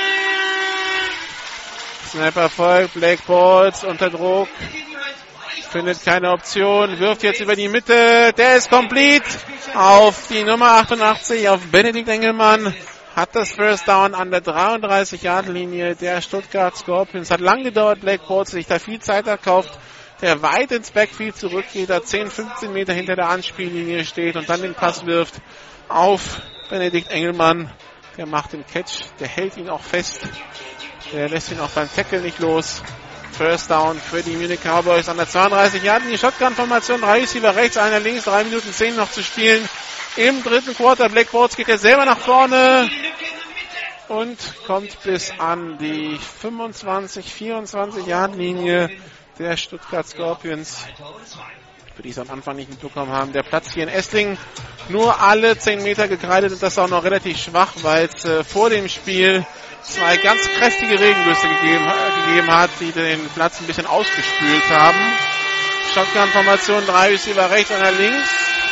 Snap Erfolg, Blake Bortles unter Druck. findet keine Option, wirft jetzt über die Mitte, der ist complete auf die Nummer achtundachtzig, auf Benedikt Engelmann, hat das First Down an der dreiunddreißig-Yard-Linie der Stuttgart Scorpions. Hat lang gedauert, Blake Bortz sich da viel Zeit erkauft, der weit ins Backfield zurückgeht, da zehn, fünfzehn Meter hinter der Anspiellinie steht und dann den Pass wirft auf Benedikt Engelmann. Der macht den Catch, der hält ihn auch fest, der lässt ihn auch beim Tackle nicht los. First Down für die Munich Cowboys an der zweiunddreißig Yard Linie. Shotgun-Formation, drei Receiver rechts, einer links, drei Minuten zehn noch zu spielen. Im dritten Quarter, Blake Bortz geht jetzt selber nach vorne und kommt bis an die fünfundzwanzig, vierundzwanzig Yard Linie der Stuttgart Scorpions. Für die es am Anfang nicht mitbekommen haben. Der Platz hier in Esslingen nur alle zehn Meter gekreidet und das auch noch relativ schwach, weil es äh, vor dem Spiel zwei ganz kräftige Regengüsse gegeben, äh, gegeben hat, die den Platz ein bisschen ausgespült haben. Shotgun-Formation, drei Receiver rechts, einer links.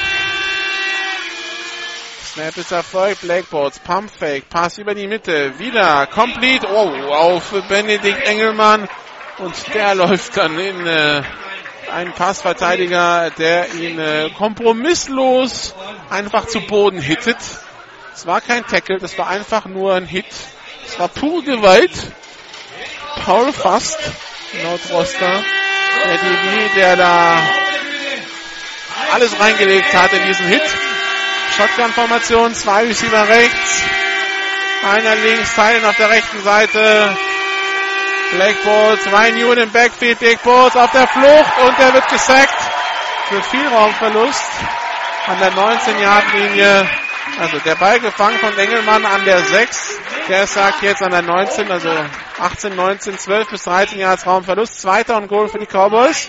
Snap ist erfolgt, Blake Bortz, Pump Fake, Pass über die Mitte, wieder complete, oh, auf Benedikt Engelmann und der läuft dann in äh, einen Passverteidiger, der ihn äh, kompromisslos einfach zu Boden hittet. Es war kein Tackle, das war einfach nur ein Hit. Es war pure Gewalt. Paul Fast, laut Roster, der D B, der da alles reingelegt hat in diesen Hit. Shotgun-Formation, zwei Receiver rechts, einer links, Teilen auf der rechten Seite. Blake Bortz, Ryan Newell im Backfield, Blake Bortz auf der Flucht und er wird gesackt für viel Raumverlust an der neunzehn Yard Linie. Also der Ball gefangen von Engelmann an der sechs. Der sagt jetzt an der neunzehn, also achtzehn, neunzehn, zwölf bis dreizehn Yards Raumverlust. Zweiter und Goal für die Cowboys.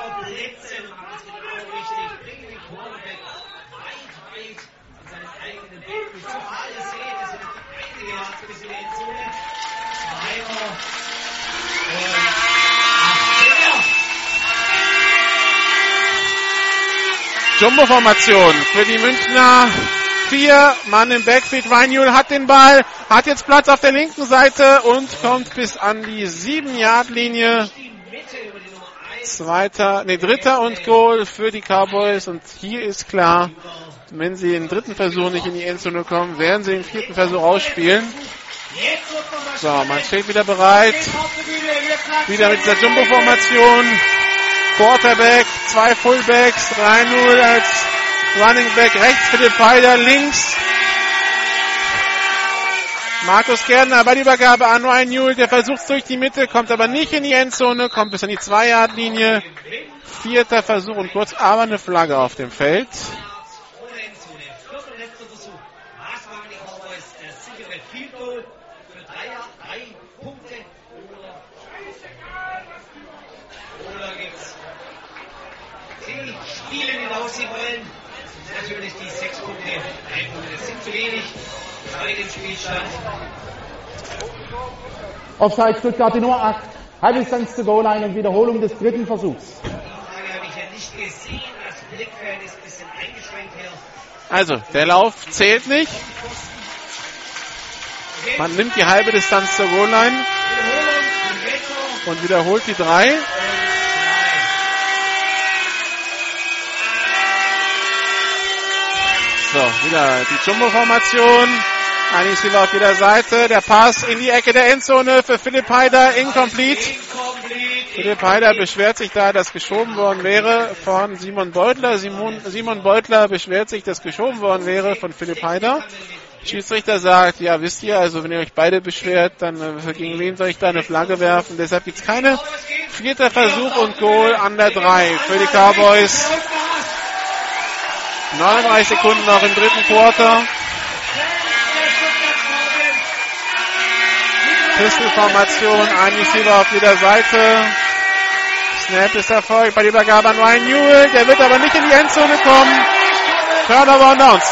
Jumbo-Formation für die Münchner. Vier Mann im Backfield. Ryan Newell hat den Ball, hat jetzt Platz auf der linken Seite und kommt bis an die sieben Yard Linie. Zweiter, nee, dritter und Goal für die Cowboys. Und hier ist klar, wenn sie den dritten Versuch nicht in die Endzone kommen, werden sie den vierten Versuch ausspielen. So, man steht wieder bereit. Wieder mit dieser Jumbo-Formation. Quarterback, zwei Fullbacks, Ryan Newell als Running Back, rechts Philipp Heider, links Markus Gärtner bei der Übergabe an Ryan Newell, der versucht durch die Mitte, kommt aber nicht in die Endzone, kommt bis an die zwei Yard Linie. Vierter Versuch und kurz, aber eine Flagge auf dem Feld. Spielen hinaus, sie wollen natürlich die sechs Punkte einholen. Das sind zu wenig bei dem Spielstand. Offside Stuttgart die Nummer acht. Halbdistanz zur Goal-Line und Wiederholung des dritten Versuchs. Die Frage habe ich ja nicht gesehen. Das Blickfeld ist ein bisschen eingeschränkt hier. Also, der Lauf zählt nicht. Man nimmt die halbe Distanz zur Goal-Line und wiederholt die drei. So, wieder die Jumbo-Formation. Ein Receiver auf jeder Seite. Der Pass in die Ecke der Endzone für Philipp Heider. Incomplete. Philipp Heider beschwert sich da, dass geschoben worden wäre von Simon Beutler. Simon, Simon Beutler beschwert sich, dass geschoben worden wäre von Philipp Heider. Schiedsrichter sagt, ja, wisst ihr, also wenn ihr euch beide beschwert, dann äh, gegen wen soll ich da eine Flagge werfen? Deshalb gibt's keine. Vierter Versuch und Goal an der drei für die Cowboys. neununddreißig Sekunden noch im dritten Quarter. Pistol-Formation, ein Receiver auf jeder Seite. Snap ist erfolgt bei der Übergabe an Ryan Newell. Der wird aber nicht in die Endzone kommen. Turnover und Downs.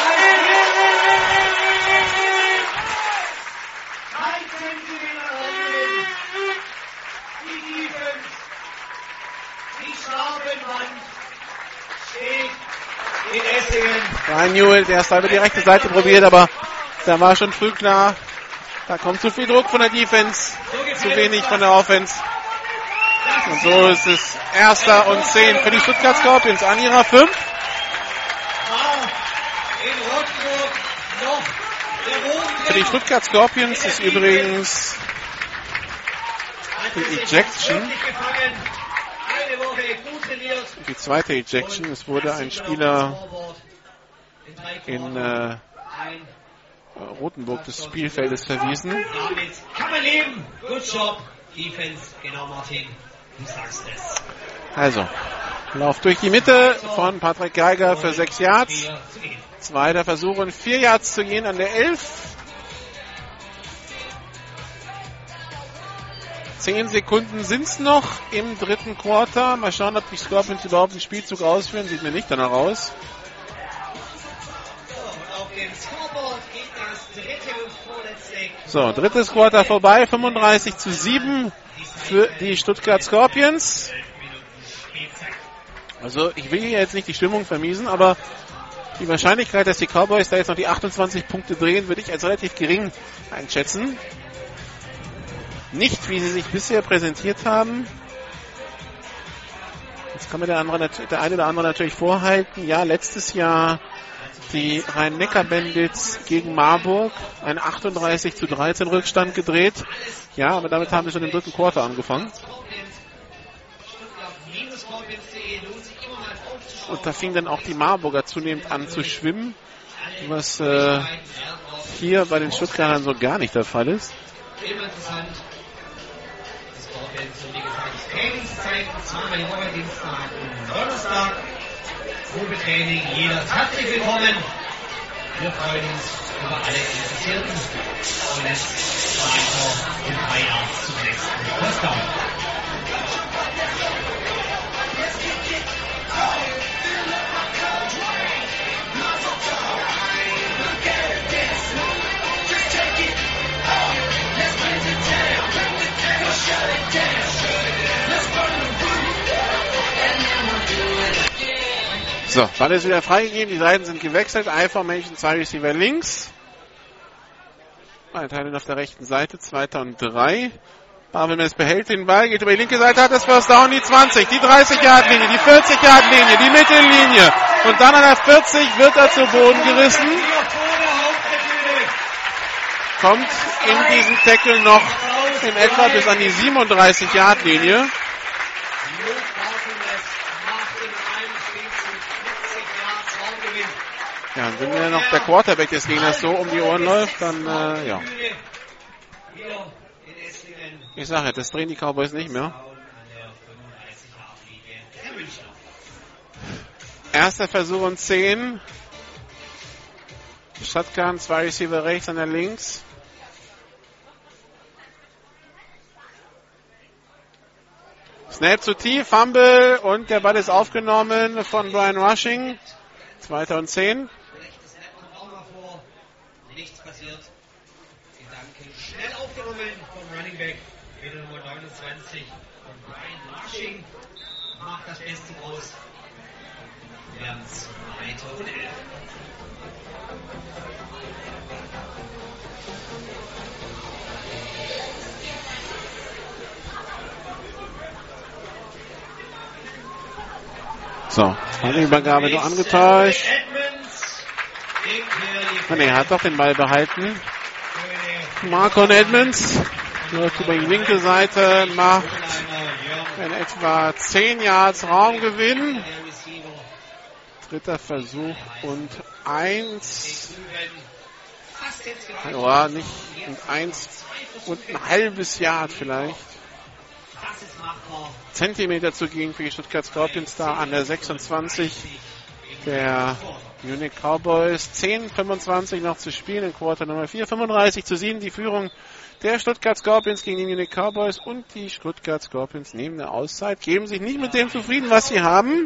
Ryan Newell, der ist da über die rechte Seite probiert, aber da war schon früh klar, da kommt zu viel Druck von der Defense, zu wenig von der Offense. Und so ist es erster und zehn für die Stuttgart Scorpions an ihrer fünf. Für die Stuttgart Scorpions ist übrigens die Ejection, die zweite Ejection. Es wurde ein Spieler in äh, Rothenburg des Spielfeldes verwiesen. Damit kann man leben. Good job, Defense. Genau, Martin. Du sagst es. Also, Lauf durch die Mitte von Patrick Geiger für sechs Yards. Zweiter Versuch und vier Yards zu gehen an der elf. Zehn Sekunden sind es noch im dritten Quarter. Mal schauen, ob die Scorpions überhaupt einen Spielzug ausführen. Sieht mir nicht danach aus. So, drittes Quarter vorbei. fünfunddreißig zu sieben für die Stuttgart Scorpions. Also, ich will hier jetzt nicht die Stimmung vermiesen, aber die Wahrscheinlichkeit, dass die Cowboys da jetzt noch die achtundzwanzig Punkte drehen, würde ich als relativ gering einschätzen. Nicht, wie sie sich bisher präsentiert haben. Jetzt kann mir der, andere, der eine oder andere natürlich vorhalten. Ja, letztes Jahr die Rhein-Neckar-Bandits gegen Marburg einen achtunddreißig zu dreizehn Rückstand gedreht. Ja, aber damit haben wir schon im dritten Quarter angefangen. Und da fing dann auch die Marburger zunehmend an zu schwimmen, was äh, hier bei den Stuttgartern so gar nicht der Fall ist. Trainingszeiten zweimal die Woche, Dienstag und Donnerstag. Probetraining, jeder ist herzlich willkommen. Wir freuen uns über alle Interessierten. Und jetzt weiter in drei Jahren zum nächsten Postdown. So, Ball ist wieder freigegeben, die Seiten sind gewechselt. I-Formation, zwei Receiver links. Ein Teil auf der rechten Seite, zweiter und drei. Barwimmes behält den Ball, geht über die linke Seite, hat das First Down, die zwanzig, die dreißig-Yard-Linie, die vierzig-Yard-Linie, die Mittellinie. Und dann an der vierzig wird er zu Boden gerissen. Kommt in diesem Tackle noch in etwa bis an die siebenunddreißig-Yard-Linie. Ja, und wenn mir noch der Quarterback des Gegners so um die Ohren läuft, dann, äh, ja. Ich sage ja, das drehen die Cowboys nicht mehr. Erster Versuch und zehn. Shotgun, zwei Receiver rechts, einer links. Snap zu tief, Fumble und der Ball ist aufgenommen von Brian Rushing. Zweiter und zehn. Nichts passiert. Gedanken schnell aufgenommen vom Running Back. Mit der Nummer neunundzwanzig von Brian Rushing. Macht das Beste draus. Werden zweiter und elf. So, eine Übergabe nur angetäuscht. Oh ne, er hat doch den Ball behalten. Marcon Edmonds läuft über die linke Seite, macht in etwa zehn Yards Raumgewinn. Dritter Versuch und eins. Ja, nicht und eins und ein halbes Yard vielleicht. Zentimeter zu gehen für die Stuttgart Scorpions da an der sechsundzwanzig der Munich Cowboys. zehn fünfundzwanzig noch zu spielen in Quarter Nummer vier. fünfunddreißig zu sieben die Führung der Stuttgart Scorpions gegen die Munich Cowboys und die Stuttgart Scorpions nehmen eine Auszeit, geben sich nicht mit dem zufrieden, was sie haben,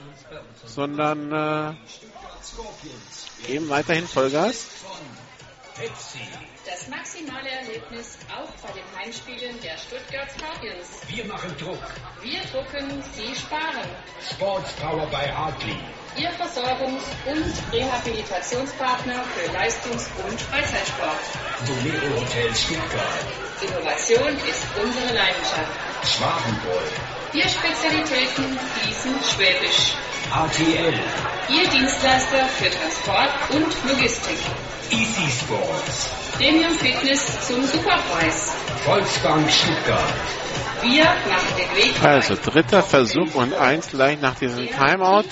sondern äh, geben weiterhin Vollgas. Das maximale Erlebnis auch bei den Heimspielen der Stuttgart Scorpions. Wir machen Druck. Wir drucken, Sie sparen. Sportspower bei Hartley. Ihr Versorgungs- und Rehabilitationspartner für Leistungs- und Freizeitsport. Bolero Hotel Stuttgart. Innovation ist unsere Leidenschaft. Schwarenbräu. Vier Spezialitäten fließen Schwäbisch. A T L. Ihr Dienstleister für Transport und Logistik. Easy Sports. Premium Fitness zum Superpreis. Volksbank Stuttgart. Wir machen den Weg. Also dritter Versuch und eins gleich nach diesem Timeout.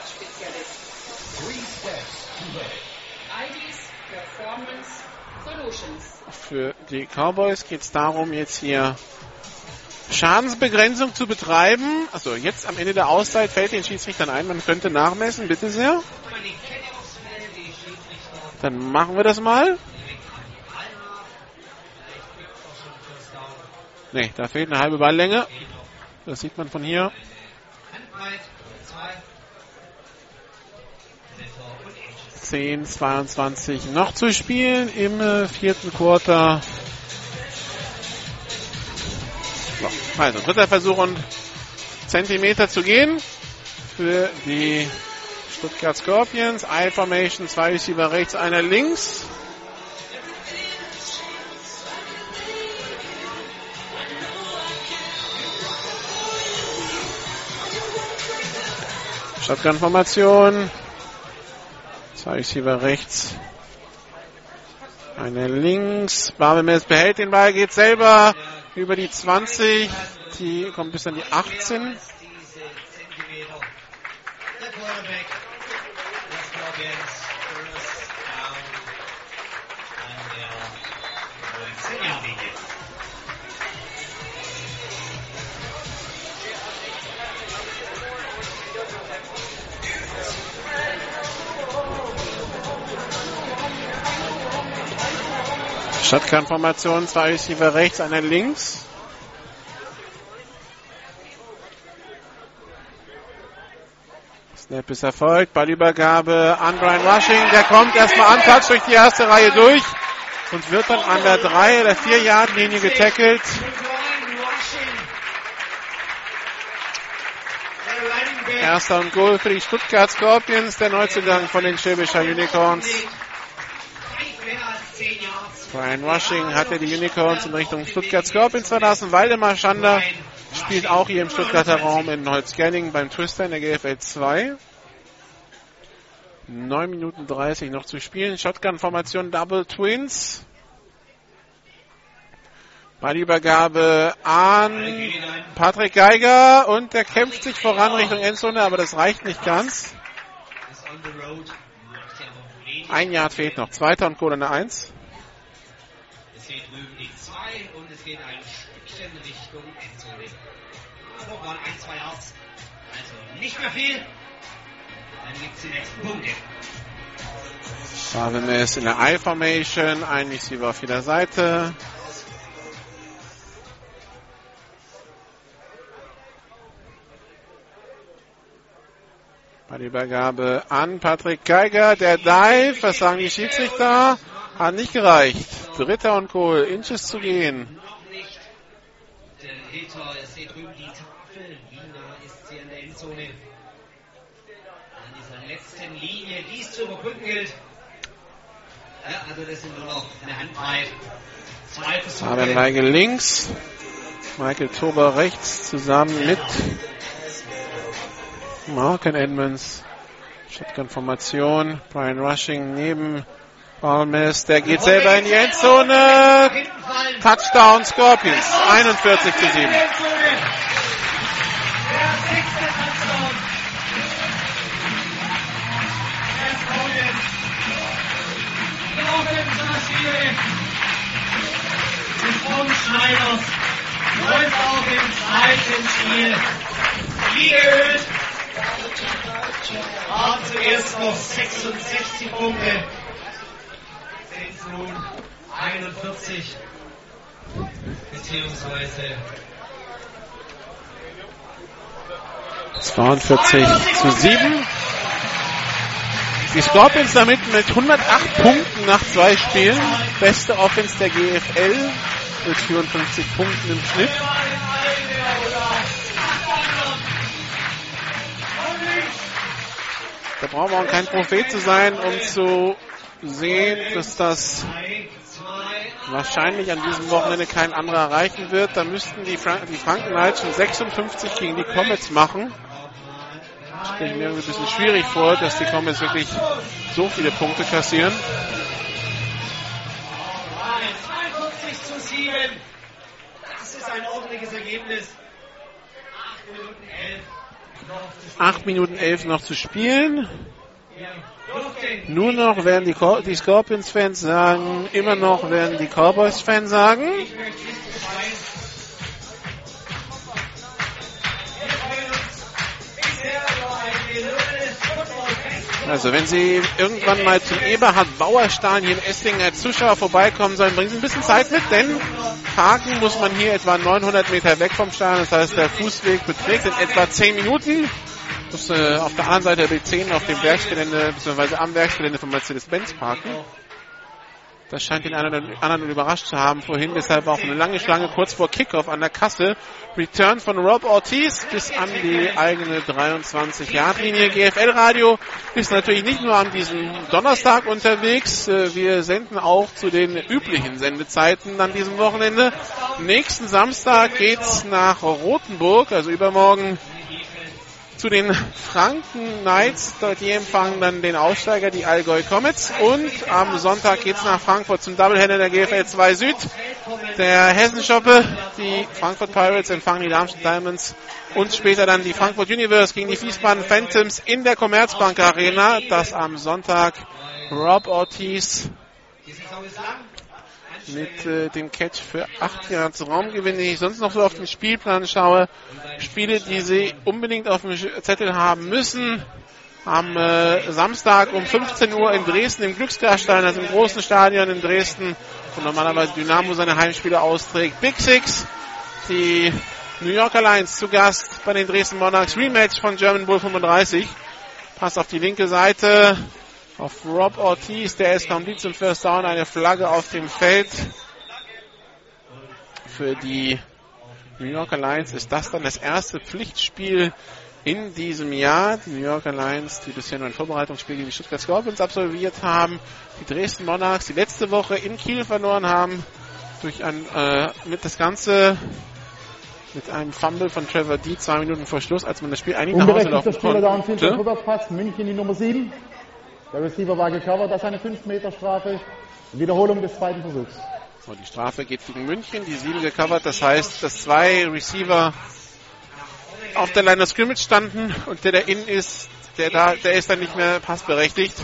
Für die Cowboys geht es darum, jetzt hier Schadensbegrenzung zu betreiben. Also jetzt am Ende der Auszeit fällt den Schiedsrichtern ein, man könnte nachmessen, bitte sehr. Dann machen wir das mal. Ne, da fehlt eine halbe Balllänge. Das sieht man von hier. zehn zweiundzwanzig noch zu spielen im äh, vierten Quarter. So, also dritter Versuch und Zentimeter zu gehen für die Stuttgart Scorpions. I-Formation, zwei Receiver rechts, einer links. Shotgun-Formation. Zwei Receiver rechts, eine links. Barbemes behält den Ball, geht selber über die zwanzig. Die kommt bis an die achtzehn. Shotgun-Formation, zwei Receiver rechts, einer links. Snap ist erfolgt, Ballübergabe an Brian Rushing, der kommt erstmal an, touch durch die erste Reihe durch und wird dann an der drei oder vier Yard Linie getackelt. Erster und Goal für die Stuttgart Scorpions, der Neuzugang von den Schwäbischer Unicorns. Brian Rushing hatte die Unicorns in Richtung Stuttgart Scorpions verlassen. Waldemar Schander spielt auch hier im Stuttgarter Raum in Holzgerlingen beim Twister in der G F L zwei. neun Minuten dreißig noch zu spielen. Shotgun-Formation Double Twins. Ballübergabe an Patrick Geiger und der kämpft sich voran Richtung Endzone, aber das reicht nicht ganz. Ein Yard fehlt noch. Zweiter und Goal an der eins. Es geht drüben die zwei und es geht ein Stückchen Richtung Endzone. Also waren ein, zwei Yards. Also nicht mehr viel. Dann gibt es die nächsten Punkte. Barbemes in der I-Formation. Ein Receiver auf jeder Seite. Ballübergabe an Patrick Geiger. Der Dive, was sagen die Schiedsrichter? Hat nicht gereicht. Dritter und Goal, Inches zu gehen. Noch nicht. Der Hater, ihr seht drüben die Tafel. Wie nah ist sie an der Endzone? An dieser letzten Linie, die es zu überbrücken gilt. Ja, also das sind nur noch eine Handbreit. Zwei Versuche. Fabian Weigel links. Michael Tober rechts zusammen mit Marken Edmonds. Shotgun-Formation. Brian Rushing neben Barbemes. Der geht selber in die Endzone. Touchdown Scorpions. einundvierzig zu sieben. Schneiders läuft auch im zweiten Spiel wie geölt. Haben zuerst noch sechsundsechzig Punkte. Sind nun einundvierzig. Beziehungsweise zweiundvierzig zu sieben. Die Scorpions damit mit hundertacht Punkten nach zwei Spielen. Beste Offense der G F L mit vierundfünfzig Punkten im Schnitt. Da braucht man kein Prophet zu sein, um zu sehen, dass das wahrscheinlich an diesem Wochenende kein anderer erreichen wird. Da müssten die, Frank- die Franken Knights schon sechsundfünfzig gegen die Comets machen. Das stelle ich mir irgendwie ein bisschen schwierig vor, dass die Comets wirklich so viele Punkte kassieren. zweiundfünfzig zu sieben. Das ist ein ordentliches Ergebnis. acht Minuten elf noch zu spielen. Nur noch werden die, Co- die Scorpions-Fans sagen, immer noch werden die Cowboys-Fans sagen. Also wenn Sie irgendwann mal zum Eberhard-Bauer-Stadion hier in Esslingen als Zuschauer vorbeikommen sollen, bringen Sie ein bisschen Zeit mit, denn parken muss man hier etwa neunhundert Meter weg vom Stadion. Das heißt, der Fußweg beträgt in etwa zehn Minuten. Muss äh, auf der anderen Seite der B zehn auf dem Werksgelände, beziehungsweise am Werksgelände von Mercedes-Benz parken. Das scheint den einen oder anderen überrascht zu haben vorhin, deshalb auch eine lange Schlange kurz vor Kickoff an der Kasse. Return von Rob Ortiz bis an die eigene dreiundzwanzig-Yard-Linie. G F L-Radio ist natürlich nicht nur an diesem Donnerstag unterwegs. Wir senden auch zu den üblichen Sendezeiten an diesem Wochenende. Nächsten Samstag geht's nach Rothenburg, also übermorgen zu den Franken Knights. Die empfangen dann den Aufsteiger, die Allgäu Comets. Und am Sonntag geht's nach Frankfurt zum Doubleheader der G F L zwei Süd. Der Hessenschoppe, die Frankfurt Pirates empfangen die Darmstadt Diamonds. Und später dann die Frankfurt Universe gegen die Wiesbaden Phantoms in der Commerzbank Arena. Das am Sonntag Rob Ortiz mit äh, dem Catch für acht Yards Raumgewinn, den ich sonst noch so auf den Spielplan schaue. Spiele, die Sie unbedingt auf dem Zettel haben müssen. Am äh, Samstag um fünfzehn Uhr in Dresden im Glücksgarstadion, also im großen Stadion in Dresden, wo normalerweise Dynamo seine Heimspiele austrägt. Big Six, die New Yorker Lions zu Gast bei den Dresden Monarchs. Rematch von German Bull fünfunddreißig. Pass auf die linke Seite. Auf Rob Ortiz, der ist kaum zum First Down, eine Flagge auf dem Feld. Für die New Yorker Lions ist das dann das erste Pflichtspiel in diesem Jahr. Die New Yorker Lions, die bisher nur ein Vorbereitungsspiel gegen die Stuttgart Scorpions absolviert haben. Die Dresden Monarchs, die letzte Woche in Kiel verloren haben. Durch ein, äh, mit das Ganze mit einem Fumble von Trevor D. zwei Minuten vor Schluss, als man das Spiel eigentlich nach Hause laufen Spieler konnte. Der Rückwärtspass, München die Nummer sieben. Der Receiver war gecovert, das ist eine fünf Meter Strafe. Wiederholung des zweiten Versuchs. So, die Strafe geht gegen München, die sieben gecovert. Das heißt, dass zwei Receiver auf der Line of Scrimmage standen und der, der in ist, der da, der ist dann nicht mehr passberechtigt.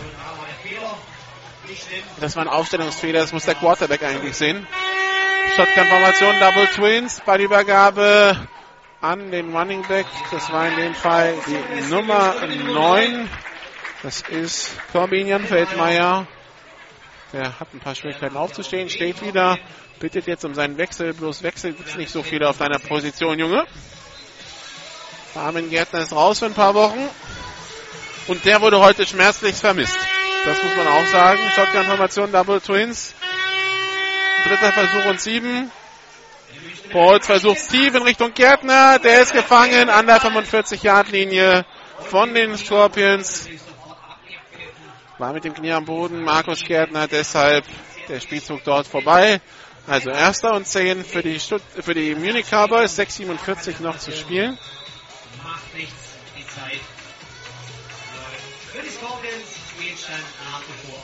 Das war ein Aufstellungsfehler, das muss der Quarterback eigentlich sehen. Shotgun-Formation, Double Twins, Ballübergabe an den Running Back. Das war in dem Fall die Nummer neun. Das ist Corbinian Feldmeier. Der hat ein paar Schwierigkeiten aufzustehen, steht wieder, bittet jetzt um seinen Wechsel. Bloß Wechsel gibt's nicht so viele auf deiner Position, Junge. Armin Gärtner ist raus für ein paar Wochen. Und der wurde heute schmerzlich vermisst. Das muss man auch sagen. Shotgun-Formation, Double Twins. Dritter Versuch und sieben. Pauls versucht tief in Richtung Gärtner. Der ist gefangen an der fünfundvierzig-Yard-Linie von den Scorpions. War mit dem Knie am Boden. Markus Gärtner, deshalb der Spielzug dort vorbei. Also erster und zehn für die, Stutt- für die Munich Cowboys. sechs siebenundvierzig noch zu spielen. Macht nichts, die Zeit. Für die Scorpions Spielstand nach wie vor.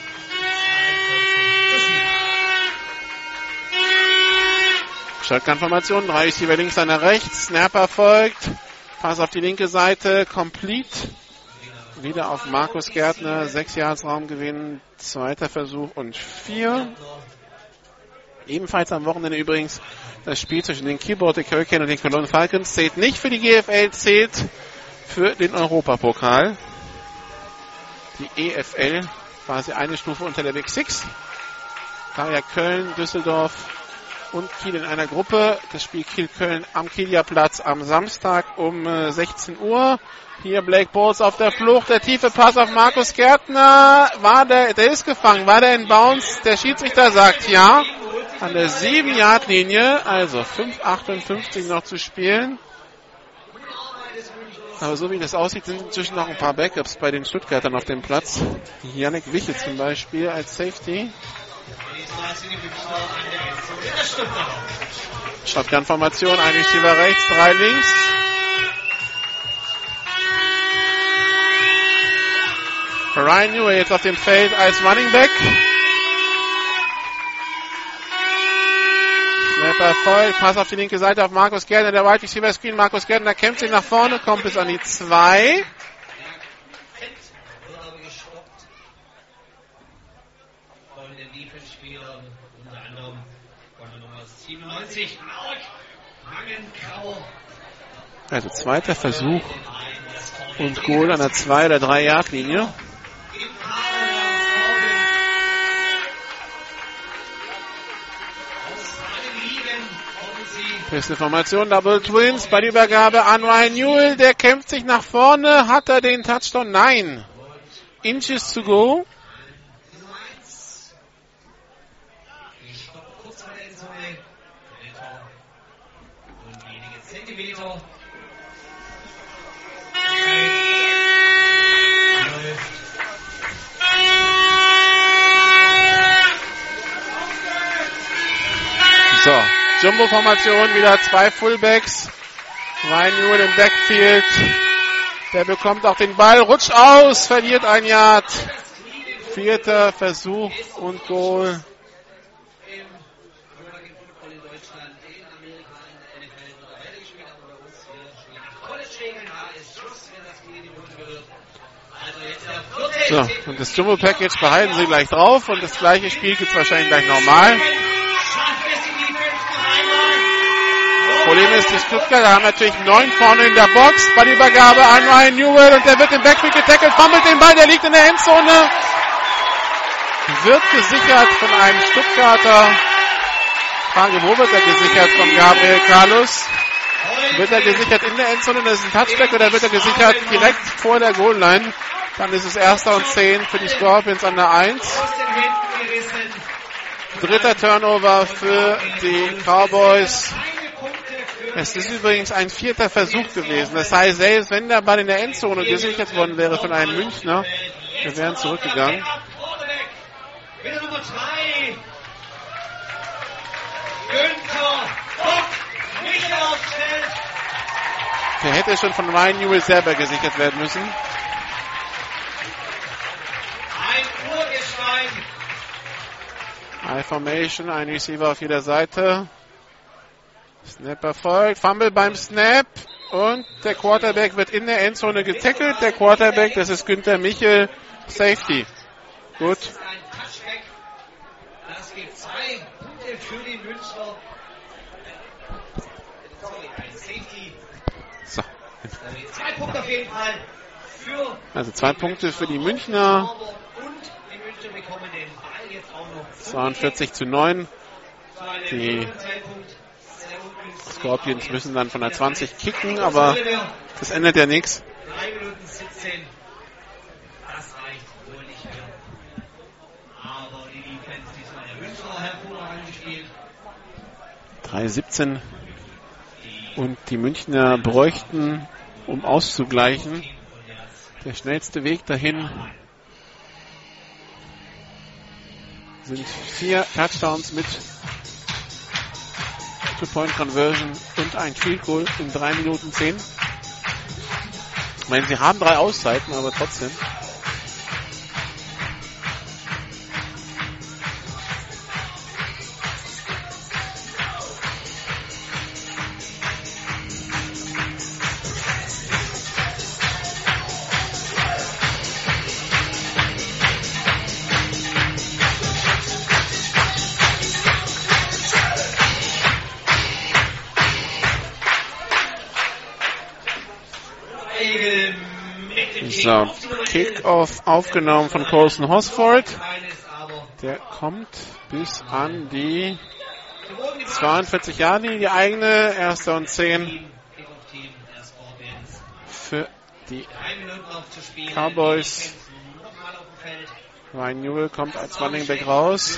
Shotgun-Formation, drei Receiver links, einer rechts. Snap erfolgt. Pass auf die linke Seite. Complete. Wieder auf Markus Gärtner. Sechs Yards Raumgewinn. Zweiter Versuch und vier. Ebenfalls am Wochenende übrigens das Spiel zwischen den Keyboard Hurricane und den Cologne Falcons. Zählt nicht für die G F L, zählt für den Europapokal. Die E F L quasi eine Stufe unter der Big Six. Daher Köln, Düsseldorf und Kiel in einer Gruppe. Das Spiel Kiel-Köln am Kieler Platz am Samstag um äh, sechzehn Uhr. Hier Blake Bowles auf der Flucht. Der tiefe Pass auf Markus Gärtner. War der, der ist gefangen. War der in Bounce? Der Schiedsrichter sagt ja. An der sieben Yard Linie. Also fünf achtundfünfzig noch zu spielen. Aber so wie das aussieht, sind inzwischen noch ein paar Backups bei den Stuttgartern auf dem Platz. Yannick Wiche zum Beispiel als Safety. Shotgun-Formation, ein Receiver rechts, drei links. Ryan Newell jetzt auf dem Feld als Running Back. Snapper voll, Pass auf die linke Seite auf Markus Gärtner, der Wide Receiver Screen. Markus Gärtner kämpft sich nach vorne, kommt bis an die zwei. Also zweiter Versuch und Goal an der zwei oder drei Yard Linie. Das ist eine Formation, Double Twins bei der Übergabe an Ryan Newell. Der kämpft sich nach vorne. Hat er den Touchdown? Nein. Inches to go. So. Jumbo-Formation, wieder zwei Fullbacks. Ryan Newell im Backfield. Der bekommt auch den Ball, rutscht aus, verliert ein Yard. Vierter Versuch und Goal. So, und das Jumbo-Package behalten sie gleich drauf und das gleiche Spiel gibt es wahrscheinlich gleich nochmal. Problem ist, die Stuttgarter haben natürlich neun vorne in der Box. Ballübergabe an Ryan Newell und der wird im Backfield getackelt, fummelt den Ball, der liegt in der Endzone. Wird gesichert von einem Stuttgarter. Frage, wo wird er gesichert? Von Gabriel Carlos. Wird er gesichert in der Endzone, das ist ein Touchback, oder wird er gesichert direkt vor der Goal-Line? Dann ist es erster und zehn für die Scorpions an der eins. Dritter Turnover für die Cowboys. Es ist übrigens ein vierter Versuch gewesen. Das heißt, selbst wenn der Ball in der Endzone gesichert worden wäre von einem Münchner, wir wären zurückgegangen. Der hätte schon von Ryan Newell selber gesichert werden müssen. I-Formation, ein Receiver auf jeder Seite. Snap erfolgt, Fumble beim Snap und der Quarterback wird in der Endzone getackelt. Der Quarterback, das ist Günther Michel, Safety. Gut. Das gibt zwei Punkte für die Münchner. So. Zwei Punkte auf jeden Fall für also zwei Punkte für die Münchner. zweiundvierzig zu neun. Die Scorpions müssen dann von der zwanzig kicken, aber das ändert ja nichts. drei Minuten siebzehn. Das reicht wohl nicht mehr. Aber die Defense diesmal der Münchner hervorragend gespielt. drei siebzehn. Und die Münchner bräuchten, um auszugleichen, der schnellste Weg dahin sind vier Touchdowns mit Two-Point-Conversion und ein Field Goal in drei Minuten zehn. Ich meine, sie haben drei Auszeiten, aber trotzdem. So, Kickoff aufgenommen von Colson Hosford. Der kommt bis an die zweiundvierzig Jahre die eigene, erster und zehn für die Cowboys. Ryan Newell kommt als Running Back raus.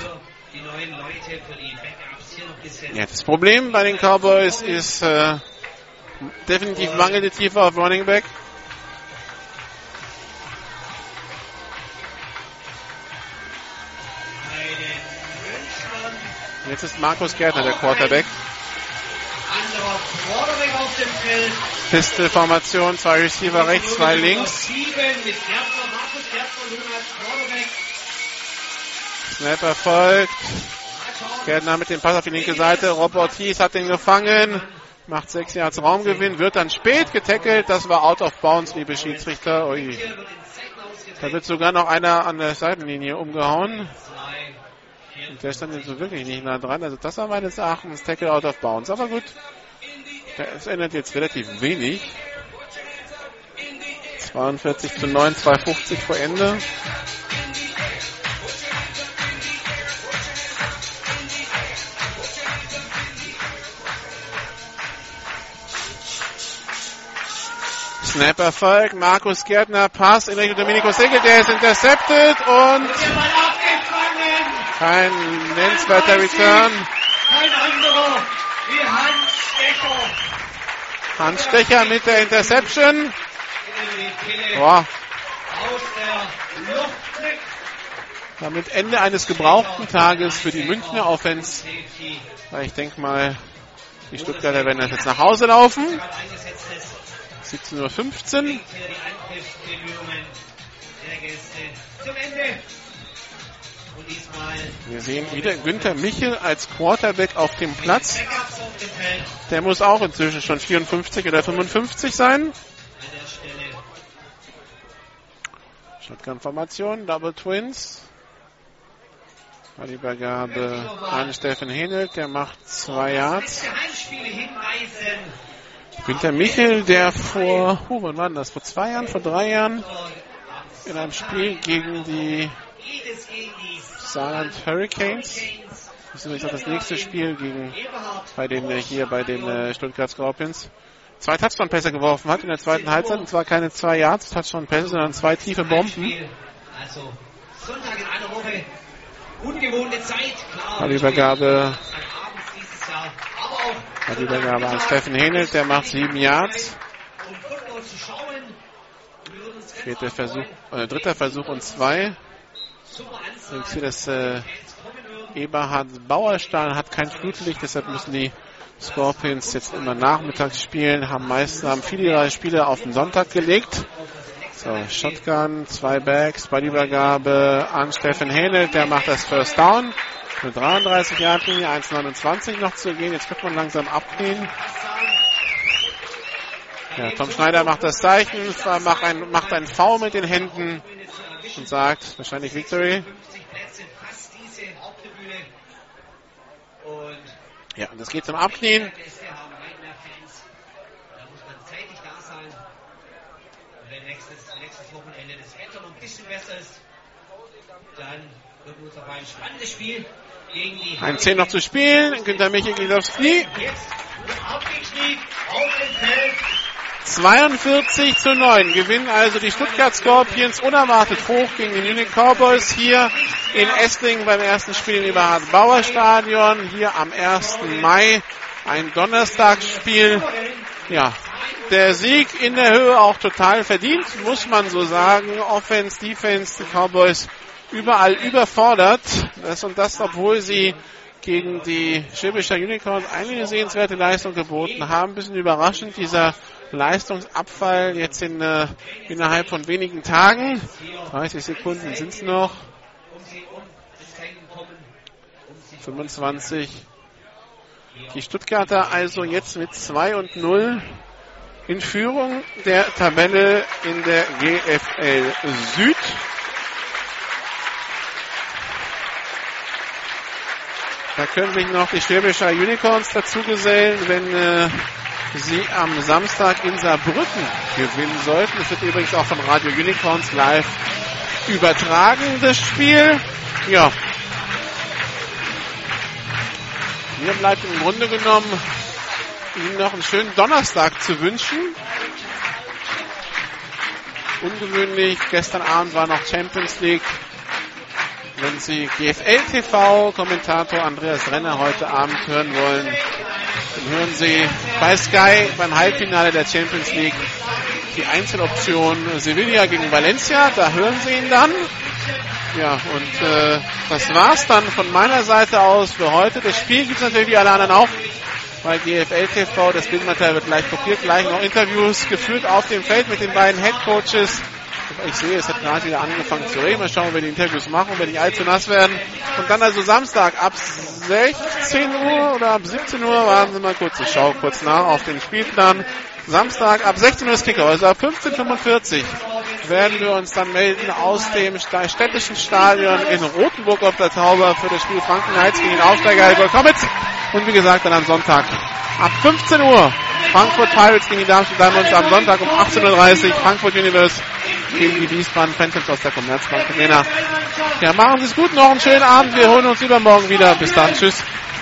Ja, das Problem bei den Cowboys ist äh, definitiv mangelnde Tiefe auf Running Back. Jetzt ist Markus Gärtner der Quarterback. Pistol-Formation, zwei Receiver rechts, zwei links. Snap erfolgt. Gärtner mit dem Pass auf die linke Seite. Rob Ortiz hat den gefangen. Macht sechs Yards Raumgewinn. Wird dann spät getackelt. Das war out of bounds, liebe Schiedsrichter. Ui. Da wird sogar noch einer an der Seitenlinie umgehauen. Und der stand jetzt so wirklich nicht nah dran. Also das war meines Erachtens Tackle out of bounds. Aber gut. Es ändert jetzt relativ wenig. zweiundvierzig zu neun, zwei fünfzig vor Ende. Snap Erfolg. Markus Gärtner, Pass in Richtung Domenico Segel, der ist intercepted und kein nennenswerter Return. Kein anderer wie Hans Stecher. Hans Stecher mit der Interception. Boah. Damit Ende eines gebrauchten Tages für die Münchner Offense. Weil ich denke mal, die Stuttgarter werden jetzt nach Hause laufen. siebzehn Uhr fünfzehn. Wir sehen wieder Günther Michel als Quarterback auf dem Platz. Der muss auch inzwischen schon vierundfünfzig oder fünfundfünfzig sein. Shotgun-Formation, Double Twins. Die Übergabe an Steffen Henelt, der macht zwei Yards. Günther Michel, der vor, oh, wann war das? Vor zwei Jahren, vor drei Jahren in einem Spiel gegen die Saarland Hurricanes. Das ist übrigens auch das nächste Spiel gegen, bei den, hier bei den äh, Stuttgart Scorpions. Zwei Touchdown-Pässe geworfen hat in der zweiten Halbzeit. Und zwar keine zwei Yards Touchdown-Pässe, sondern zwei tiefe Bomben. Also, Sonntag in einer Woche. Ungewohnte Zeit. Klar. Die Übergabe, die Übergabe an Steffen Henelt, der macht sieben Yards. Vierter Versuch, äh, dritter Versuch und zwei. Und hier das äh, Eberhard Bauerstahl hat kein Flutlicht, deshalb müssen die Scorpions jetzt immer nachmittags spielen, haben meistens haben viele ihrer Spiele auf den Sonntag gelegt. So, Shotgun, zwei Backs, bei der Übergabe an Steffen Henelt, der macht das First Down. Mit dreiunddreißig Yard Linie, eins neunundzwanzig noch zu gehen, jetzt wird man langsam abgehen. Ja, Tom Schneider macht das Zeichen, macht ein, macht einen V mit den Händen und sagt wahrscheinlich Victory. Ja, und das geht zum Abknien. Ein zehn noch zu spielen. Günther Michel geht aufs Knie. zweiundvierzig zu neun gewinnen also die Stuttgart Scorpions unerwartet hoch gegen die Munich Cowboys hier in Esslingen beim ersten Spiel im Eberhard Bauer Stadion. Hier am ersten Mai ein Donnerstagsspiel. Ja, der Sieg in der Höhe auch total verdient, muss man so sagen. Offense, Defense, die Cowboys überall überfordert. Das und das, obwohl sie gegen die Schwäbischer Unicorns eine sehenswerte Leistung geboten haben. Ein bisschen überraschend, dieser Leistungsabfall jetzt in, äh, innerhalb von wenigen Tagen. dreißig Sekunden sind es noch. fünfundzwanzig. Die Stuttgarter also jetzt mit zwei und null in Führung der Tabelle in der G F L Süd. Da können sich noch die Schwäbischer Unicorns dazugesellen, wenn äh, sie am Samstag in Saarbrücken gewinnen sollten. Es wird übrigens auch von Radio Unicorns live übertragen, das Spiel. Ja. Mir bleibt im Grunde genommen, Ihnen noch einen schönen Donnerstag zu wünschen. Ungewöhnlich, gestern Abend war noch Champions League. Wenn Sie G F L T V-Kommentator Andreas Renner heute Abend hören wollen, dann hören Sie bei Sky beim Halbfinale der Champions League die Einzeloption Sevilla gegen Valencia. Da hören Sie ihn dann. Ja, und äh, das war's dann von meiner Seite aus für heute. Das Spiel gibt es natürlich wie alle anderen auch bei G F L T V. Das Bildmaterial wird gleich kopiert, gleich noch Interviews geführt auf dem Feld mit den beiden Headcoaches. Ich sehe, es hat gerade wieder angefangen zu regnen. Mal schauen, ob wir die Interviews machen, wenn nicht allzu nass werden. Und dann also Samstag ab sechzehn Uhr oder ab siebzehn Uhr, warten Sie mal kurz, ich schaue kurz nach auf den Spielplan. Samstag ab sechzehn Uhr ist Kicker, also ab fünfzehn Uhr fünfundvierzig werden wir uns dann melden aus dem städtischen Stadion in Rothenburg auf der Tauber für das Spiel Franken-Heiz gegen den Aufsteiger Helgoland Comets. Und wie gesagt, dann am Sonntag ab fünfzehn Uhr Frankfurt Pirates gegen die Darmstadt Diamonds, am Sonntag um achtzehn Uhr dreißig Frankfurt Universe gegen die Wiesbaden Phantoms aus der Commerzbank Arena. Ja, machen Sie es gut, noch einen schönen Abend, wir holen uns übermorgen wieder. Bis dann, tschüss.